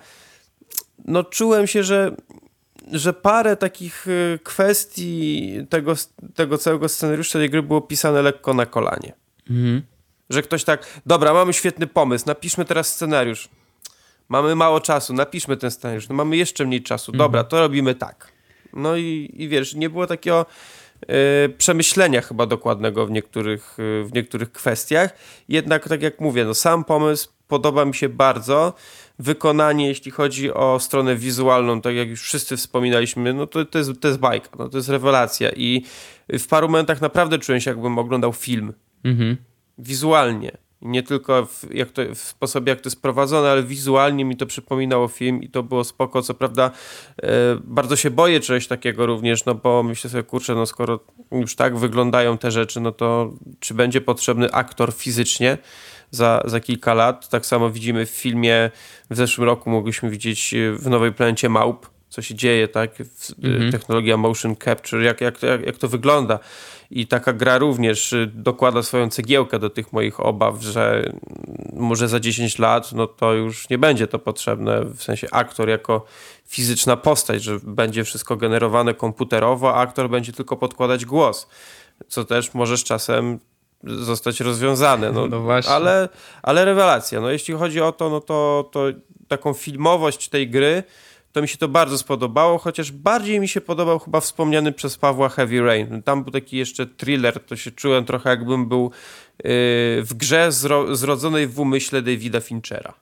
no czułem się, że że parę takich y, kwestii tego, tego całego scenariusza tej gry było pisane lekko na kolanie. Mhm. Że ktoś tak, dobra, mamy świetny pomysł, napiszmy teraz scenariusz. Mamy mało czasu, napiszmy ten scenariusz. No mamy jeszcze mniej czasu. Dobra, to robimy tak. No i, i wiesz, nie było takiego y, przemyślenia chyba dokładnego w niektórych, y, w niektórych kwestiach. Jednak, tak jak mówię, no sam pomysł podoba mi się bardzo. Wykonanie, jeśli chodzi o stronę wizualną, tak jak już wszyscy wspominaliśmy, no to, to, jest, to jest bajka, no to jest rewelacja. I w paru momentach naprawdę czułem się, jakbym oglądał film. Mhm. Wizualnie. Nie tylko w, jak to, w sposobie, jak to jest prowadzone, ale wizualnie mi to przypominało film i to było spoko. Co prawda e, bardzo się boję czegoś takiego również, no bo myślę sobie, kurczę, no skoro już tak wyglądają te rzeczy, no to czy będzie potrzebny aktor fizycznie za, za kilka lat? Tak samo widzimy w filmie, w zeszłym roku mogliśmy widzieć w Nowej Planecie Małp, co się dzieje, tak? Mhm. Technologia motion capture, jak, jak, jak, jak to wygląda. I taka gra również dokłada swoją cegiełkę do tych moich obaw, że może za dziesięć lat no to już nie będzie to potrzebne, w sensie aktor jako fizyczna postać, że będzie wszystko generowane komputerowo, a aktor będzie tylko podkładać głos, co też może z czasem zostać rozwiązane. No, no właśnie. Ale, ale rewelacja. No, jeśli chodzi o to, no to, to taką filmowość tej gry, to mi się to bardzo spodobało, chociaż bardziej mi się podobał chyba wspomniany przez Pawła Heavy Rain. Tam był taki jeszcze thriller, to się czułem trochę jakbym był yy, w grze zro- zrodzonej w umyśle Davida Finchera.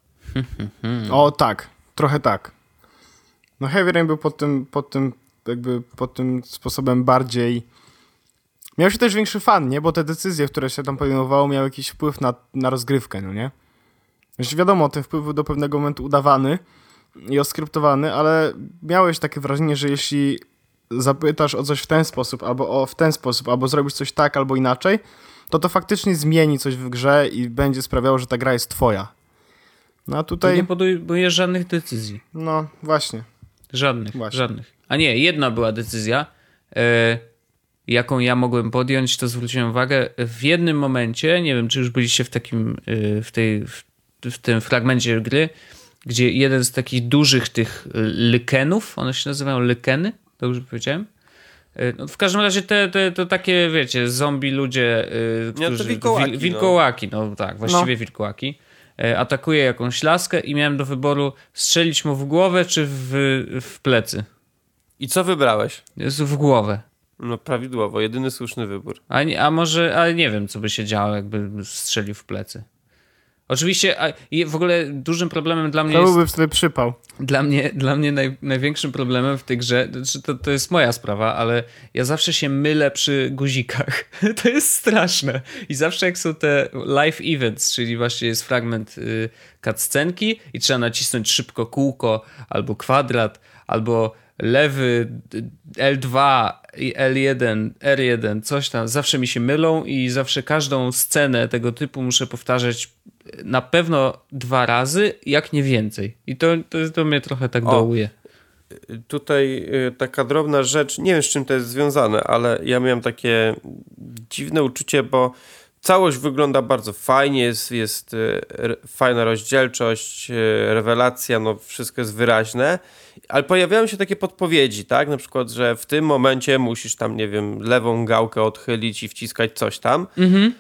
O tak, trochę tak. No Heavy Rain był pod tym, pod tym jakby pod tym sposobem bardziej... Miał się też większy fan, nie? Bo te decyzje, które się tam podejmowało, miały jakiś wpływ na, na rozgrywkę, no nie? Znaczy wiadomo, ten wpływ był do pewnego momentu udawany i oskryptowany, ale miałeś takie wrażenie, że jeśli zapytasz o coś w ten sposób, albo o w ten sposób, albo zrobisz coś tak, albo inaczej, to to faktycznie zmieni coś w grze i będzie sprawiało, że ta gra jest twoja. No a tutaj... Ty nie podejmujesz żadnych decyzji. No, właśnie. Żadnych, Właśnie. żadnych. A nie, jedna była decyzja, e, jaką ja mogłem podjąć, to zwróciłem uwagę. W jednym momencie, nie wiem, czy już byliście w takim, e, w, tej, w, w tym fragmencie gry, gdzie jeden z takich dużych tych lykenów, one się nazywają lykeny, to już powiedziałem? No, w każdym razie te, te, to takie, wiecie, zombie ludzie, yy, Nie, którzy... to wilkołaki, wil, wilkołaki, no. no tak, właściwie no. wilkołaki. Yy, atakuje jakąś laskę i miałem do wyboru strzelić mu w głowę czy w, w plecy. I co wybrałeś? Jest w głowę. No prawidłowo, jedyny słuszny wybór. A, nie, a może, ale nie wiem, co by się działo, jakby strzelił w plecy. Oczywiście, a i w ogóle dużym problemem dla mnie to jest... To byłby wtedy przypał. Dla mnie, dla mnie naj, największym problemem w tej grze, to, to jest moja sprawa, ale ja zawsze się mylę przy guzikach. To jest straszne. I zawsze jak są te live events, czyli właśnie jest fragment y, cutscenki i trzeba nacisnąć szybko kółko, albo kwadrat, albo lewy L dwa i L jeden, R jeden, coś tam. Zawsze mi się mylą i zawsze każdą scenę tego typu muszę powtarzać na pewno dwa razy, jak nie więcej. I to, to, to mnie trochę tak o, dołuje. Tutaj y, taka drobna rzecz, nie wiem z czym to jest związane, ale ja miałem takie dziwne uczucie, bo całość wygląda bardzo fajnie, jest, jest y, fajna rozdzielczość, y, rewelacja, no wszystko jest wyraźne, ale pojawiają się takie podpowiedzi, tak? Na przykład, że w tym momencie musisz tam, nie wiem, lewą gałkę odchylić i wciskać coś tam. Mhm.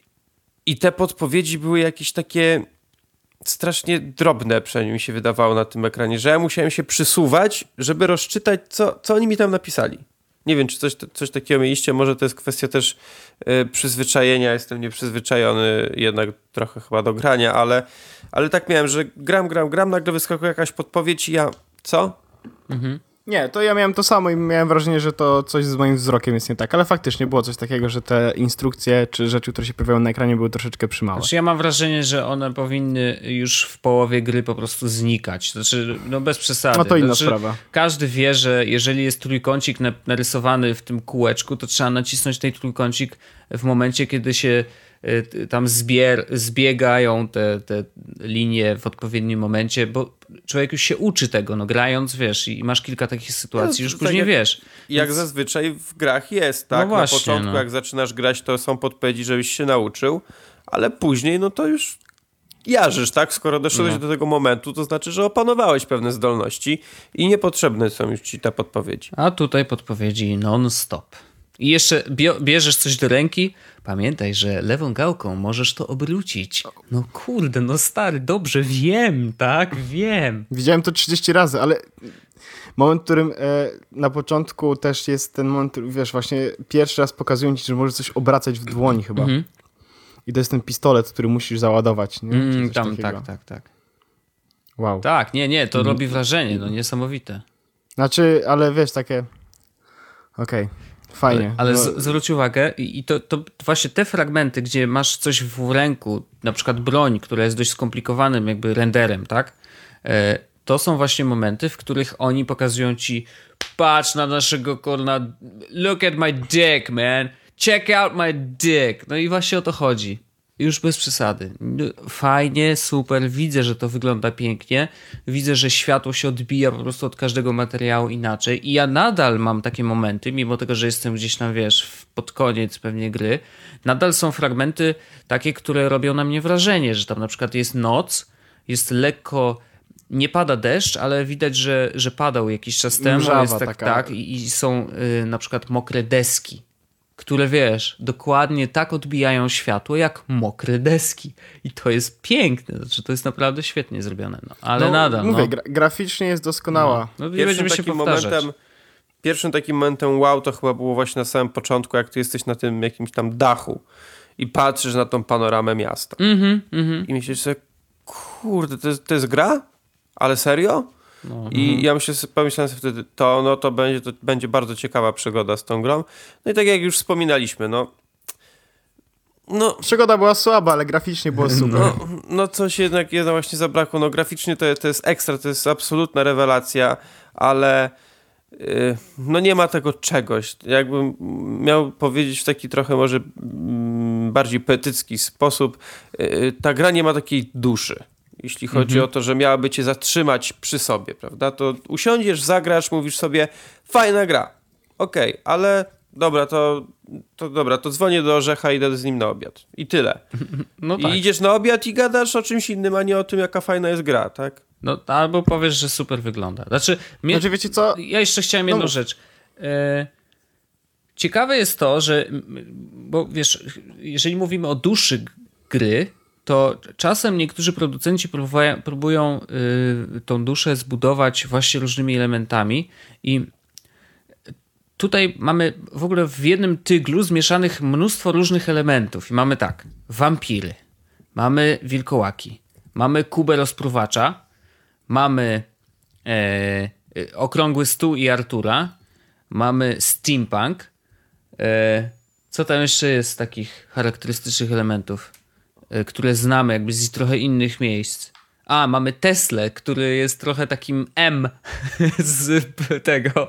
I te podpowiedzi były jakieś takie strasznie drobne, przynajmniej mi się wydawało na tym ekranie, że ja musiałem się przysuwać, żeby rozczytać, co, co oni mi tam napisali. Nie wiem, czy coś, coś takiego mieliście, może to jest kwestia też y, przyzwyczajenia, jestem nieprzyzwyczajony jednak trochę chyba do grania, ale, ale tak miałem, że gram, gram, gram, nagle wyskakuje jakaś podpowiedź i ja, co? Mhm. Nie, to ja miałem to samo i miałem wrażenie, że to coś z moim wzrokiem jest nie tak, ale faktycznie było coś takiego, że te instrukcje czy rzeczy, które się pojawiają na ekranie, były troszeczkę przymałe. Znaczy ja mam wrażenie, że one powinny już w połowie gry po prostu znikać. Znaczy, no bez przesady. No to inna znaczy, sprawa. Każdy wie, że jeżeli jest trójkącik narysowany w tym kółeczku, to trzeba nacisnąć ten trójkącik w momencie, kiedy się tam zbier, zbiegają te, te linie w odpowiednim momencie, bo człowiek już się uczy tego, no grając, wiesz, i masz kilka takich sytuacji, no, już tak później jak, wiesz. Jak Więc... zazwyczaj w grach jest, tak? No właśnie, na początku, no. jak zaczynasz grać, to są podpowiedzi, żebyś się nauczył, ale później, no to już jarzysz, tak? Skoro doszedłeś no. do tego momentu, to znaczy, że opanowałeś pewne zdolności i niepotrzebne są już ci te podpowiedzi. A tutaj podpowiedzi non-stop. I jeszcze bio- bierzesz coś do ręki, pamiętaj, że lewą gałką możesz to obrócić. No kurde, no stary, dobrze, wiem, tak, wiem. Widziałem to trzydzieści razy, ale moment, w którym e, na początku też jest ten moment, wiesz, właśnie pierwszy raz pokazują ci, że możesz coś obracać w dłoni chyba. Mhm. I to jest ten pistolet, który musisz załadować, nie? Czy Mm, coś tam, takiego. tak, tak, tak. Wow. Tak, nie, nie, to robi wrażenie, no niesamowite. Znaczy, ale wiesz, takie... Okej, fajnie. Ale No, z, zwróć uwagę, i i to, to właśnie te fragmenty, gdzie masz coś w ręku, na przykład broń, która jest dość skomplikowanym jakby renderem, tak? E, to są właśnie momenty, w których oni pokazują ci, patrz na naszego korna, look at my dick, man, check out my dick. No i właśnie o to chodzi. Już bez przesady. Fajnie, super, widzę, że to wygląda pięknie, widzę, że światło się odbija po prostu od każdego materiału inaczej i ja nadal mam takie momenty, mimo tego, że jestem gdzieś tam, wiesz, pod koniec pewnie gry, nadal są fragmenty takie, które robią na mnie wrażenie, że tam na przykład jest noc, jest lekko, nie pada deszcz, ale widać, że, że padał jakiś czas temu, Mrzawa jest tak, taka. tak i, i są y, na przykład mokre deski, które, wiesz, dokładnie tak odbijają światło jak mokre deski. I to jest piękne, znaczy to jest naprawdę świetnie zrobione, no. Ale no, nadal, mówię, no. gra- graficznie jest doskonała. No, nie Pierwszym będziemy się takim powtarzać. momentem, pierwszym takim momentem wow to chyba było właśnie na samym początku, jak ty jesteś na tym jakimś tam dachu i patrzysz na tą panoramę miasta. Mhm, mhm. I myślisz sobie, kurde, to jest, to jest gra? Ale serio? No, I ja myślę, sobie- pomyślałem sobie wtedy, to, no, to, będzie, to będzie bardzo ciekawa przygoda z tą grą. No i tak jak już wspominaliśmy, no, no, Przygoda była słaba, ale graficznie było super. no, no coś jednak, jednak właśnie zabrakło. No graficznie to, to jest ekstra, to jest absolutna rewelacja, ale yy, no nie ma tego czegoś. Jakbym miał powiedzieć w taki trochę może mm, bardziej poetycki sposób, yy, ta gra nie ma takiej duszy. Jeśli chodzi Mhm. o to, że miałaby cię zatrzymać przy sobie, prawda? To usiądziesz, zagrasz, mówisz sobie, fajna gra. Okej, okay, ale dobra, to, to dobra, to dzwonię do Orzecha i idę z nim na obiad. I tyle. no I tak. idziesz na obiad i gadasz o czymś innym, a nie o tym, jaka fajna jest gra, tak? No, albo powiesz, że super wygląda. Znaczy, mnie, Znaczy, wiecie co? ja jeszcze chciałem jedną No. rzecz. E, ciekawe jest to, że, bo wiesz, jeżeli mówimy o duszy g- gry, to czasem niektórzy producenci próbują, próbują y, tą duszę zbudować właśnie różnymi elementami i tutaj mamy w ogóle w jednym tyglu zmieszanych mnóstwo różnych elementów i mamy tak, wampiry, mamy wilkołaki, mamy Kubę rozpruwacza, mamy e, e, okrągły stół i Artura, mamy steampunk, e, co tam jeszcze jest z takich charakterystycznych elementów, e, które znamy jakby z trochę innych miejsc. A, mamy Teslę, który jest trochę takim M z tego,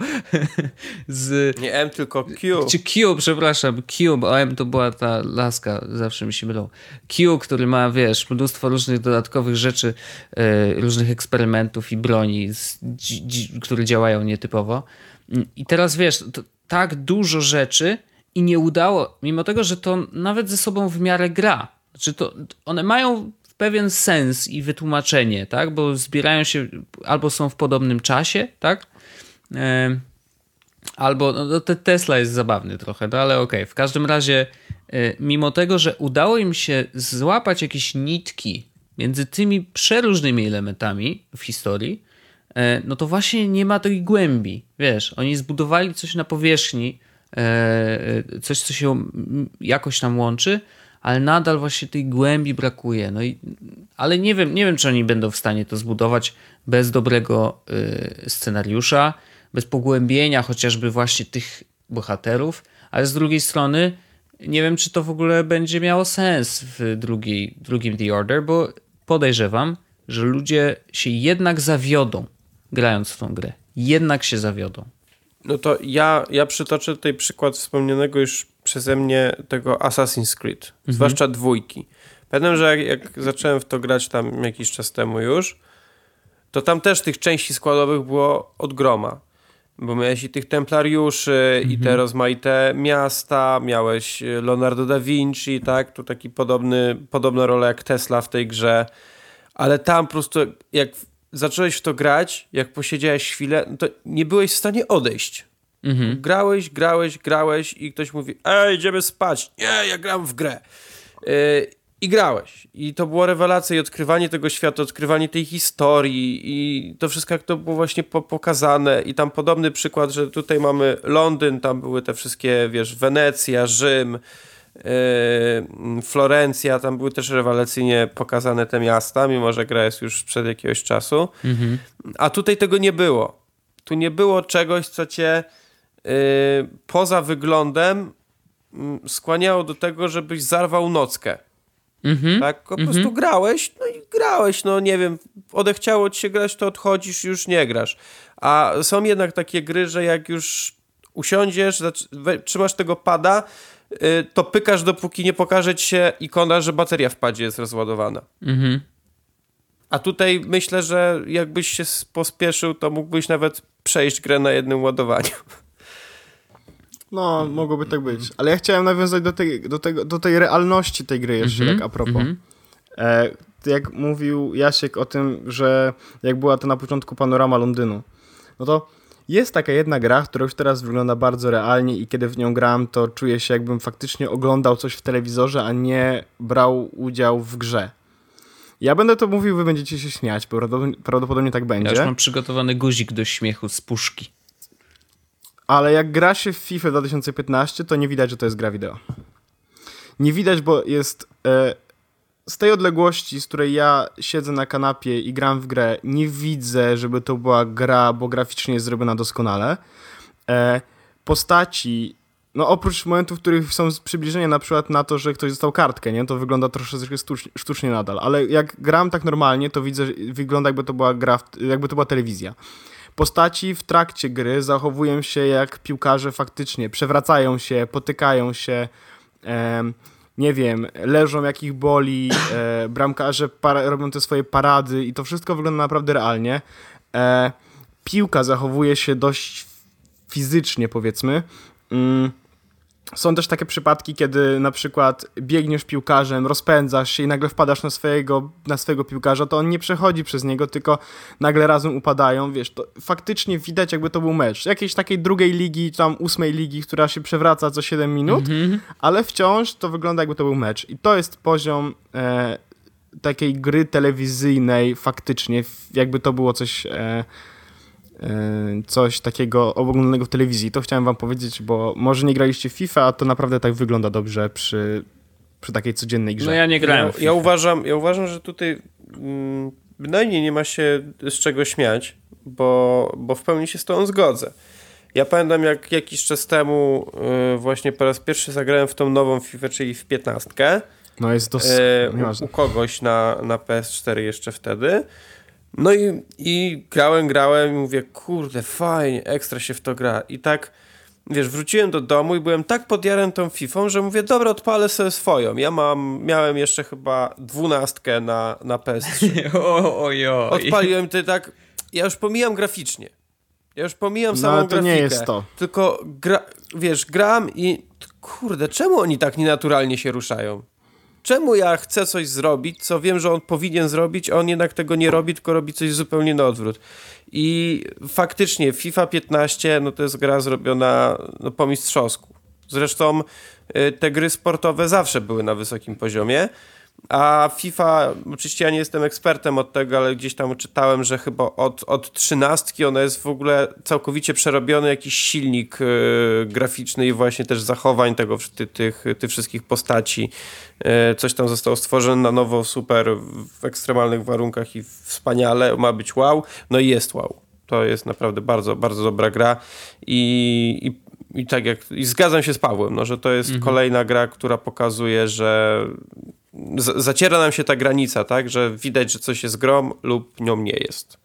z... Nie M, tylko Q. Czy Q, przepraszam, Q, bo M to była ta laska, zawsze mi się mylą. Q, który ma, wiesz, mnóstwo różnych dodatkowych rzeczy, e, różnych eksperymentów i broni, z, dzi, dzi, które działają nietypowo. I teraz, wiesz, to, tak dużo rzeczy i nie udało, mimo tego, że to nawet ze sobą w miarę gra. Znaczy to, one mają pewien sens i wytłumaczenie, tak? Bo zbierają się, albo są w podobnym czasie, tak? E, albo, no te Tesla jest zabawny trochę, no ale okej. Okay. W każdym razie, e, mimo tego, że udało im się złapać jakieś nitki między tymi przeróżnymi elementami w historii, e, no to właśnie nie ma tej głębi. Wiesz, oni zbudowali coś na powierzchni, e, coś, co się jakoś tam łączy, ale nadal właśnie tej głębi brakuje. No i, ale nie wiem, nie wiem, czy oni będą w stanie to zbudować bez dobrego y, scenariusza, bez pogłębienia chociażby właśnie tych bohaterów, ale z drugiej strony nie wiem, czy to w ogóle będzie miało sens w drugiej, drugim The Order, bo podejrzewam, że ludzie się jednak zawiodą grając w tą grę. Jednak się zawiodą. No to ja, ja przytoczę tutaj przykład wspomnianego już przeze mnie tego Assassin's Creed, mhm. zwłaszcza dwójki. Pamiętam, że jak, jak zacząłem w to grać tam jakiś czas temu już, to tam też tych części składowych było od groma. Bo miałeś i tych templariuszy, mhm. i te rozmaite miasta, miałeś Leonardo da Vinci, tak? Tu taki podobny, podobna rola jak Tesla w tej grze. Ale tam po prostu jak zacząłeś w to grać, jak posiedziałeś chwilę, no to nie byłeś w stanie odejść. Mhm. Grałeś, grałeś, grałeś i ktoś mówi, ej, idziemy spać. Nie, ja gram w grę. Yy, I grałeś. I to było rewelacja i odkrywanie tego świata, odkrywanie tej historii i to wszystko, jak to było właśnie po- pokazane. I tam podobny przykład, że tutaj mamy Londyn, tam były te wszystkie, wiesz, Wenecja, Rzym, Yy, Florencja, tam były też rewelacyjnie pokazane te miasta, mimo że gra jest już sprzed jakiegoś czasu. Mhm. A tutaj tego nie było. Tu nie było czegoś, co cię yy, poza wyglądem yy, skłaniało do tego, żebyś zarwał nockę. Mhm. Tak? Po mhm. prostu grałeś, no i grałeś, no nie wiem, odechciało ci się grać, to odchodzisz i już nie grasz. A są jednak takie gry, że jak już usiądziesz, trzymasz tego pada, to pykasz, dopóki nie pokaże ci się ikona, że bateria w padzie jest rozładowana. Mhm. A tutaj myślę, że jakbyś się pospieszył, to mógłbyś nawet przejść grę na jednym ładowaniu. No, mogłoby tak być. Ale ja chciałem nawiązać do tej, do tego, do tej realności tej gry jeszcze, mm-hmm. tak a propos. Mm-hmm. E, jak mówił Jasiek o tym, że jak była to na początku panorama Londynu, no to jest taka jedna gra, która już teraz wygląda bardzo realnie i kiedy w nią grałem, to czuję się, jakbym faktycznie oglądał coś w telewizorze, a nie brał udział w grze. Ja będę to mówił, wy będziecie się śmiać, prawdopodobnie, prawdopodobnie tak będzie. Ja już mam przygotowany guzik do śmiechu z puszki. Ale jak gra się w FIFA dwa tysiące piętnaście, to nie widać, że to jest gra wideo. Nie widać, bo jest... E, z tej odległości, z której ja siedzę na kanapie i gram w grę, nie widzę, żeby to była gra, bo graficznie jest zrobiona doskonale. E, postaci, no oprócz momentów, w których są przybliżenia na przykład na to, że ktoś dostał kartkę, nie, to wygląda troszeczkę sztucznie, sztucznie nadal, ale jak gram tak normalnie, to widzę, wygląda jakby to była gra, jakby to była telewizja. Postaci w trakcie gry zachowują się jak piłkarze faktycznie, przewracają się, potykają się, e, nie wiem, leżą jak ich boli, e, bramkarze para- robią te swoje parady i to wszystko wygląda naprawdę realnie. E, piłka zachowuje się dość fizycznie, powiedzmy. Mm. Są też takie przypadki, kiedy na przykład biegniesz piłkarzem, rozpędzasz się i nagle wpadasz na swojego, na swojego piłkarza, to on nie przechodzi przez niego, tylko nagle razem upadają, wiesz, to faktycznie widać, jakby to był mecz. Jakiejś takiej drugiej ligi, tam ósmej ligi, która się przewraca co siedem minut, mm-hmm. ale wciąż to wygląda, jakby to był mecz. I to jest poziom e, takiej gry telewizyjnej faktycznie, jakby to było coś... E, coś takiego oglądanego w telewizji. To chciałem wam powiedzieć, bo może nie graliście w FIFA, a to naprawdę tak wygląda dobrze przy, przy takiej codziennej grze. No ja nie grałem ja, w FIFA. Ja uważam, ja uważam, że tutaj mm, bynajmniej nie ma się z czego śmiać, bo, bo w pełni się z tą zgodzę. Ja pamiętam, jak jakiś czas temu yy, właśnie po raz pierwszy zagrałem w tą nową FIFA, czyli w piętnastkę. No jest dos... yy, u, u kogoś na, na P S cztery jeszcze wtedy. No i, i grałem, grałem i mówię, kurde, fajnie, ekstra się w to gra. I tak, wiesz, wróciłem do domu i byłem tak podjarany tą Fifą, że mówię, dobra, odpalę sobie swoją. Ja mam, miałem jeszcze chyba dwunastkę na, na P S trzy. Ojoj. Odpaliłem to i tak, ja już pomijam graficznie. Ja już pomijam samą no, ale to grafikę. nie jest to. Tylko, gra, wiesz, gram i kurde, czemu oni tak nienaturalnie się ruszają? Czemu ja chcę coś zrobić, co wiem, że on powinien zrobić, a on jednak tego nie robi, tylko robi coś zupełnie na odwrót. I faktycznie FIFA piętnaście, no to jest gra zrobiona no, po mistrzowsku. Zresztą y, te gry sportowe zawsze były na wysokim poziomie, a FIFA, oczywiście ja nie jestem ekspertem od tego, ale gdzieś tam czytałem, że chyba od, od trzynastki ona jest w ogóle całkowicie przerobiony jakiś silnik y, graficzny i właśnie też zachowań tego, ty, tych, tych wszystkich postaci. Y, coś tam zostało stworzone na nowo, super, w ekstremalnych warunkach i wspaniale, ma być wow, no i jest wow. To jest naprawdę bardzo, bardzo dobra gra i, i I tak jak, i zgadzam się z Pawłem, no, że to jest mhm. kolejna gra, która pokazuje, że z, zaciera nam się ta granica, tak, że widać, że coś jest grą lub nią nie jest.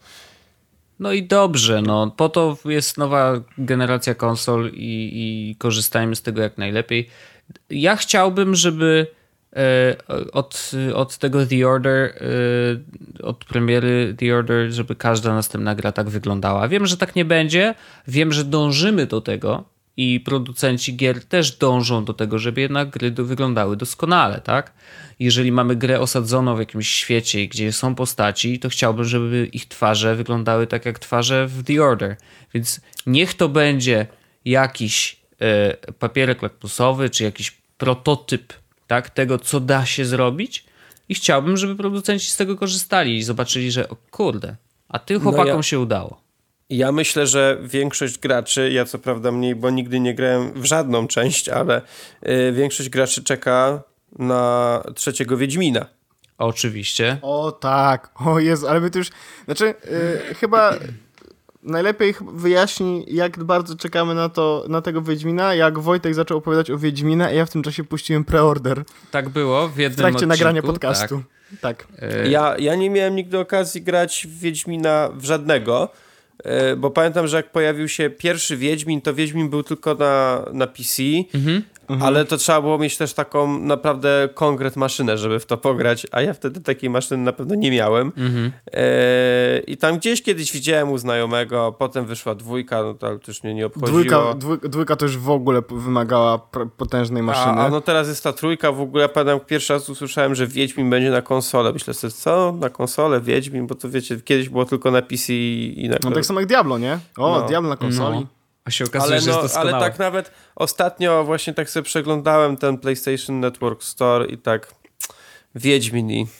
No i dobrze, no po to jest nowa generacja konsol i, i korzystajmy z tego jak najlepiej. Ja chciałbym, żeby e, od, od tego The Order, e, od premiery The Order, żeby każda następna gra tak wyglądała. Wiem, że tak nie będzie, wiem, że dążymy do tego, i producenci gier też dążą do tego, żeby jednak gry do, wyglądały doskonale, tak? Jeżeli mamy grę osadzoną w jakimś świecie, gdzie są postaci, to chciałbym, żeby ich twarze wyglądały tak jak twarze w The Order. Więc niech to będzie jakiś e, papierek lakmusowy, czy jakiś prototyp, tak, tego, co da się zrobić i chciałbym, żeby producenci z tego korzystali i zobaczyli, że o kurde, a tym chłopakom No ja- się udało. Ja myślę, że większość graczy, ja co prawda mniej, bo nigdy nie grałem w żadną część, ale y, większość graczy czeka na trzeciego Wiedźmina. Oczywiście. O tak, o Jezu, ale my to już, znaczy yy, chyba najlepiej ch- wyjaśni, jak bardzo czekamy na to, na tego Wiedźmina, jak Wojtek zaczął opowiadać o Wiedźmina, a ja w tym czasie puściłem preorder Tak było w w jednym trakcie odcinku, nagrania podcastu. Tak. Tak. E, Ja, ja nie miałem nigdy okazji grać w Wiedźmina w żadnego, y, bo pamiętam, że jak pojawił się pierwszy Wiedźmin, to Wiedźmin był tylko na, na P C, mhm. ale to trzeba było mieć też taką naprawdę konkret maszynę, żeby w to pograć, a ja wtedy takiej maszyny na pewno nie miałem. Mhm. E, I tam gdzieś kiedyś widziałem u znajomego, potem wyszła dwójka, no to ale to już mnie nie obchodziło. Dwójka, dwój, dwójka to już w ogóle p- wymagała pr- potężnej maszyny. A, a no teraz jest ta trójka, w ogóle ja pamiętam, pierwszy raz usłyszałem, że Wiedźmin będzie na konsolę. Myślę sobie, co? Na konsolę Wiedźmin? Bo to wiecie, kiedyś było tylko na P C i na... No tak samo jak Diablo, nie? O, No. Diablo na konsoli. No. A się okazuje, Ale, że jest no, ale doskonałe. tak nawet ostatnio właśnie tak sobie przeglądałem ten PlayStation Network Store i tak Wiedźmin i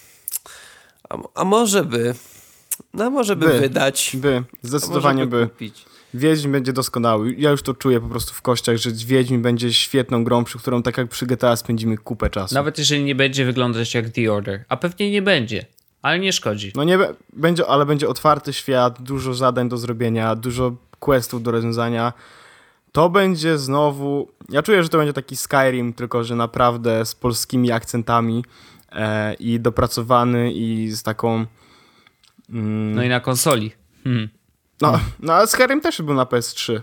a, a może by no może by, By. wydać. By, a zdecydowanie może by. by. Kupić. Wiedźmin będzie doskonały. Ja już to czuję po prostu w kościach, że Wiedźmin będzie świetną grą, przy którą tak jak przy G T A spędzimy kupę czasu. Nawet jeżeli nie będzie wyglądać jak The Order. A pewnie nie będzie, ale nie szkodzi. No nie be- będzie, ale będzie otwarty świat, dużo zadań do zrobienia, dużo questów do rozwiązania. To będzie znowu... Ja czuję, że to będzie taki Skyrim, tylko że naprawdę z polskimi akcentami e, i dopracowany i z taką... Mm, No i na konsoli. Hmm. no, no ale Skyrim też był na P S trzy.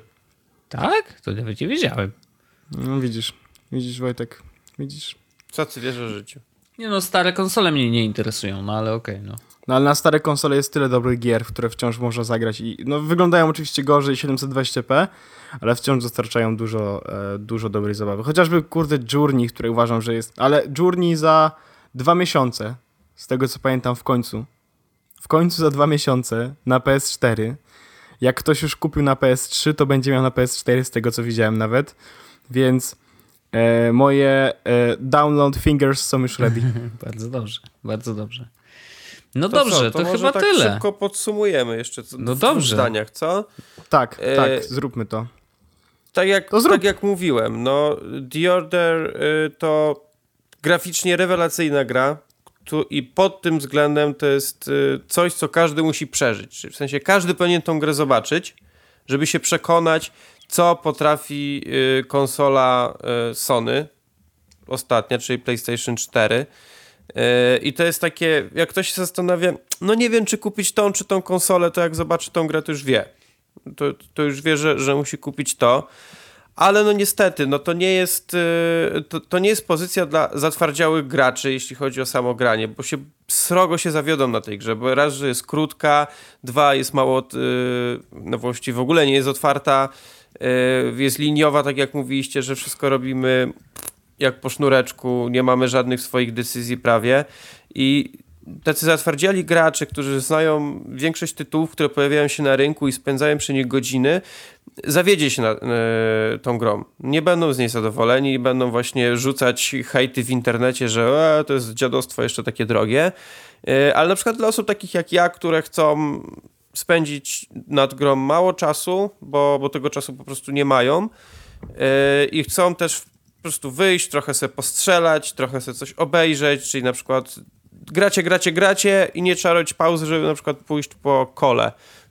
Tak? To nawet nie wiedziałem. No widzisz, widzisz Wojtek, widzisz. Co ty wiesz o życiu? Nie no, stare konsole mnie nie interesują, no ale okej, no. No ale na stare konsole jest tyle dobrych gier, w które wciąż można zagrać i no wyglądają oczywiście gorzej siedemset dwadzieścia p, ale wciąż dostarczają dużo, e, dużo dobrej zabawy. Chociażby kurde Journey, które uważam, że jest, ale Journey za dwa miesiące, z tego co pamiętam w końcu, w końcu za dwa miesiące na P S cztery. Jak ktoś już kupił na P S trzy, to będzie miał na P S cztery, z tego co widziałem nawet, więc e, moje e, download fingers są już ready. Bardzo dobrze, bardzo dobrze. No To dobrze, co, to, to, może chyba tak tyle. szybko podsumujemy jeszcze co, No w dobrze. dwóch zdaniach, co? Tak, E, tak, zróbmy to. Tak jak, To zrób. tak jak mówiłem, no The Order y, to graficznie rewelacyjna gra tu, i pod tym względem to jest y, coś, co każdy musi przeżyć. Czyli w sensie każdy powinien tą grę zobaczyć, żeby się przekonać, co potrafi y, konsola y, Sony ostatnia, czyli PlayStation cztery. Y, I to jest takie, jak ktoś się zastanawia, no nie wiem, czy kupić tą, czy tą konsolę, to jak zobaczy tą grę, to już wie. To, to już wie, że, że musi kupić to. Ale no niestety, no to nie jest yy, to, to nie jest pozycja dla zatwardziałych graczy, jeśli chodzi o samo granie, bo się srogo się zawiodą na tej grze, bo raz, że jest krótka, dwa, jest mało, yy, no właściwie w ogóle nie jest otwarta, yy, jest liniowa, tak jak mówiliście, że wszystko robimy jak po sznureczku, nie mamy żadnych swoich decyzji prawie i tacy zatwardziali gracze, którzy znają większość tytułów, które pojawiają się na rynku i spędzają przy nich godziny, zawiedzie się na, e, tą grą. Nie będą z niej zadowoleni i będą właśnie rzucać hejty w internecie, że e, to jest dziadostwo jeszcze takie drogie. E, ale na przykład dla osób takich jak ja, które chcą spędzić nad grą mało czasu, bo, bo tego czasu po prostu nie mają e, i chcą też po prostu wyjść, trochę sobie postrzelać, trochę sobie coś obejrzeć, czyli na przykład gracie, gracie, gracie i nie trzeba robić pauzy, żeby na przykład pójść po kole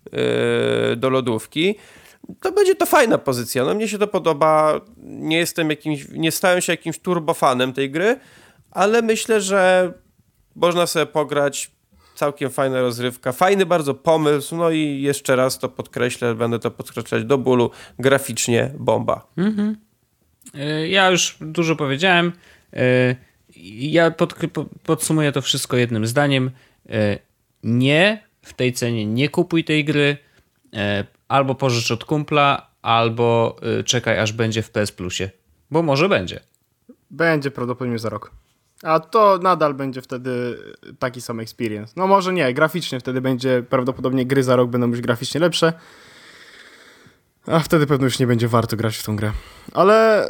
yy, do lodówki, to będzie to fajna pozycja. No mnie się to podoba, nie jestem jakimś, nie stałem się jakimś turbofanem tej gry, ale myślę, że można sobie pograć, całkiem fajna rozrywka, fajny bardzo pomysł, no i jeszcze raz to podkreślę, będę to podkreślać do bólu, graficznie bomba. Mhm. Y, Ja już dużo powiedziałem. Y, Ja pod, po- podsumuję to wszystko jednym zdaniem. Y, Nie, w tej cenie nie kupuj tej gry. Y, Albo pożycz od kumpla, albo y, czekaj, aż będzie w P S Plusie. Bo może będzie. Będzie prawdopodobnie za rok. A to nadal będzie wtedy taki sam experience. No może nie, graficznie wtedy będzie, prawdopodobnie gry za rok będą już graficznie lepsze. A wtedy pewno już nie będzie warto grać w tą grę. Ale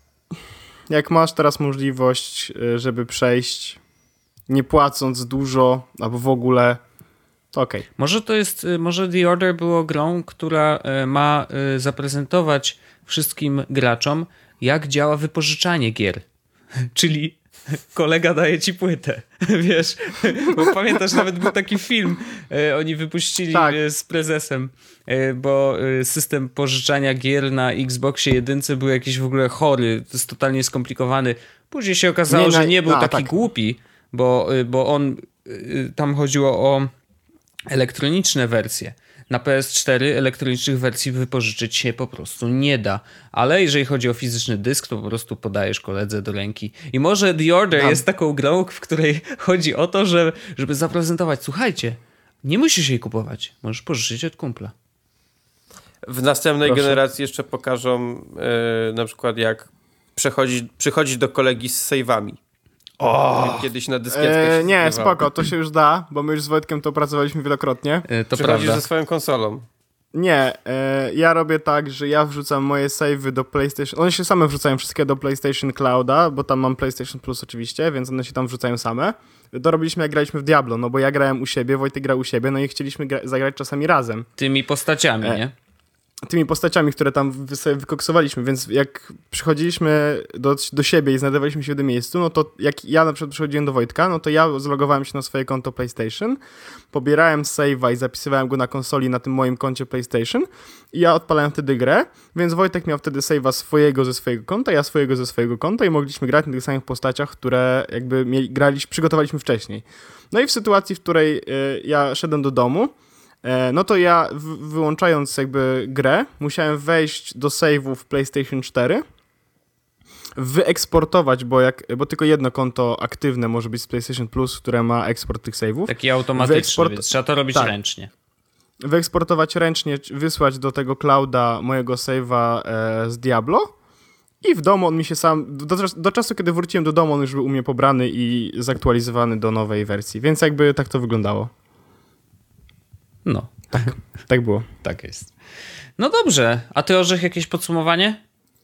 jak masz teraz możliwość, żeby przejść nie płacąc dużo, albo w ogóle, to okej. Okay. Może to jest, może The Order było grą, która ma zaprezentować wszystkim graczom, jak działa wypożyczanie gier. Czyli kolega daje ci płytę, wiesz, bo pamiętasz, nawet był taki film, oni wypuścili tak. z prezesem, bo system pożyczania gier na Xboxie jedynce był jakiś w ogóle chory, to jest totalnie skomplikowany. Później się okazało, nie, że nie był a, taki tak. głupi, bo, bo on, tam chodziło o elektroniczne wersje. Na P S cztery elektronicznych wersji wypożyczyć się po prostu nie da. Ale jeżeli chodzi o fizyczny dysk, to po prostu podajesz koledze do ręki. I może The Order Tam. jest taką grą, w której chodzi o to, że, żeby zaprezentować, słuchajcie, nie musisz jej kupować, możesz pożyczyć od kumpla. W następnej Proszę. generacji jeszcze pokażą yy, na przykład jak przechodzić, przychodzić do kolegi z save'ami. O! Kiedyś na dyskietkę e, Nie, spoko, to się już da, bo my już z Wojtkiem to pracowaliśmy wielokrotnie. E, to Przychodzisz prawda. ze swoją konsolą. Nie, e, ja robię tak, że ja wrzucam moje save'y do PlayStation, one się same wrzucają wszystkie do PlayStation Clouda, bo tam mam PlayStation Plus oczywiście, więc one się tam wrzucają same. To robiliśmy jak graliśmy w Diablo, no bo ja grałem u siebie, Wojtek grał u siebie, no i chcieliśmy gra- zagrać czasami razem. Tymi postaciami, e. nie? Tymi postaciami, które tam wy- sobie wykoksowaliśmy, więc jak przychodziliśmy do, do siebie i znajdowaliśmy się w jednym miejscu, no to jak ja na przykład przychodziłem do Wojtka, no to ja zlogowałem się na swoje konto PlayStation, pobierałem save'a i zapisywałem go na konsoli na tym moim koncie PlayStation i ja odpalałem wtedy grę, więc Wojtek miał wtedy save'a swojego ze swojego konta, ja swojego ze swojego konta i mogliśmy grać na tych samych postaciach, które jakby mieli, graliśmy, przygotowaliśmy wcześniej. No i w sytuacji, w której y, ja szedłem do domu, no to ja w- wyłączając jakby grę, musiałem wejść do save'u w PlayStation cztery, wyeksportować, bo, jak, bo tylko jedno konto aktywne może być z PlayStation Plus, które ma eksport tych save'ów. Taki automatyczny, Wyeksport... więc trzeba to robić tak. ręcznie. Wyeksportować ręcznie, wysłać do tego clouda mojego save'a e, z Diablo i w domu on mi się sam, do, do czasu kiedy wróciłem do domu, on już był u mnie pobrany i zaktualizowany do nowej wersji, więc jakby tak to wyglądało. No. Tak, tak było. Tak jest. No dobrze, a ty, Orzech, jakieś podsumowanie?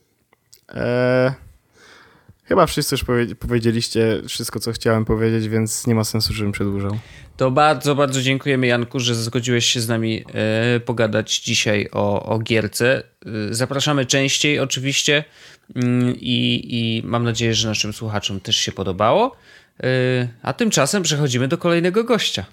Eee, chyba wszyscy już powie- powiedzieliście wszystko, co chciałem powiedzieć, więc nie ma sensu, żebym przedłużał. To bardzo, bardzo dziękujemy, Janku, że zgodziłeś się z nami e, pogadać dzisiaj o, o gierce. E, zapraszamy częściej oczywiście mm, i, i mam nadzieję, że naszym słuchaczom też się podobało. E, a tymczasem przechodzimy do kolejnego gościa.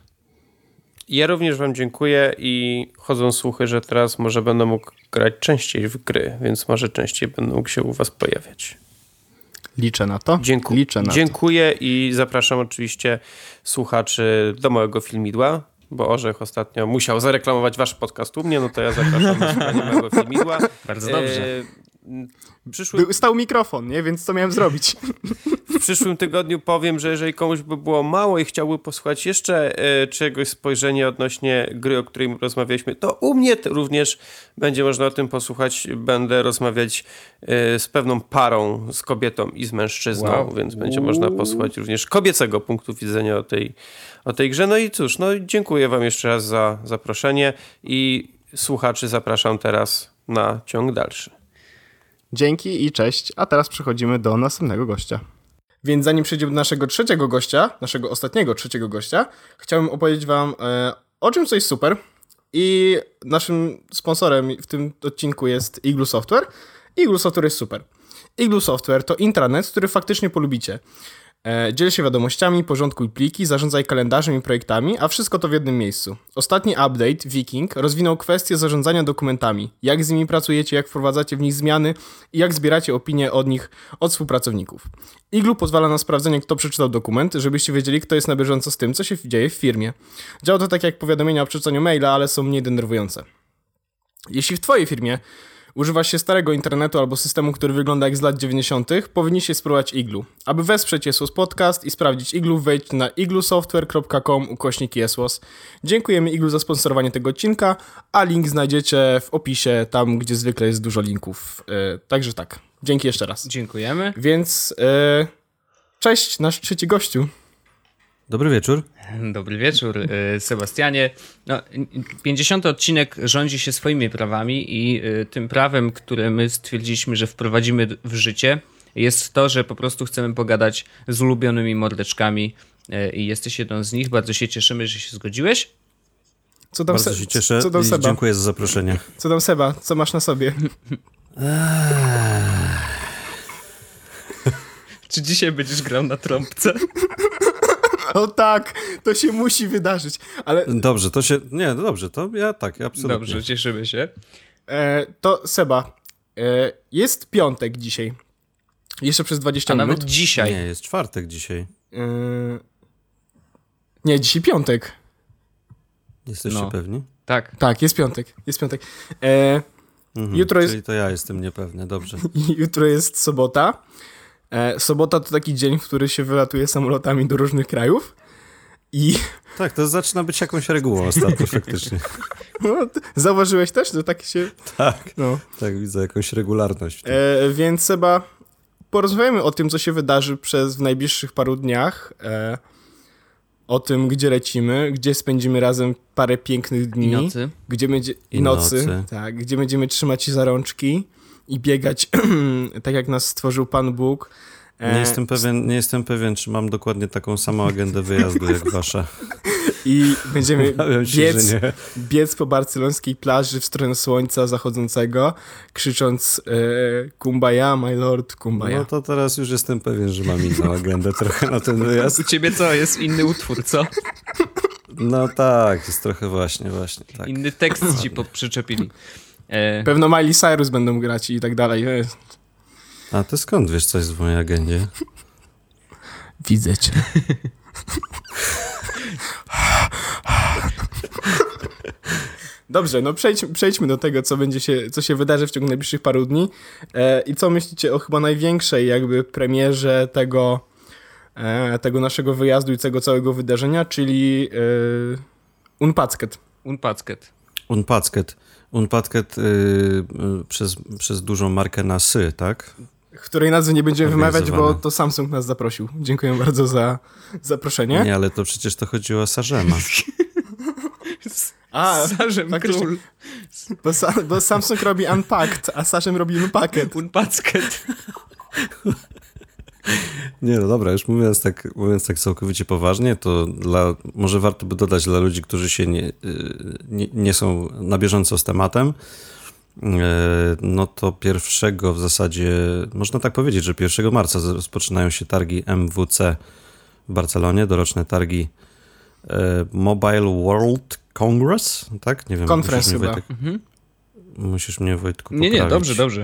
Ja również wam dziękuję i chodzą słuchy, że teraz może będę mógł grać częściej w gry, więc może częściej będę mógł się u was pojawiać. Liczę na to. Dziękuję. Liczę na Dziękuję to. I zapraszam oczywiście słuchaczy do mojego filmidła, bo Orzech ostatnio musiał zareklamować wasz podcast u mnie, no to ja zapraszam do słuchania mojego filmidła. Bardzo dobrze. E, przyszły... Był, stał mikrofon, nie? Więc co miałem zrobić? W przyszłym tygodniu powiem, że jeżeli komuś by było mało i chciałby posłuchać jeszcze e, czegoś spojrzenia odnośnie gry, o której rozmawialiśmy, to u mnie również będzie można o tym posłuchać. Będę rozmawiać e, z pewną parą, z kobietą i z mężczyzną, Wow. więc będzie można posłuchać również kobiecego punktu widzenia o tej, o tej grze. No i cóż, no dziękuję wam jeszcze raz za zaproszenie i słuchaczy zapraszam teraz na ciąg dalszy. Dzięki i cześć. A teraz przechodzimy do następnego gościa. Więc zanim przejdziemy do naszego trzeciego gościa, naszego ostatniego trzeciego gościa, chciałbym opowiedzieć wam e, o czymś, co jest super. I naszym sponsorem w tym odcinku jest Igloo Software. Igloo Software jest super. Igloo Software to intranet, który faktycznie polubicie. E, dziel się wiadomościami, porządkuj pliki, zarządzaj kalendarzem i projektami, a wszystko to w jednym miejscu. Ostatni update, Viking, rozwinął kwestię zarządzania dokumentami. Jak z nimi pracujecie, jak wprowadzacie w nich zmiany i jak zbieracie opinie od nich, od współpracowników. Igloo pozwala na sprawdzenie, kto przeczytał dokument, żebyście wiedzieli, kto jest na bieżąco z tym, co się dzieje w firmie. Działa to tak jak powiadomienia o przeczytaniu maila, ale są mniej denerwujące. Jeśli w twojej firmie używasz się starego internetu albo systemu, który wygląda jak z lat dziewięćdziesiątych, powinniście spróbować Igloo. Aby wesprzeć Jesłos Podcast i sprawdzić Igloo, wejdź na iglosoftware kropka com ukośnik Jesłos. Dziękujemy Igloo za sponsorowanie tego odcinka, a link znajdziecie w opisie, tam gdzie zwykle jest dużo linków. Yy, także tak, dzięki jeszcze raz. Dziękujemy. Więc yy, cześć, nasz trzeci gościu. Dobry wieczór. Dobry wieczór, y, Sebastianie. No, pięćdziesiąty odcinek rządzi się swoimi prawami i y, tym prawem, które my stwierdziliśmy, że wprowadzimy w życie, jest to, że po prostu chcemy pogadać z ulubionymi mordeczkami y, i jesteś jedną z nich. Bardzo się cieszymy, że się zgodziłeś. Co tam Bardzo se- się cieszę co tam i Seba? dziękuję za zaproszenie. Co tam Seba? Co masz na sobie? Czy dzisiaj będziesz grał na trąbce? O tak, to się musi wydarzyć. Ale Dobrze, to się... Nie, no dobrze, to ja tak, absolutnie. Dobrze, cieszymy się. e, to Seba, e, jest piątek dzisiaj. Jeszcze przez dwadzieścia A minut. nawet dzisiaj. Nie, jest czwartek dzisiaj. E, nie, dzisiaj piątek. Jesteście No. pewni? Tak. Tak, jest piątek. Jest piątek. E, Mhm, Jutro jest- Czyli to ja jestem niepewny, dobrze. jutro jest sobota. E, sobota to taki dzień, w który się wylatuje samolotami do różnych krajów. I Tak, to zaczyna być jakąś regułą ostatnio faktycznie. no, t- zauważyłeś też, że tak się... Tak, No. tak, widzę jakąś regularność. w tym. E, więc Seba, porozmawiamy o tym, co się wydarzy przez w najbliższych paru dniach. E, o tym, gdzie lecimy, gdzie spędzimy razem parę pięknych dni. I nocy. Gdzie będzie, I, I nocy, nocy. Tak, gdzie będziemy trzymać się za rączki i biegać tak, jak nas stworzył Pan Bóg. E, Nie jestem pewien, nie jestem pewien, czy mam dokładnie taką samą agendę wyjazdu jak wasza. I będziemy Obawiam się, biec, że nie. biec po barcelońskiej plaży w stronę słońca zachodzącego, krzycząc e, Kumbaya, my lord, Kumbaya. No to teraz już jestem pewien, że mam inną agendę trochę na ten wyjazd. U ciebie co? Jest inny utwór, co? No tak, jest trochę właśnie, właśnie, tak. Inny tekst ci po- przyczepili. E, Pewno Miley Cyrus będą grać i tak dalej. E, A ty skąd wiesz coś w mojej agendzie? Widzę cię. Dobrze, no przejdź, przejdźmy do tego, co będzie się, co się wydarzy w ciągu najbliższych paru dni. E, I co myślicie o chyba największej jakby premierze tego, e, tego naszego wyjazdu i tego całego wydarzenia, czyli e, Unpacked. Unpacked. Unpacked. Unpacked yy, yy, przez, przez dużą markę na sy, tak? Której nazwy nie będziemy wymawiać, bo Organizowane. to Samsung nas zaprosił. Dziękuję bardzo za zaproszenie. Nie, ale to przecież to chodziło o Sarzema. A, Sarzem faktycznie. Król. Bo, sa, bo Samsung robi Unpacked, a Sarzem robi Unpacked. Unpacked. Nie, no dobra, już mówiąc tak, mówiąc tak całkowicie poważnie, to dla, może warto by dodać dla ludzi, którzy się nie, yy, nie, nie są na bieżąco z tematem, yy, no to pierwszego w zasadzie, można tak powiedzieć, że pierwszego marca rozpoczynają się targi M W C w Barcelonie, doroczne targi yy, Mobile World Congress, tak? Nie wiem. Conference musisz mnie, chyba. Wojtek, Mhm. musisz mnie, Wojtku, Nie, nie, poprawić. dobrze, dobrze.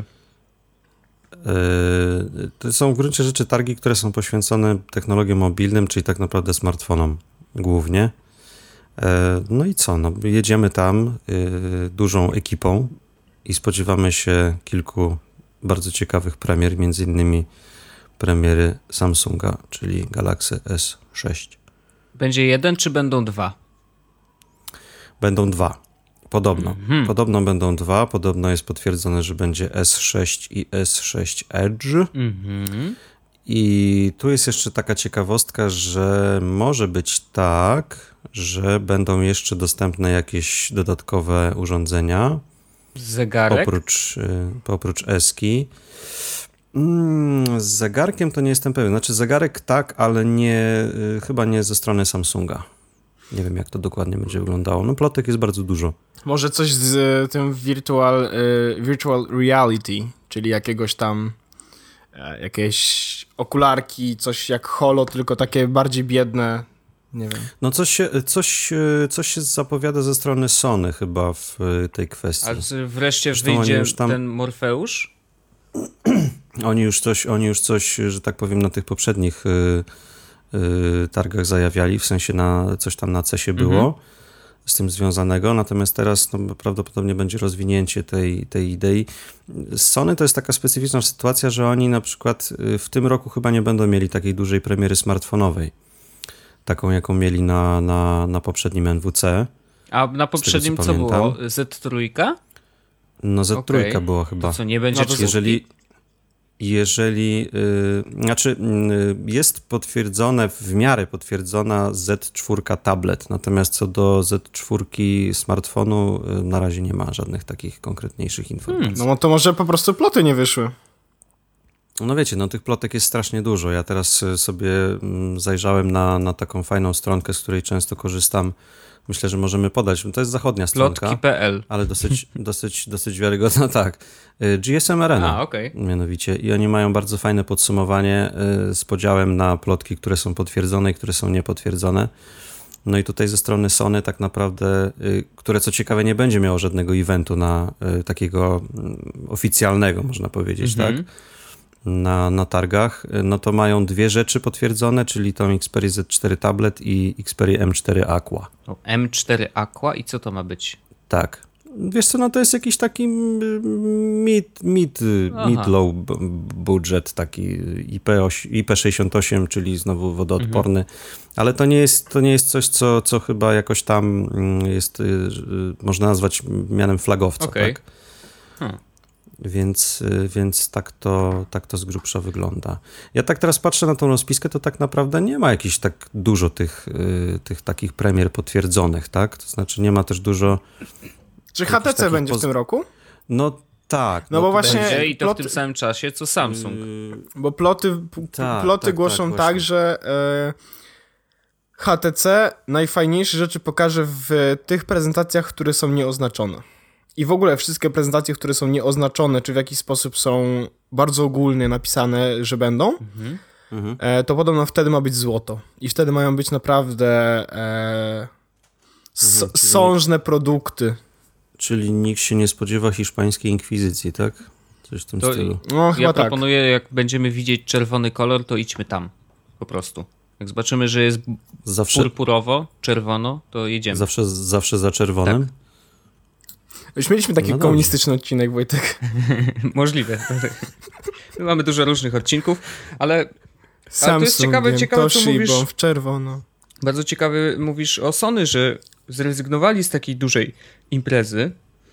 Yy, To są w gruncie rzeczy targi, które są poświęcone technologiom mobilnym, czyli tak naprawdę smartfonom głównie. Yy, No i co? No, jedziemy tam yy, dużą ekipą i spodziewamy się kilku bardzo ciekawych premier, między innymi premiery Samsunga, czyli Galaxy S sześć. Będzie jeden, czy będą dwa? Będą dwa. Podobno. Mhm. Podobno będą dwa. Podobno jest potwierdzone, że będzie S sześć i S sześć Edge. Mhm. I tu jest jeszcze taka ciekawostka, że może być tak, że będą jeszcze dostępne jakieś dodatkowe urządzenia Zegarek? oprócz, y, oprócz Eski. Mm, z zegarkiem to nie jestem pewien. Znaczy zegarek tak, ale nie, y, chyba nie ze strony Samsunga. Nie wiem, jak to dokładnie będzie wyglądało. No plotek jest bardzo dużo. Może coś z e, tym virtual, e, virtual reality, czyli jakiegoś tam e, jakieś okularki, coś jak holo, tylko takie bardziej biedne, nie wiem. No coś się, coś, y, coś się zapowiada ze strony Sony chyba w y, tej kwestii. A czy wreszcie Zresztą oni wyjdzie już tam- ten Morfeusz? Oni już coś, oni już coś, że tak powiem, na tych poprzednich y, y, targach zajawiali, w sensie na coś tam na cesie było Mhm. z tym związanego, natomiast teraz no, prawdopodobnie będzie rozwinięcie tej, tej idei. Z Sony to jest taka specyficzna sytuacja, że oni na przykład y, w tym roku chyba nie będą mieli takiej dużej premiery smartfonowej, taką jaką mieli na, na, na poprzednim N W C. A na poprzednim co co pamiętam. było? Z trzy? No Z trzy Okej. była chyba. To co, nie będzie No to czwórki? Jeżeli, jeżeli, yy, znaczy yy, jest potwierdzone, w miarę potwierdzona Z cztery tablet, natomiast co do Z cztery smartfonu yy, na razie nie ma żadnych takich konkretniejszych informacji. No bo to może po prostu ploty nie wyszły. No wiecie, no tych plotek jest strasznie dużo. Ja teraz y, sobie mm, zajrzałem na, na taką fajną stronkę, z której często korzystam. Myślę, że możemy podać. To jest zachodnia stronka. Plotki kropka p l. Ale dosyć, dosyć, dosyć wiarygodna, tak. Y, G S M R N A A, okej. mianowicie. I oni mają bardzo fajne podsumowanie y, z podziałem na plotki, które są potwierdzone i które są niepotwierdzone. No i tutaj ze strony Sony tak naprawdę, y, które co ciekawe nie będzie miało żadnego eventu na y, takiego y, oficjalnego, można powiedzieć, Mhm. tak? Na, na targach, no to mają dwie rzeczy potwierdzone, czyli tą Xperia Z cztery Tablet i Xperia M cztery Aqua. O, M cztery Aqua i co to ma być? Tak. Wiesz co, no to jest jakiś taki mm, mid, mid, Aha. mid low b- budget, taki I P oś- I P sześćdziesiąt osiem, czyli znowu wodoodporny, ale to nie jest, to nie jest coś, co, co chyba jakoś tam mm, jest, y, y, można nazwać mianem flagowca, Okej. tak? Hmm. Więc, y, więc tak, to, tak to z grubsza wygląda. Ja tak teraz patrzę na tą rozpiskę, to tak naprawdę nie ma jakichś tak dużo tych, y, tych takich premier potwierdzonych, tak? To znaczy nie ma też dużo... Czy H T C takich będzie w poz- tym roku? No tak. No bo to właśnie- będzie- Będzie i to w plot- tym samym czasie, co Samsung. y, Bo ploty, p- Tak, ploty tak, głoszą tak, tak, właśnie. że e, H T C najfajniejsze rzeczy pokaże w tych prezentacjach, które są nieoznaczone. I w ogóle wszystkie prezentacje, które są nieoznaczone, czy w jakiś sposób są bardzo ogólnie napisane, że będą, Mhm. mhm. e, to podobno wtedy ma być złoto. I wtedy mają być naprawdę e, s- Mhm, czyli- sążne produkty. Czyli nikt się nie spodziewa hiszpańskiej inkwizycji, tak? Coś w tym To- stylu. No chyba Ja tak. proponuję, jak będziemy widzieć czerwony kolor, to idźmy tam. Po prostu. Jak zobaczymy, że jest Zawsze, purpurowo, czerwono, to jedziemy. zawsze, zawsze za czerwonym. Tak. Już mieliśmy taki No dobrze. komunistyczny odcinek, Wojtek. Możliwe. My mamy dużo różnych odcinków, ale Samsung, jest ciekawe- ciekawe, co mówisz. w czerwono. bardzo ciekawy mówisz o Sony, że zrezygnowali z takiej dużej imprezy,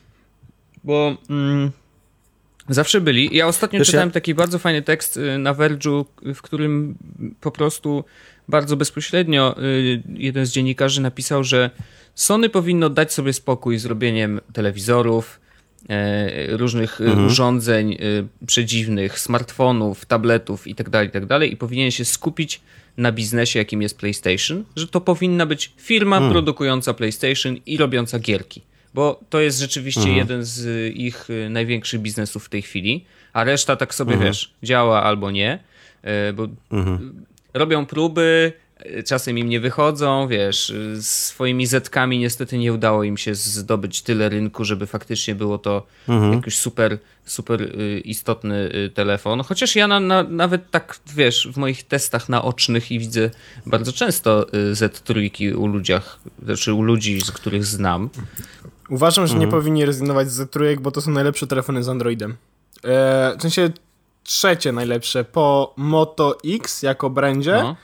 bo mm, zawsze byli. Ja ostatnio Wiesz, czytałem ja- taki bardzo fajny tekst y, na Verge'u, w którym po prostu bardzo bezpośrednio y, jeden z dziennikarzy napisał, że Sony powinno dać sobie spokój z robieniem telewizorów, e, różnych y, Mhm. urządzeń y, przedziwnych, smartfonów, tabletów itd., itd. i powinien się skupić na biznesie, jakim jest PlayStation, że to powinna być firma Hmm. produkująca PlayStation i robiąca gierki. Bo to jest rzeczywiście Mhm. jeden z y, ich y, największych biznesów w tej chwili, a reszta tak sobie, Mhm. wiesz, działa albo nie, y, bo Mhm. robią próby, y, czasem im nie wychodzą, wiesz, y, z swoimi zetkami niestety nie udało im się zdobyć tyle rynku, żeby faktycznie było to Mhm. jakiś super, super y, istotny y, telefon. Chociaż ja na, na, nawet tak, wiesz, w moich testach naocznych i widzę bardzo często y, Z trzy u ludziach, znaczy u ludzi, z których znam. Uważam, że Mhm. nie powinni rezygnować z Z trzy, bo to są najlepsze telefony z Androidem. Eee, w sensie trzecie najlepsze po Moto X jako brandzie, No.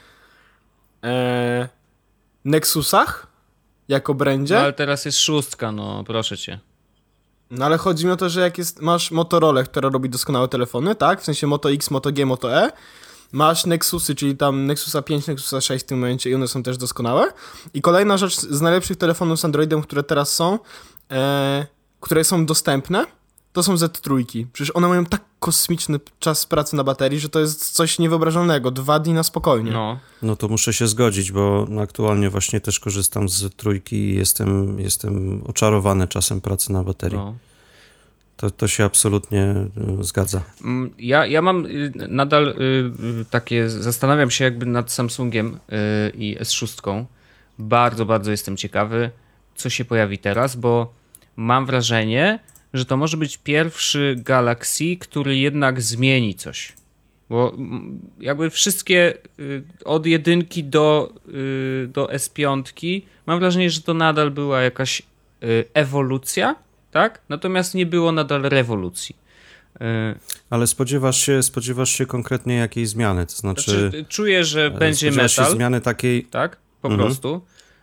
eee, Nexusach jako brandzie, No ale teraz jest szóstka, no proszę cię. no ale chodzi mi o to, że jak jest, masz Motorola, która robi doskonałe telefony, tak? W sensie Moto X, Moto G, Moto E, masz Nexusy, czyli tam Nexusa pięć, Nexusa sześć w tym momencie i one są też doskonałe. I kolejna rzecz z najlepszych telefonów z Androidem, które teraz są, e, które są dostępne, to są Z trzy. Przecież one mają tak kosmiczny czas pracy na baterii, że to jest coś niewyobrażalnego. Dwa dni na spokojnie. No. No to muszę się zgodzić, bo aktualnie właśnie też korzystam z trójki i jestem, jestem oczarowany czasem pracy na baterii. no. To, to się absolutnie y, zgadza. Mm, Ja, ja mam y, nadal y, y, takie, zastanawiam się jakby nad Samsungiem y, i S sześć. Bardzo, bardzo jestem ciekawy, co się pojawi teraz, bo mam wrażenie, że to może być pierwszy Galaxy, który jednak zmieni coś. Bo mm, jakby wszystkie y, od jedynki do, y, do S pięć mam wrażenie, że to nadal była jakaś y, ewolucja, tak? Natomiast nie było nadal rewolucji. Y, Ale spodziewasz się, spodziewasz się konkretnie jakiej zmiany? To znaczy, Znaczy, czuję, że e, będzie spodziewasz się metal, zmiany takiej... tak? Po Mhm. prostu.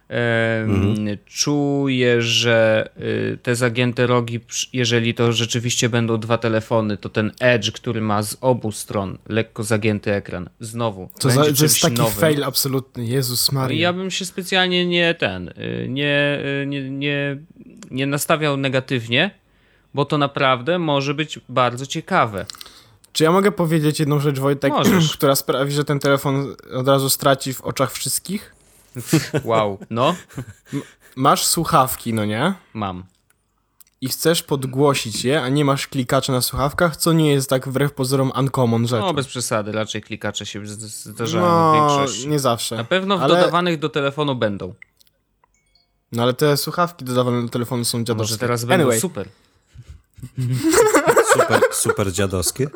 E, Mhm. Czuję, że y, te zagięte rogi, przy- jeżeli to rzeczywiście będą dwa telefony, to ten Edge, który ma z obu stron lekko zagięty ekran, znowu To, za, będzie to jest czymś taki nowym. fail absolutny, Jezus No i Maria. ja bym się specjalnie nie ten, y, nie, y, nie, nie, nie nastawiał negatywnie, bo to naprawdę może być bardzo ciekawe. Czy ja mogę powiedzieć jedną rzecz, Wojtek, Możesz. która sprawi, że ten telefon od razu straci w oczach wszystkich? Wow, no, Masz słuchawki, no nie? mam. I chcesz podgłosić je, a nie masz klikacza na słuchawkach, co nie jest tak wbrew pozorom uncommon rzeczą. No bez przesady, raczej klikacze się z- z- zdarzają w No, większości. nie zawsze. Na pewno w ale, dodawanych do telefonu będą. No ale te słuchawki dodawane do telefonu są dziadowskie. Może teraz będą Anyway, super. Super, super dziadowskie.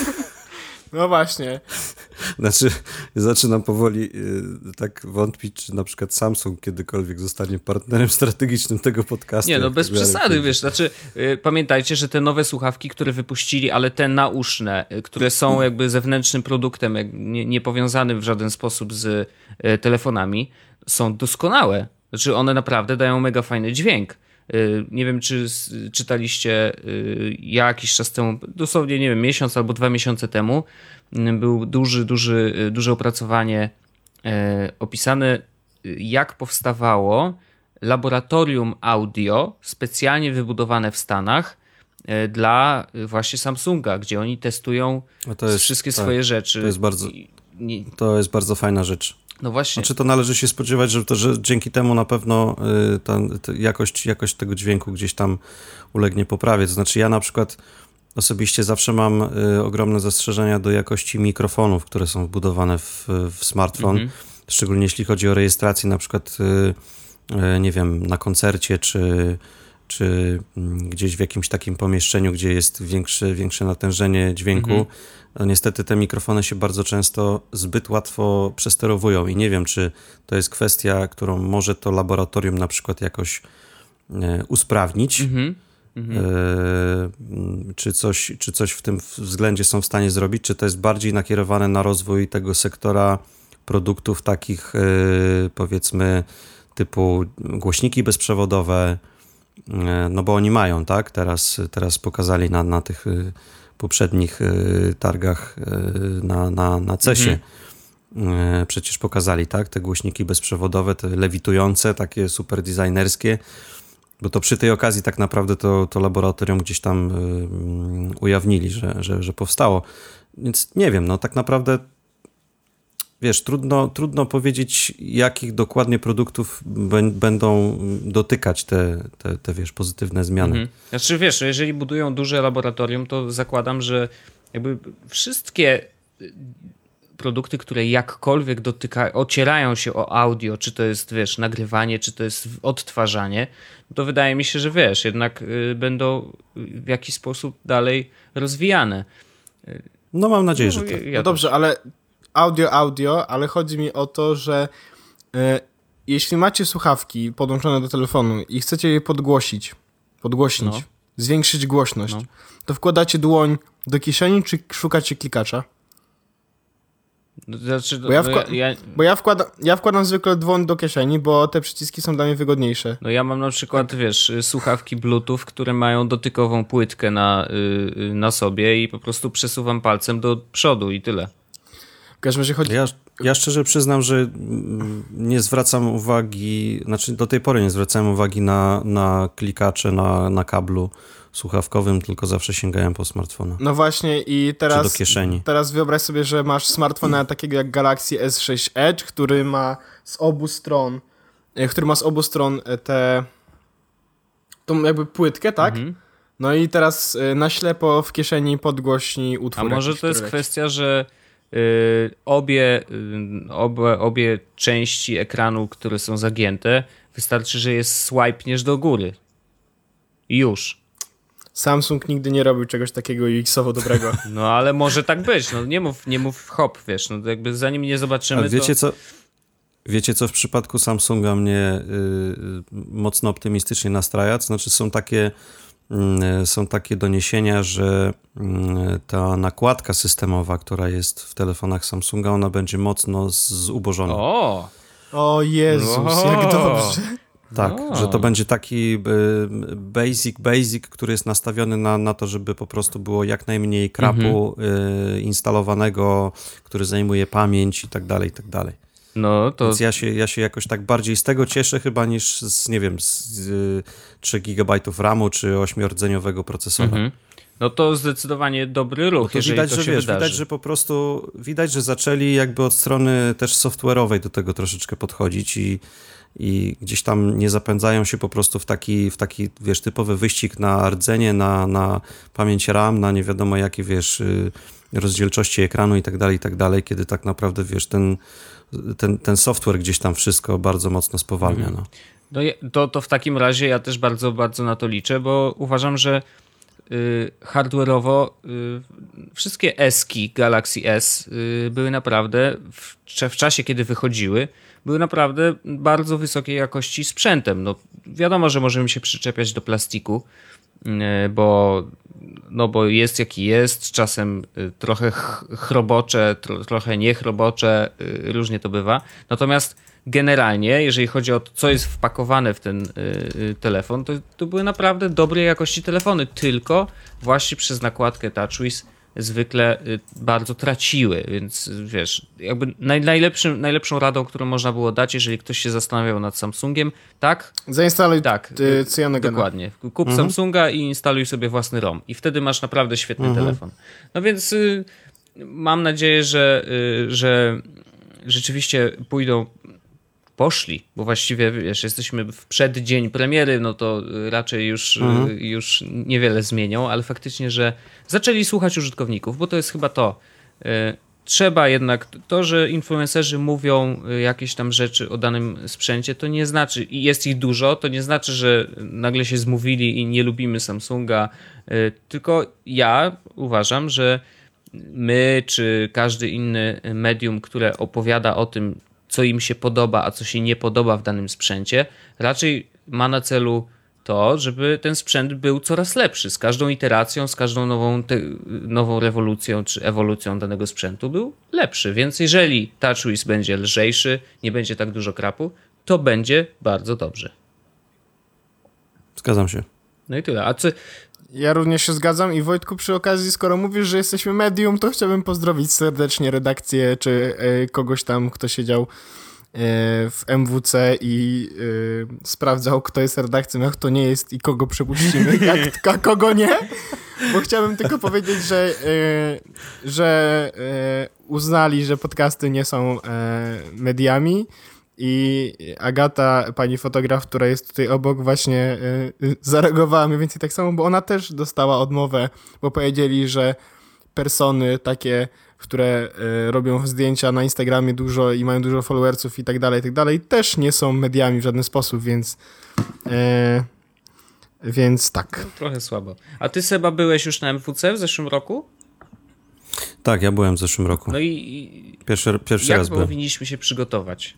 no właśnie. Znaczy, zaczynam powoli y, tak wątpić, czy na przykład Samsung kiedykolwiek zostanie partnerem strategicznym tego podcastu. Nie, no jak bez tak dalej przesady, pójdzie. wiesz, znaczy y, pamiętajcie, że te nowe słuchawki, które wypuścili, ale te nauszne, y, które są jakby zewnętrznym produktem, jak nie, nie powiązanym w żaden sposób z y, telefonami, są doskonałe. Znaczy one naprawdę dają mega fajny dźwięk. Y, nie wiem, czy s- czytaliście y, jakiś czas temu, dosłownie, nie wiem, miesiąc albo dwa miesiące temu, y, był duży, duży, y, duże opracowanie y, opisane, y, jak powstawało laboratorium audio specjalnie wybudowane w Stanach y, dla y, właśnie Samsunga, gdzie oni testują No to jest- wszystkie tak, swoje rzeczy. to jest bardzo- I- nie- To jest bardzo fajna rzecz. No właśnie. Znaczy to należy się spodziewać, że, to, że dzięki temu na pewno y, ta, ta jakość, jakość tego dźwięku gdzieś tam ulegnie poprawie. To znaczy ja na przykład osobiście zawsze mam y, ogromne zastrzeżenia do jakości mikrofonów, które są wbudowane w, w smartfon. Mhm. Szczególnie jeśli chodzi o rejestrację na przykład, y, y, nie wiem, na koncercie, czy, czy mm, gdzieś w jakimś takim pomieszczeniu, gdzie jest większe, większe natężenie dźwięku. Mhm. No niestety te mikrofony się bardzo często zbyt łatwo przesterowują i nie wiem, czy to jest kwestia, którą może to laboratorium na przykład jakoś e, usprawnić, Mhm. e, m, czy, coś, czy coś w tym względzie są w stanie zrobić, czy to jest bardziej nakierowane na rozwój tego sektora produktów takich, e, powiedzmy, typu głośniki bezprzewodowe, e, no bo oni mają, tak? Teraz, teraz pokazali na, na tych e, poprzednich y, targach y, na, na, na cesie. Y, przecież pokazali, tak? Te głośniki bezprzewodowe, te lewitujące, takie super designerskie, bo to przy tej okazji tak naprawdę to, to laboratorium gdzieś tam y, ujawnili, że, że, że powstało. Więc nie wiem, no tak naprawdę wiesz, trudno, trudno powiedzieć, jakich dokładnie produktów b- będą dotykać te, te, te, wiesz, pozytywne zmiany. Mhm. Znaczy wiesz, jeżeli budują duże laboratorium, to zakładam, że jakby wszystkie y, produkty, które jakkolwiek dotykają, ocierają się o audio, czy to jest, wiesz, nagrywanie, czy to jest odtwarzanie, to wydaje mi się, że wiesz, jednak y, będą w jakiś sposób dalej rozwijane. No mam nadzieję, że No, tak. ja- ja No dobrze, ale audio, audio, ale chodzi mi o to, że e, jeśli macie słuchawki podłączone do telefonu i chcecie je podgłosić, podgłośnić, No. zwiększyć głośność, No. to wkładacie dłoń do kieszeni, czy szukacie klikacza? No, Znaczy, Bo ja no, wkła- ja, Bo ja wkładam, ja wkładam zwykle dłoń do kieszeni, bo te przyciski są dla mnie wygodniejsze. no ja mam na przykład, wiesz, słuchawki Bluetooth, które mają dotykową płytkę na, y, y, na sobie i po prostu przesuwam palcem do przodu i tyle. W każdym razie chodzi... Ja, ja szczerze przyznam, że mm, nie zwracam uwagi, znaczy do tej pory nie zwracałem uwagi na, na klikacze na, na kablu słuchawkowym, tylko zawsze sięgałem po smartfona. No właśnie i teraz... Czy do kieszeni. Teraz wyobraź sobie, że masz smartfona takiego jak Galaxy S sześć Edge, który ma z obu stron, e, który ma z obu stron e, te tą jakby płytkę, tak? Mhm. No i teraz e, na ślepo w kieszeni podgłośni utwór. A może jakiś, to jest który leci. kwestia, że y, obie, y, obie, obie części ekranu, które są zagięte, wystarczy, że jest swipniesz do góry. I już. Samsung nigdy nie robił czegoś takiego U X-owo dobrego. No ale może tak być. No nie mów, nie mów hop, wiesz. No jakby zanim nie zobaczymy, A wiecie to... co? Wiecie co w przypadku Samsunga mnie y, y, mocno optymistycznie nastraja? To znaczy są takie, y, są takie doniesienia, że y, ta nakładka systemowa, która jest w telefonach Samsunga, ona będzie mocno zubożona. O! O Jezus, O. jak dobrze. Tak, No. że to będzie taki y, basic, basic, który jest nastawiony na, na to, żeby po prostu było jak najmniej krapu y, instalowanego, który zajmuje pamięć i tak dalej, i tak dalej. No to Więc ja się, ja się jakoś tak bardziej z tego cieszę chyba niż z, nie wiem, z y, trzy gigabajtów ramu czy ośmiordzeniowego procesora. Mhm. No to zdecydowanie dobry ruch, Bo to jeżeli widać, to że się wiesz, wydarzy. widać, że po prostu widać, że zaczęli jakby od strony też software'owej do tego troszeczkę podchodzić i, i gdzieś tam nie zapędzają się po prostu w taki, w taki wiesz, typowy wyścig na rdzenie, na, na pamięć RAM, na nie wiadomo jakie, wiesz, y, rozdzielczości ekranu i tak dalej, i tak dalej, kiedy tak naprawdę, wiesz, ten, ten, ten software gdzieś tam wszystko bardzo mocno spowalnia, Mhm. no. No je- to, to w takim razie ja też bardzo, bardzo na to liczę, bo uważam, że y, hardware'owo y, wszystkie S-ki Galaxy S y, były naprawdę w, cze- w czasie, kiedy wychodziły, były naprawdę bardzo wysokiej jakości sprzętem. No, wiadomo, że możemy się przyczepiać do plastiku, y, bo, no, bo jest jaki jest, czasem y, trochę ch- chrobocze, tro, trochę niechrobocze, y, różnie to bywa. Natomiast generalnie, jeżeli chodzi o to, co jest wpakowane w ten y, y, telefon, to, to były naprawdę dobrej jakości telefony, tylko właśnie przez nakładkę TouchWiz zwykle y, bardzo traciły, więc wiesz, jakby naj, najlepszym, najlepszą radą, którą można było dać, jeżeli ktoś się zastanawiał nad Samsungiem, tak, Zainstaluj tak, y, Cyanogena. dokładnie. Kup Samsunga i instaluj sobie własny ROM i wtedy masz naprawdę świetny telefon. No więc y, mam nadzieję, że, y, że rzeczywiście pójdą, poszli, bo właściwie wiesz, jesteśmy w przeddzień premiery, no to y, raczej już, y, już niewiele zmienią, ale faktycznie, że zaczęli słuchać użytkowników, bo to jest chyba to. Y, Trzeba jednak, to, że influencerzy mówią y, jakieś tam rzeczy o danym sprzęcie, to nie znaczy, i jest ich dużo, to nie znaczy, że nagle się zmówili i nie lubimy Samsunga, y, tylko ja uważam, że my, czy każdy inny medium, które opowiada o tym, co im się podoba, a co się nie podoba w danym sprzęcie, raczej ma na celu to, żeby ten sprzęt był coraz lepszy. Z każdą iteracją, z każdą nową, te, nową rewolucją czy ewolucją danego sprzętu był lepszy. Więc jeżeli TouchWiz będzie lżejszy, nie będzie tak dużo krapu, to będzie bardzo dobrze. Zgadzam się. No i tyle. A co, Ja również się zgadzam i Wojtku, przy okazji, skoro mówisz, że jesteśmy medium, to chciałbym pozdrowić serdecznie redakcję, czy y, kogoś tam, kto siedział y, w M W C i y, sprawdzał, kto jest redakcją, jak to nie jest i kogo przepuścimy, jak, a kogo nie. Bo chciałbym tylko powiedzieć, że, y, że y, uznali, że podcasty nie są y, mediami. I Agata, pani fotograf, która jest tutaj obok, właśnie y, zareagowała mniej więcej tak samo, bo ona też dostała odmowę, bo powiedzieli, że persony takie, które y, robią zdjęcia na Instagramie dużo i mają dużo followersów i tak dalej, i tak dalej, też nie są mediami w żaden sposób, więc y, więc tak. trochę słabo. A ty, Seba, byłeś już na M W C w zeszłym roku? Tak, ja byłem w zeszłym roku. No i, i Pierwszy, pierwszy jak raz byłem. powinniśmy się przygotować?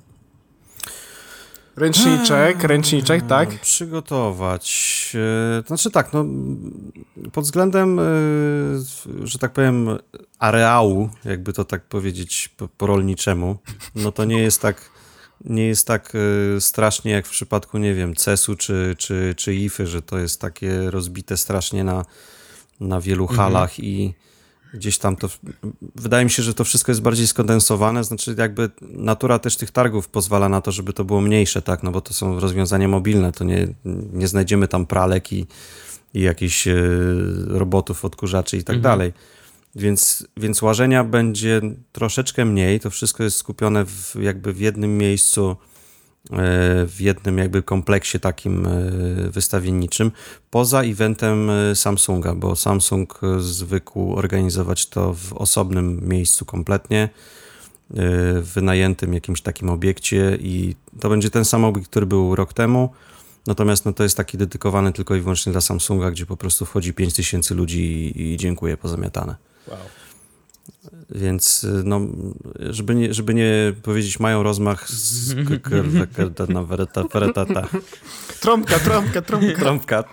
Ręczniczek, ręczniczek, tak? Przygotować. e, To znaczy tak, no pod względem, e, że tak powiem, areału, jakby to tak powiedzieć po, po rolniczemu, no to nie jest tak, nie jest tak e, strasznie jak w przypadku, nie wiem, cesu czy, czy, czy ify, że to jest takie rozbite strasznie na, na wielu halach i gdzieś tam to, wydaje mi się, że to wszystko jest bardziej skondensowane, znaczy jakby natura też tych targów pozwala na to, żeby to było mniejsze, tak, no bo to są rozwiązania mobilne, to nie, nie znajdziemy tam pralek i, i jakichś e, robotów, odkurzaczy i tak Mhm. dalej, więc, więc łażenia będzie troszeczkę mniej, to wszystko jest skupione w, jakby w jednym miejscu, w jednym jakby kompleksie takim wystawienniczym, poza eventem Samsunga, bo Samsung zwykł organizować to w osobnym miejscu kompletnie, w wynajętym jakimś takim obiekcie i to będzie ten sam obiekt, który był rok temu, natomiast no, to jest taki dedykowany tylko i wyłącznie dla Samsunga, gdzie po prostu wchodzi pięć tysięcy ludzi i, i dziękuję, pozamiatane. Wow. Więc no, żeby nie, żeby nie powiedzieć, mają rozmach z na wereta, weretata. Trąbka, trąbka, trąbka. Trąbka.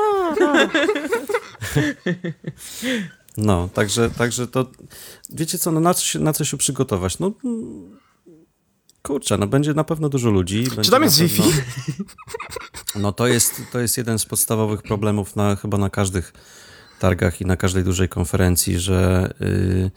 No, także, także to wiecie co, no na co się, na co się przygotować? No Kurczę, no będzie na pewno dużo ludzi. Czy będzie tam na jest pewno... Wi-Fi? No to jest, to jest jeden z podstawowych problemów na, chyba na każdych targach i na każdej dużej konferencji, że y,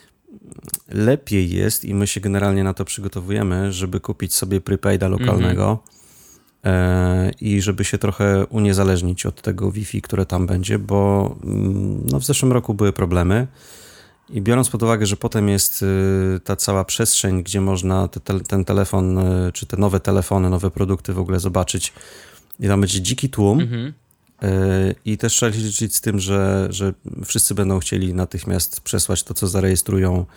lepiej jest i my się generalnie na to przygotowujemy, żeby kupić sobie prepaida lokalnego mm-hmm. y, i żeby się trochę uniezależnić od tego Wi-Fi, które tam będzie, bo y, no w zeszłym roku były problemy. I biorąc pod uwagę, że potem jest y, ta cała przestrzeń, gdzie można te, te, ten telefon, y, czy te nowe telefony, nowe produkty w ogóle zobaczyć, i tam będzie dziki tłum. Mhm. y, I też trzeba liczyć z tym, że, że wszyscy będą chcieli natychmiast przesłać to, co zarejestrują,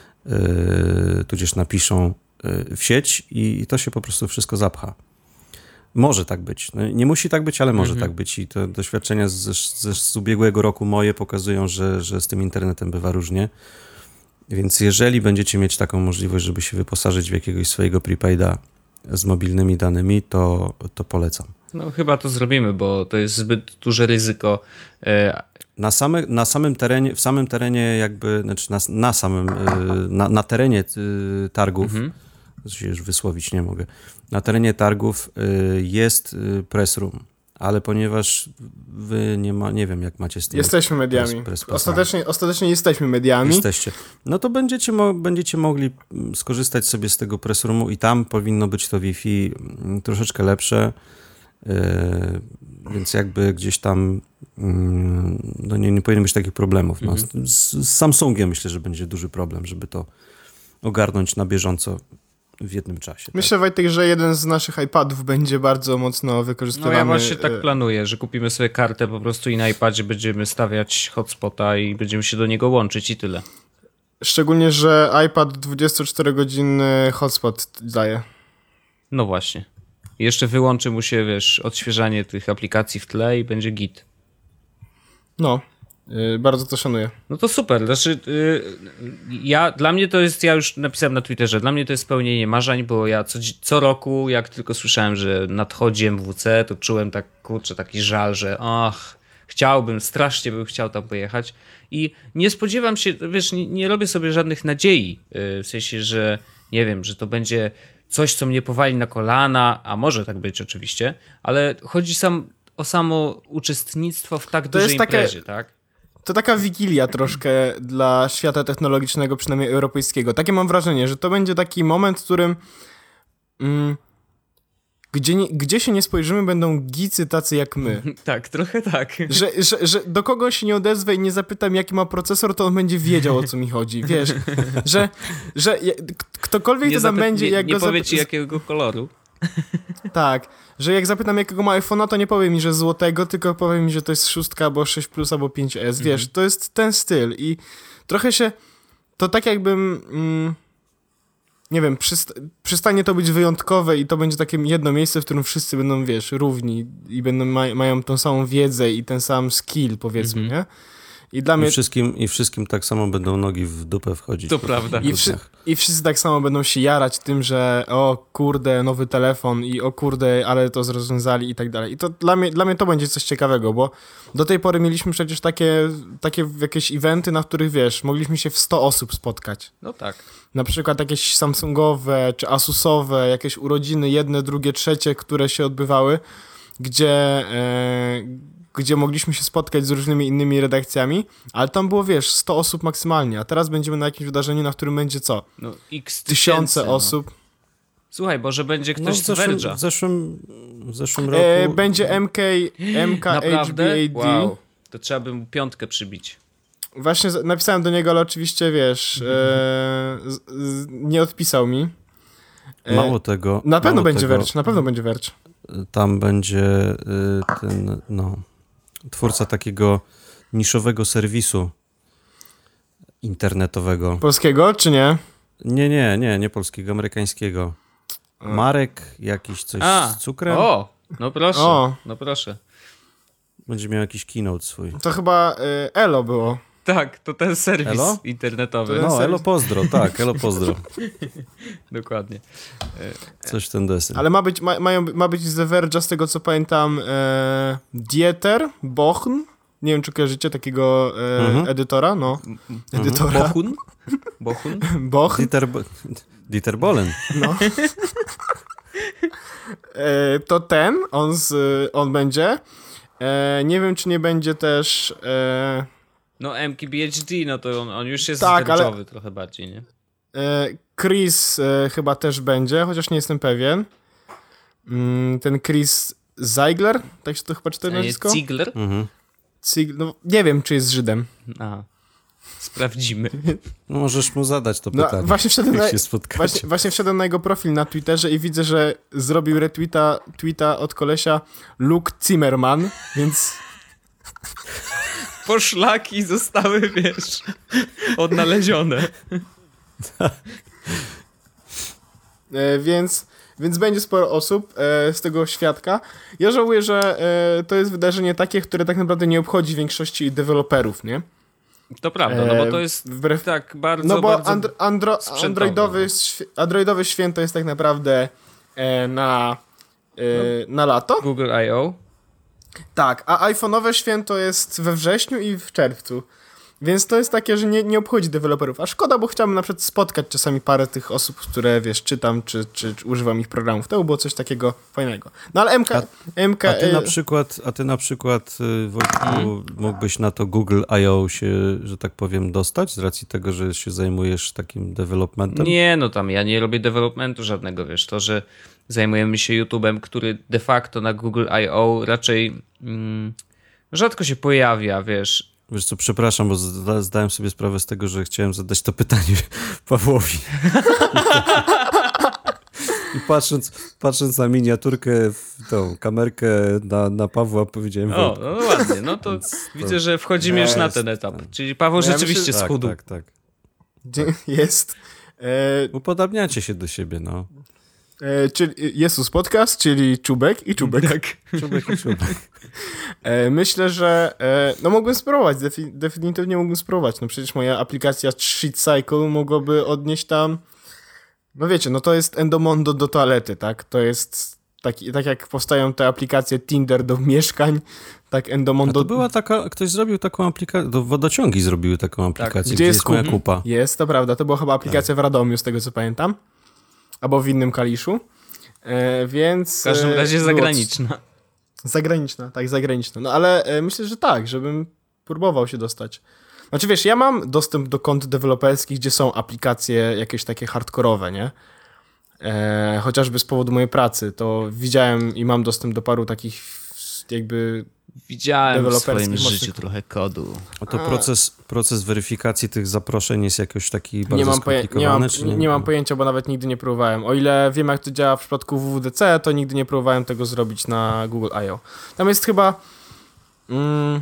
y, tudzież napiszą y, w sieć i, i to się po prostu wszystko zapcha. Może tak być. No, nie musi tak być, ale może Mhm. tak być. I te doświadczenia z, z, z ubiegłego roku moje pokazują, że, że z tym internetem bywa różnie. Więc jeżeli będziecie mieć taką możliwość, żeby się wyposażyć w jakiegoś swojego prepaida z mobilnymi danymi, to, to polecam. No chyba to zrobimy, bo to jest zbyt duże ryzyko. E, Na, same, na samym terenie, w samym terenie jakby, znaczy na, na samym, y, na, na terenie y, targów, Mhm. się już wysłowić nie mogę, na terenie targów y, jest y, press room, ale ponieważ wy nie ma, nie wiem jak macie z tym. Jesteśmy mediami. press- press passami. Ostatecznie, ostatecznie jesteśmy mediami. Jesteście. No to będziecie, mo- będziecie mogli mm, skorzystać sobie z tego press roomu i tam powinno być to Wi-Fi mm, troszeczkę lepsze, yy, więc jakby gdzieś tam yy, no nie, nie powinno być takich problemów. No. Mhm. Z, z Samsungiem myślę, że będzie duży problem, żeby to ogarnąć na bieżąco w jednym czasie. Myślę, Wojtek, że jeden z naszych iPadów będzie bardzo mocno no wykorzystywany. ja właśnie tak e, planuję, że kupimy sobie kartę po prostu i na iPadzie będziemy stawiać hotspota i będziemy się do niego łączyć i tyle. Szczególnie, że iPad dwudziestoczterogodzinny hotspot daje. No właśnie. Jeszcze wyłączy mu się, wiesz, odświeżanie tych aplikacji w tle i będzie git. No, yy, bardzo to szanuję. No to super. Znaczy, yy, ja, dla mnie to jest, ja już napisałem na Twitterze, dla mnie to jest spełnienie marzeń, bo ja co, co roku, jak tylko słyszałem, że nadchodzi M W C, to czułem tak, kurczę, taki żal, że ach, chciałbym, strasznie bym chciał tam pojechać i nie spodziewam się, wiesz, nie, nie robię sobie żadnych nadziei, yy, w sensie, że nie wiem, że to będzie coś, co mnie powali na kolana, a może tak być oczywiście, ale chodzi sam o samo uczestnictwo w tak dużej jest takie- imprezie, tak? To taka wigilia troszkę dla świata technologicznego, przynajmniej europejskiego. Takie mam wrażenie, że to będzie taki moment, w którym mm, gdzie, nie, gdzie się nie spojrzymy, będą gicy tacy jak my. Tak, trochę tak. Że, że, że do kogo się nie odezwę i nie zapytam, jaki ma procesor, to on będzie wiedział, o co mi chodzi. Wiesz, że, że je- k- ktokolwiek Nie, to tam zapy- będzie, nie, jak nie go powie zapy- ci jakiego koloru. Tak, że jak zapytam, jakiego ma iPhone'a, to nie powie mi, że złotego, tylko powie mi, że to jest szóstka, albo sześć plus, albo pięć S. Wiesz, Mhm. to jest ten styl i trochę się, to tak jakbym, mm, nie wiem, przyst- przestanie to być wyjątkowe i to będzie takie jedno miejsce, w którym wszyscy będą, wiesz, równi i będą ma- mają tą samą wiedzę i ten sam skill, powiedzmy, Mhm. nie? I dla I mnie... wszystkim, I wszystkim tak samo będą nogi w dupę wchodzić. To po prawda. takich I, wszy- dniach. I wszyscy tak samo będą się jarać tym, że o kurde, nowy telefon i o kurde, ale to rozwiązali i tak dalej. I to dla mnie, dla mnie to będzie coś ciekawego, bo do tej pory mieliśmy przecież takie, takie jakieś eventy, na których, wiesz, mogliśmy się w sto osób spotkać. No tak. Na przykład jakieś Samsungowe czy Asusowe, jakieś urodziny, jedne, drugie, trzecie, które się odbywały, gdzie... E, gdzie mogliśmy się spotkać z różnymi innymi redakcjami, ale tam było, wiesz, sto osób maksymalnie, a teraz będziemy na jakimś wydarzeniu, na którym będzie co? No, x Tysiące tysięcy, no. osób. Słuchaj, może będzie ktoś No, w, z zeszłym, Verge'a. w, zeszłym, w zeszłym roku... E, będzie M K, M K H B Naprawdę? A D. Wow. To trzeba by mu piątkę przybić. Właśnie z- napisałem do niego, ale oczywiście, wiesz, e, z, z, nie odpisał mi. E, Mało tego... Na pewno mało będzie tego, Verge, na pewno będzie Verge. Tam będzie y, ten, no, twórca takiego niszowego serwisu internetowego. Polskiego, czy nie? Nie, nie, nie, nie polskiego, amerykańskiego. Marek jakiś coś A, z cukrem. o, no proszę, O. no proszę. Będzie miał jakiś keynote swój. To chyba e, Elo było. Tak, to ten serwis Elo? internetowy. To No, serwis- elo pozdro, tak, elo pozdro. Dokładnie. Coś w ten deseń. Ale ma być, ma, mają, ma być z The Verge'a, z tego co pamiętam, e, Dieter Bochn. Nie wiem, czy kojarzycie takiego e, Mhm. edytora, no. Edytora. Bochun? Bochun? Bochn. Dieter, Bo- Dieter Bohlen. No. E, to ten, on, z, on będzie. E, nie wiem, czy nie będzie też... E, No M K B H D, no to on, on już jest Tak, ale- zdrowiowy trochę bardziej, nie? e, Chris e, chyba też będzie, chociaż nie jestem pewien. Mm, ten Chris Ziegler, tak się to chyba czyta A nie nazwisko? Ziegler? Mhm. Ziegler, no, nie wiem, czy jest Żydem. Aha. Sprawdzimy. No możesz mu zadać to No, pytanie, właśnie wszedłem jak na- się spotkacie. Właśnie, właśnie wszedłem na jego profil na Twitterze i widzę, że zrobił retweeta tweeta od kolesia Luke Zimmerman, więc Poszlaki zostały, wiesz, odnalezione. e, więc, więc będzie sporo osób e, z tego świadka. Ja żałuję, że e, to jest wydarzenie takie, które tak naprawdę nie obchodzi większości deweloperów, nie? To prawda, no bo to E, jest wbrew- tak bardzo, No bo bardzo... andro, andro, sprzętowe, androidowy, no. świ- androidowe święto jest tak naprawdę e, na, e, na lato. Google I O. Tak, a iPhone'owe święto jest we wrześniu i w czerwcu. Więc to jest takie, że nie, nie obchodzi deweloperów. A szkoda, bo chciałbym na przykład spotkać czasami parę tych osób, które, wiesz, czytam, czy, czy, czy używam ich programów. To by było coś takiego fajnego. No ale M K... M K A ty na e, przykład, a ty na przykład y, Wojtku, mógłbyś na to Google I O się, że tak powiem, dostać z racji tego, że się zajmujesz takim developmentem? Nie, no tam ja nie robię developmentu żadnego, wiesz, to, że zajmujemy się YouTube'em, który de facto na Google I O raczej mm, rzadko się pojawia, wiesz. Wiesz co, przepraszam, bo zda, zdałem sobie sprawę z tego, że chciałem zadać to pytanie Pawłowi. I patrząc, patrząc na miniaturkę, w tą kamerkę na, na Pawła, powiedziałem... O, Wojtku. no ładnie, no to Więc to- widzę, że wchodzimy już na Jest, ten etap. tak. Czyli Paweł Ja rzeczywiście myślę, schudł. Tak, tak, tak. gdzie jest... E, Upodabniacie się do siebie, no. e, czyli Jezus Podcast, czyli Czubek i Czubek. Tak. Czubek i czubek. E, myślę, że e, no mogłem spróbować, defi- definitywnie mogłem spróbować. No przecież moja aplikacja Sheet Cycle mogłaby odnieść tam, no wiecie, no to jest Endomondo do toalety, tak? To jest taki, tak jak powstają te aplikacje Tinder do mieszkań, tak A Endomondo... to była taka, ktoś zrobił taką aplikację, do wodociągi zrobiły taką aplikację, Gdzie gdzie jest jest moja kup- kupa. Jest, to prawda, to była chyba aplikacja w Radomiu, z tego co pamiętam. Albo w innym Kaliszu. E, więc... W każdym e, razie było- zagraniczna. Zagraniczna, tak, zagraniczna. No ale e, myślę, że tak, żebym próbował się dostać. Znaczy wiesz, ja mam dostęp do kont deweloperskich, gdzie są aplikacje jakieś takie hardkorowe, nie? E, chociażby z powodu mojej pracy, to widziałem i mam dostęp do paru takich jakby... Widziałem w Deweloperskich swoim mocnych- życiu trochę kodu. A to proces, proces weryfikacji tych zaproszeń jest jakoś taki bardzo Nie mam, poje- nie, mam, skomplikowany, czy nie, nie mam pojęcia, bo nawet nigdy nie próbowałem. O ile wiem, jak to działa w przypadku W W D C, to nigdy nie próbowałem tego zrobić na Google I O. Tam jest chyba... Mm,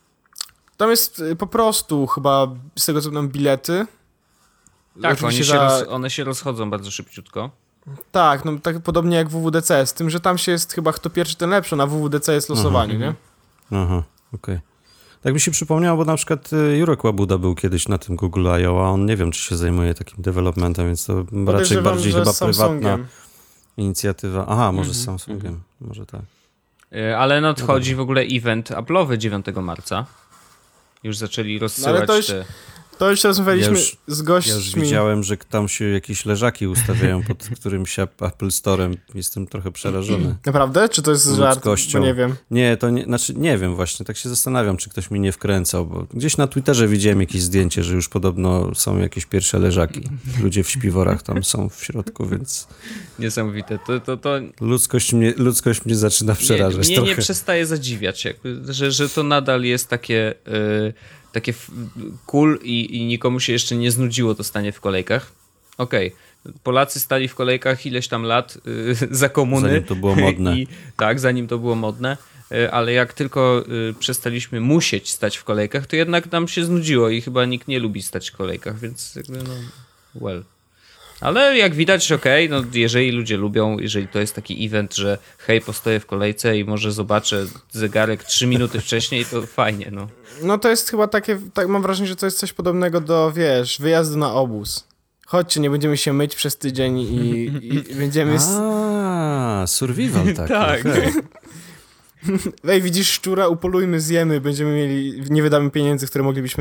tam jest y, po prostu chyba, z tego co pamiętam, bilety. Tak, Oczywiście oni się za- roz, one się rozchodzą bardzo szybciutko. Tak, no tak podobnie jak W W D C, z tym, że tam się jest chyba kto pierwszy, ten lepszy, na W W D C jest losowanie, nie? Aha, okej. Tak mi się przypomniało, bo na przykład y, Jurek Łabuda był kiedyś na tym Google I O, a on nie wiem, czy się zajmuje takim developmentem, więc to raczej Podejrzewam, bardziej że chyba z prywatna Samsungiem. inicjatywa. Aha, może z Mhm, Samsungiem, może tak. Y, Ale nadchodzi w ogóle event Apple'owy dziewiątego marca. Już zaczęli rozsyłać to już- te... To już rozmawialiśmy Ja już- z gośćmi. Ja już widziałem, że tam się jakieś leżaki ustawiają pod którymś Apple Store'em. Jestem trochę przerażony. Naprawdę? Czy to jest żart? Bo Ludzkością. nie wiem. Nie, to nie, znaczy nie wiem właśnie, tak się zastanawiam, czy ktoś mi nie wkręcał, bo gdzieś na Twitterze widziałem jakieś zdjęcie, że już podobno są jakieś pierwsze leżaki. Ludzie w śpiworach tam są w środku, więc Niesamowite. To, to, to ludzkość mnie, ludzkość mnie zaczyna przerażać nie, mnie trochę. nie przestaje zadziwiać, jakby, że, że to nadal jest takie, y, takie f- cool i, i nikomu się jeszcze nie znudziło to stanie w kolejkach. Okej, Polacy stali w kolejkach ileś tam lat y, za komuny. Zanim to było modne. I, tak, zanim to było modne. Y, ale jak tylko y, przestaliśmy musieć stać w kolejkach, to jednak nam się znudziło i chyba nikt nie lubi stać w kolejkach, więc jakby no, well. Ale jak widać, okej, no jeżeli ludzie lubią, jeżeli to jest taki event, że hej, postoję w kolejce i może zobaczę zegarek trzy minuty wcześniej, to fajnie, no. No to jest chyba takie, tak mam wrażenie, że to jest coś podobnego do, wiesz, wyjazdu na obóz. Chodźcie, nie będziemy się myć przez tydzień i, i będziemy... s- A, survival taki. Tak. okej. Ej, widzisz szczura, upolujmy, zjemy, będziemy mieli, nie wydamy pieniędzy, które moglibyśmy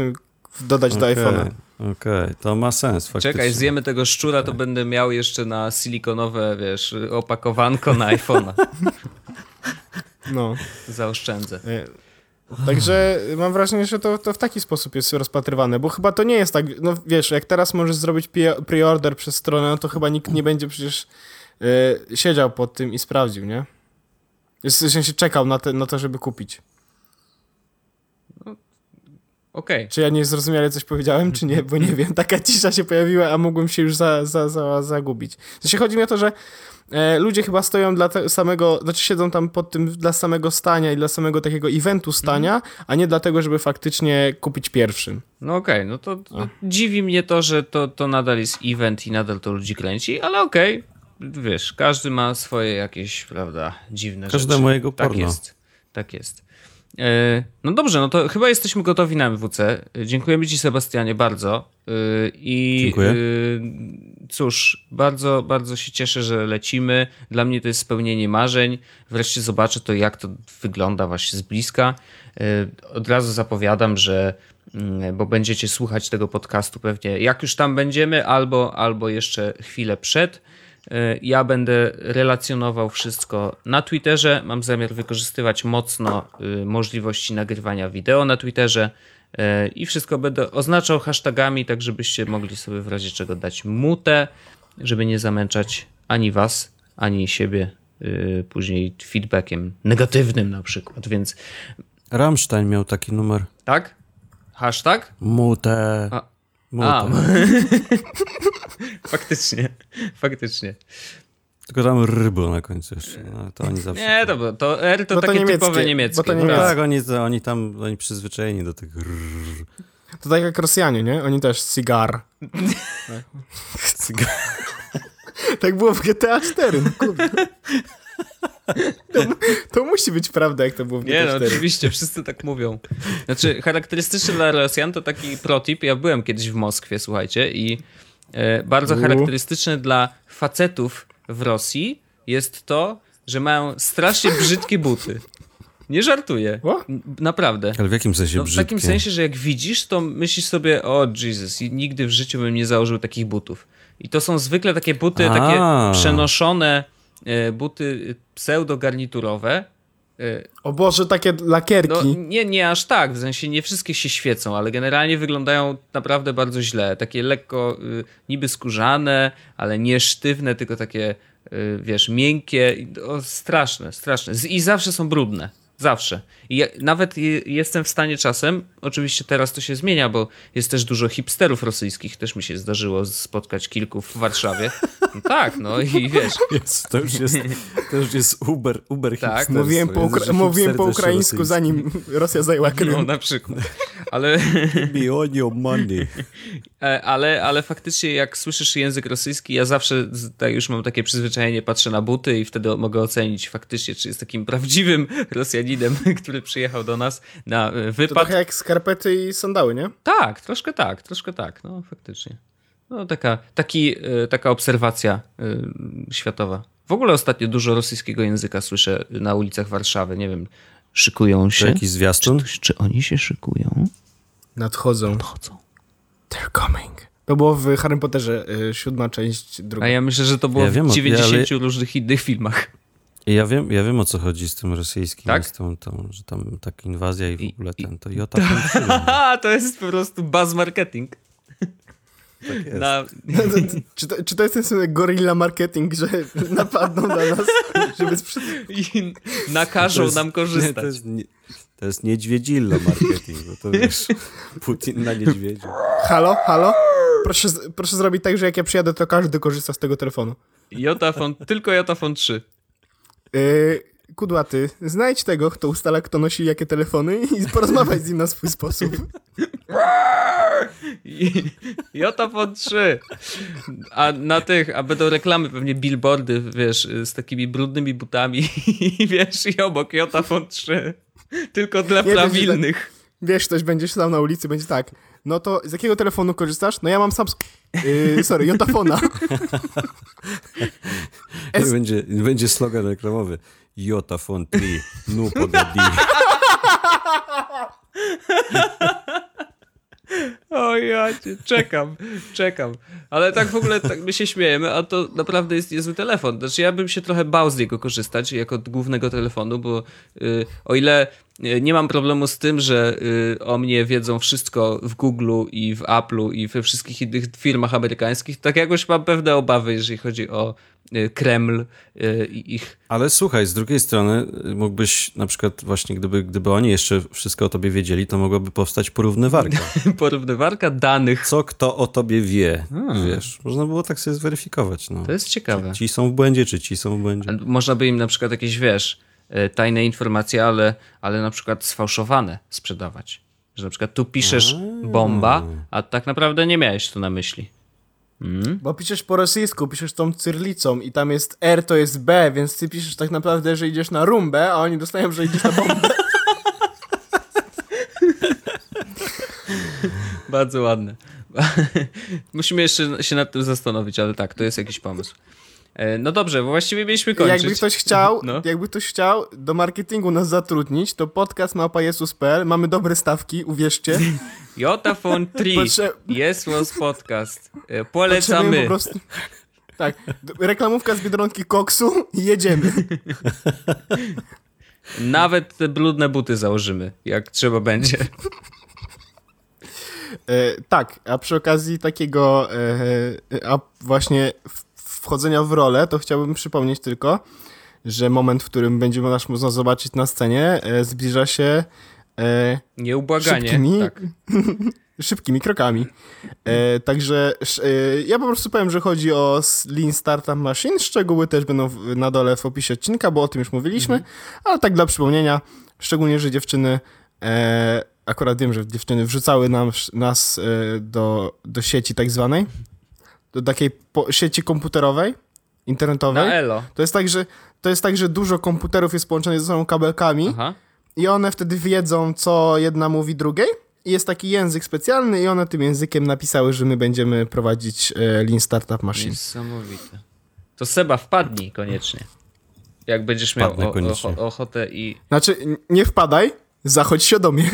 dodać do Okej, iPhone'a. Okej, to ma sens faktycznie. Czekaj, zjemy tego szczura, to będę miał jeszcze na silikonowe, wiesz, opakowanko na iPhone'a. No. Zaoszczędzę. Także mam wrażenie, że to, to w taki sposób jest rozpatrywane, bo chyba to nie jest tak, no wiesz, jak teraz możesz zrobić pre- pre-order przez stronę, no to chyba nikt nie będzie przecież y, siedział pod tym i sprawdził, nie? Jest, w sensie czekał na, te, na to, żeby kupić. Okej. Czy ja niezrozumiale coś powiedziałem, czy nie? Bo nie wiem, taka cisza się pojawiła, a mogłem się już za, za, za, zagubić. W sensie chodzi mi o to, że e, ludzie chyba stoją dla te, samego, znaczy siedzą tam pod tym dla samego stania i dla samego takiego eventu stania, mm. a nie dlatego, żeby faktycznie kupić pierwszym. No okej, okay, no to, to dziwi mnie to, że to, to nadal jest event i nadal to ludzi kręci, ale okej, okay. Wiesz, każdy ma swoje jakieś, prawda, dziwne Każde rzeczy. mojego porno. Tak jest, tak jest. No dobrze, no to chyba jesteśmy gotowi na M W C. Dziękujemy ci, Sebastianie, bardzo. I Dziękuję. Cóż, bardzo, bardzo się cieszę, że lecimy. Dla mnie to jest spełnienie marzeń. Wreszcie zobaczę to, jak to wygląda właśnie z bliska. Od razu zapowiadam, że bo będziecie słuchać tego podcastu pewnie jak już tam będziemy, albo, albo jeszcze chwilę przed. Ja będę relacjonował wszystko na Twitterze. Mam zamiar wykorzystywać mocno możliwości nagrywania wideo na Twitterze i wszystko będę oznaczał hashtagami, tak żebyście mogli sobie w razie czego dać mutę, żeby nie zamęczać ani was, ani siebie później feedbackiem negatywnym na przykład, więc... Rammstein miał taki numer. Tak? Hashtag? Mute. A. Mute. A. Faktycznie, faktycznie. Tylko tam R było na końcu jeszcze. No, to oni zawsze... Nie, to, to R to Bo to takie niemieckie, typowe niemieckie. bo to No niemieckie. tak, oni, to, oni tam, oni przyzwyczajeni do tego R. To tak jak Rosjanie, nie? Oni też cigar. Tak było w G T A cztery, no kurde. To, to musi być prawda, jak to było w G T A Nie, no cztery. oczywiście, wszyscy tak mówią. Znaczy, charakterystyczny dla Rosjan to taki protip. Ja byłem kiedyś w Moskwie, słuchajcie, i e, bardzo U. charakterystyczne dla facetów w Rosji jest to, że mają strasznie brzydkie buty. Nie żartuję. O? N- Naprawdę. Ale w jakim sensie No, w brzydkie? takim sensie, że jak widzisz, to myślisz sobie, o Jesus, i nigdy w życiu bym nie założył takich butów. I to są zwykle takie buty, A. takie przenoszone e, buty pseudo-garniturowe. E, O Boże, takie lakierki. no, nie, nie aż tak, w sensie nie wszystkie się świecą, ale generalnie wyglądają naprawdę bardzo źle. Takie lekko y, niby skórzane, ale nie sztywne, tylko takie, y, wiesz, miękkie. I, o, straszne, straszne. Z, I zawsze są brudne. Zawsze. I ja, nawet je, jestem w stanie czasem, oczywiście teraz to się zmienia, bo jest też dużo hipsterów rosyjskich, też mi się zdarzyło spotkać kilku w Warszawie. No tak, no i wiesz. Jest, to, już jest, to już jest Uber, Uber Tak. hipsterstwo. Mówiłem po, Jest, ukra- że mówiłem po hipster też ukraińsku, rosyjski. zanim Rosja zajęła Krym. No na przykład. Ale... Be on your money. E, Ale, ale faktycznie jak słyszysz język rosyjski, ja zawsze z- tak już mam takie przyzwyczajenie, patrzę na buty i wtedy mogę ocenić faktycznie, czy jest takim prawdziwym Rosjaninem, który przyjechał do nas na e, To wypad. trochę jak skarpety i sandały, nie? Tak, troszkę tak, troszkę tak, no faktycznie. No taka, taki, e, taka obserwacja e, światowa. W ogóle ostatnio dużo rosyjskiego języka słyszę na ulicach Warszawy, nie wiem, szykują To się. jakiś zwiastun? Czy, czy oni się szykują? Nadchodzą. Chodzą. They're coming. To było w Harry Potterze, y, siódma część, druga. A ja myślę, że to było Ja wiem, w o- dziewięćdziesięciu ale- różnych innych filmach. I ja wiem, ja wiem o co chodzi z tym rosyjskim, Tak? z tą, tą, że tam tak inwazja i w I- ogóle i- ten, to Jota tam Haha, to jest po prostu buzz marketing. tak jest. Na, Czy to, czy to jest ten sam gorilla marketing, że napadną na nas, żeby sprzedać? I nakażą To jest- nam nie, korzystać. To jest, nie, to jest niedźwiedzillo marketing, bo to wiesz, Putin na niedźwiedziu. Halo, halo? Proszę, z- proszę zrobić tak, że jak ja przyjadę, to każdy korzysta z tego telefonu. Jotafon, tylko Jotafon trzy. Yy, kudłaty, znajdź tego, kto ustala, kto nosi jakie telefony i porozmawiaj z nim na swój sposób. I- Jotafon trzy. A na tych, a będą reklamy, pewnie billboardy, wiesz, z takimi brudnymi butami i wiesz, i obok Jotafon trzy. Tylko dla Nie, prawilnych. Wiesz, ktoś będzie stał na ulicy, będzie tak, no to z jakiego telefonu korzystasz? No ja mam Samsung. Yy, sorry, Jotafona. I będzie, będzie slogan reklamowy. Jotafon trzy, no pogadi. O ja cię, czekam, czekam. Ale tak w ogóle tak my się śmiejemy, a to naprawdę jest niezły telefon. Znaczy ja bym się trochę bał z niego korzystać jako od głównego telefonu, bo y, o ile y, nie mam problemu z tym, że y, o mnie wiedzą wszystko w Google'u i w Apple'u i we wszystkich innych firmach amerykańskich, tak jakoś mam pewne obawy, jeżeli chodzi o y, Kreml y, i ich... Ale słuchaj, z drugiej strony mógłbyś na przykład właśnie, gdyby, gdyby oni jeszcze wszystko o tobie wiedzieli, to mogłaby powstać porównywarka. porównywarka danych. Co kto o tobie wie, Hmm. wiesz. Można było tak sobie zweryfikować. No. To jest ciekawe. Ci są w błędzie, czy ci są w błędzie. A można by im na przykład jakieś, wiesz, e, tajne informacje, ale, ale na przykład sfałszowane sprzedawać. Że na przykład tu piszesz bomba, a tak naprawdę nie miałeś tu na myśli. Mm? Bo piszesz po rosyjsku, piszesz tą cyrlicą i tam jest R to jest B, więc ty piszesz tak naprawdę, że idziesz na rumbę, a oni dostają, że idziesz na bombę. Bardzo ładne. Musimy jeszcze się nad tym zastanowić, ale tak, to jest jakiś pomysł. E, no dobrze, bo właściwie mieliśmy kończyć. Jakby ktoś chciał, No. jakby ktoś chciał do marketingu nas zatrudnić, to podcast małpa jesus kropka p l, mamy dobre stawki, uwierzcie. Jotafone trzy, Potrze- Yes Was Podcast. E, Potrzebujemy po Polecamy. prostu... Tak, d- reklamówka z Biedronki Koksu i jedziemy. Nawet te brudne buty założymy, jak trzeba będzie. E, tak, a przy okazji takiego e, a właśnie w- wchodzenia w rolę, to chciałbym przypomnieć tylko, że moment, w którym będziemy nas można zobaczyć na scenie, e, zbliża się e, Nieubłaganie. Szybkimi- Tak. szybkimi krokami. E, także sz- e, ja po prostu powiem, że chodzi o s- Lean Startup Machine. Szczegóły też będą w, na dole w opisie odcinka, bo o tym już mówiliśmy, Mhm. ale tak dla przypomnienia, szczególnie, że dziewczyny e, akurat wiem, że dziewczyny wrzucały nam, nas e, do, do sieci tak zwanej, do takiej po, sieci komputerowej, internetowej. Na elo. To jest tak, że to jest tak, że dużo komputerów jest połączonych ze sobą kabelkami. Aha. I one wtedy wiedzą, co jedna mówi drugiej. I jest taki język specjalny i one tym językiem napisały, że my będziemy prowadzić e, Lean Startup Machine. Niesamowite. To Seba, wpadnij koniecznie. Jak będziesz miał Wpadnę o, koniecznie. o, ochotę i... Znaczy, n- nie wpadaj, zachodź świadomie.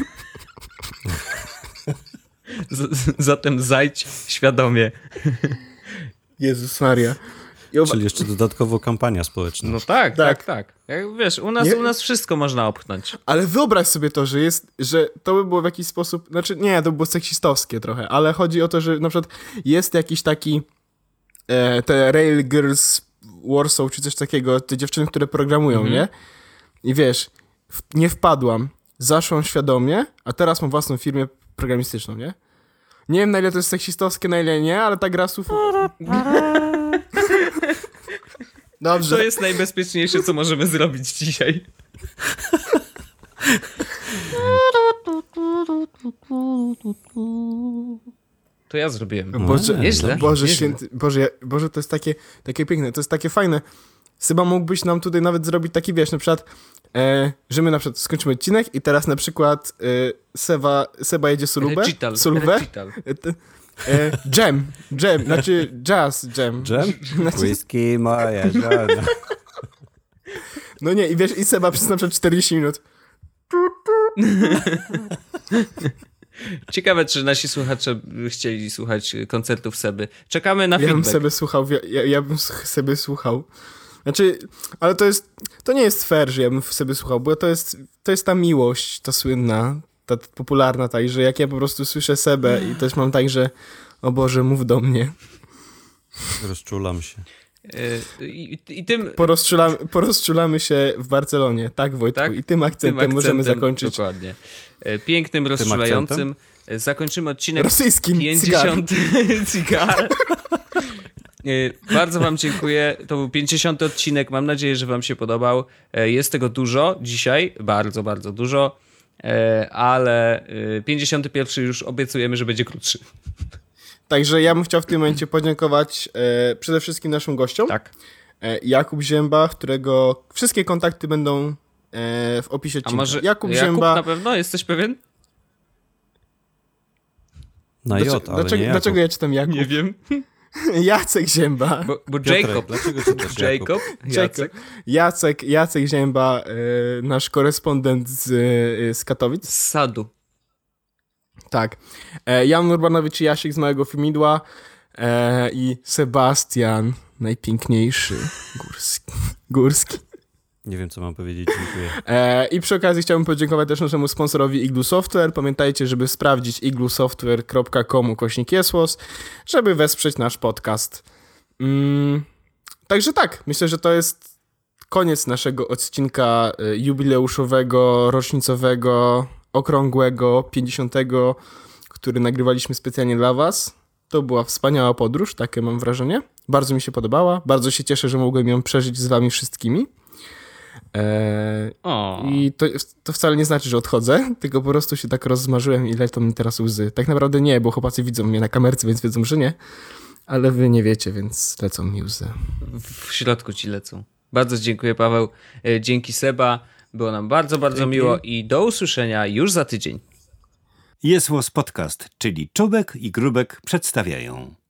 Z, zatem zajdź świadomie. Jezus Maria. I oba- Czyli jeszcze dodatkowo kampania społeczna. No tak, Tak. tak, tak. Jak, wiesz, u nas, Nie- u nas wszystko można opchnąć. Ale wyobraź sobie to, że jest, że to by było w jakiś sposób, znaczy nie, to by było seksistowskie trochę, ale chodzi o to, że na przykład jest jakiś taki e, te Rail Girls Warsaw czy coś takiego, te dziewczyny, które programują, Mhm. nie? I wiesz, w, nie wpadłam, zaszłam świadomie, a teraz mam własną firmę programistyczną, nie? Nie wiem, na ile to jest seksistowskie, na ile nie, ale ta gra słów... Dobrze. To jest najbezpieczniejsze, co możemy zrobić dzisiaj. To ja zrobiłem. Boże, Nieźle, Boże nieźle. święty, Boże, ja- Boże, to jest takie, takie piękne, to jest takie fajne. Chyba mógłbyś nam tutaj nawet zrobić taki, wiesz, na przykład, e, że my na przykład skończymy odcinek i teraz na przykład e, Seba, Seba jedzie Sulubę, Recital, Sulubę, recital. e, t- e, jam, jam, znaczy jazz jam. Dżem? Znaczy, Whisky moja żona. no nie, i wiesz, i Seba przez na przykład czterdzieści minut. Ciekawe, czy nasi słuchacze by chcieli słuchać koncertów Seby. Czekamy na Ja bym feedback. sobie słuchał, ja, ja bym sobie słuchał. Znaczy, ale to jest, to nie jest fair, że ja bym sobie słuchał, bo to jest, to jest ta miłość, ta słynna, ta popularna, tak, że jak ja po prostu słyszę Sebę i też mam tak, że o Boże, mów do mnie. Rozczulam się. Y, I, I tym, Porozczulamy, porozczulamy się w Barcelonie, tak Wojtku? Tak? I tym akcentem, tym możemy akcentem, zakończyć. Dokładnie. E, Pięknym, rozczulającym. E, Zakończymy odcinek Rosyjskim pięćdziesiąty cigar. E, Bardzo wam dziękuję. To był pięćdziesiąty odcinek. Mam nadzieję, że wam się podobał. E, Jest tego dużo dzisiaj. Bardzo, bardzo dużo. E, Ale e, pięćdziesiąty pierwszy już obiecujemy, że będzie krótszy. Także ja bym chciał w tym momencie podziękować e, przede wszystkim naszym gościom. Tak. E, Jakub Zięba, którego wszystkie kontakty będą e, w opisie A odcinka. może Jakub Jakub Zięba. na pewno? Jesteś pewien? Na Dlaczego, J, ale dlaczego, nie dlaczego ja czytam Jakub? Nie wiem. Jacek Zięba. Bo, bo Piotrek, Jacob. dlaczego czytasz Jakub? Jacob. Jacek. Jacek, Jacek Zięba, e, nasz korespondent z, e, z Katowic. Z sadu. Tak. E, Jan Urbanowicz i Jasik z Małego Filmidła e, i Sebastian, najpiękniejszy, Górski. Górski. Nie wiem, co mam powiedzieć, dziękuję. E, I przy okazji chciałbym podziękować też naszemu sponsorowi Igloo Software. Pamiętajcie, żeby sprawdzić iglusoftware kropka com ukośnik jesłos, żeby wesprzeć nasz podcast. Mm, także tak, myślę, że to jest koniec naszego odcinka jubileuszowego, rocznicowego, okrągłego, pięćdziesiątego, który nagrywaliśmy specjalnie dla was. To była wspaniała podróż, takie mam wrażenie. Bardzo mi się podobała. Bardzo się cieszę, że mogłem ją przeżyć z wami wszystkimi. Eee, I to, to wcale nie znaczy, że odchodzę, tylko po prostu się tak rozmarzyłem i lecą mi teraz łzy. Tak naprawdę nie, bo chłopacy widzą mnie na kamerce, więc wiedzą, że nie. Ale wy nie wiecie, więc lecą mi łzy. W środku ci lecą. Bardzo dziękuję, Paweł. Dzięki, Seba. Było nam bardzo, bardzo Dzięki. miło i do usłyszenia już za tydzień. Jesłos Podcast, czyli Czubek i Grubek przedstawiają.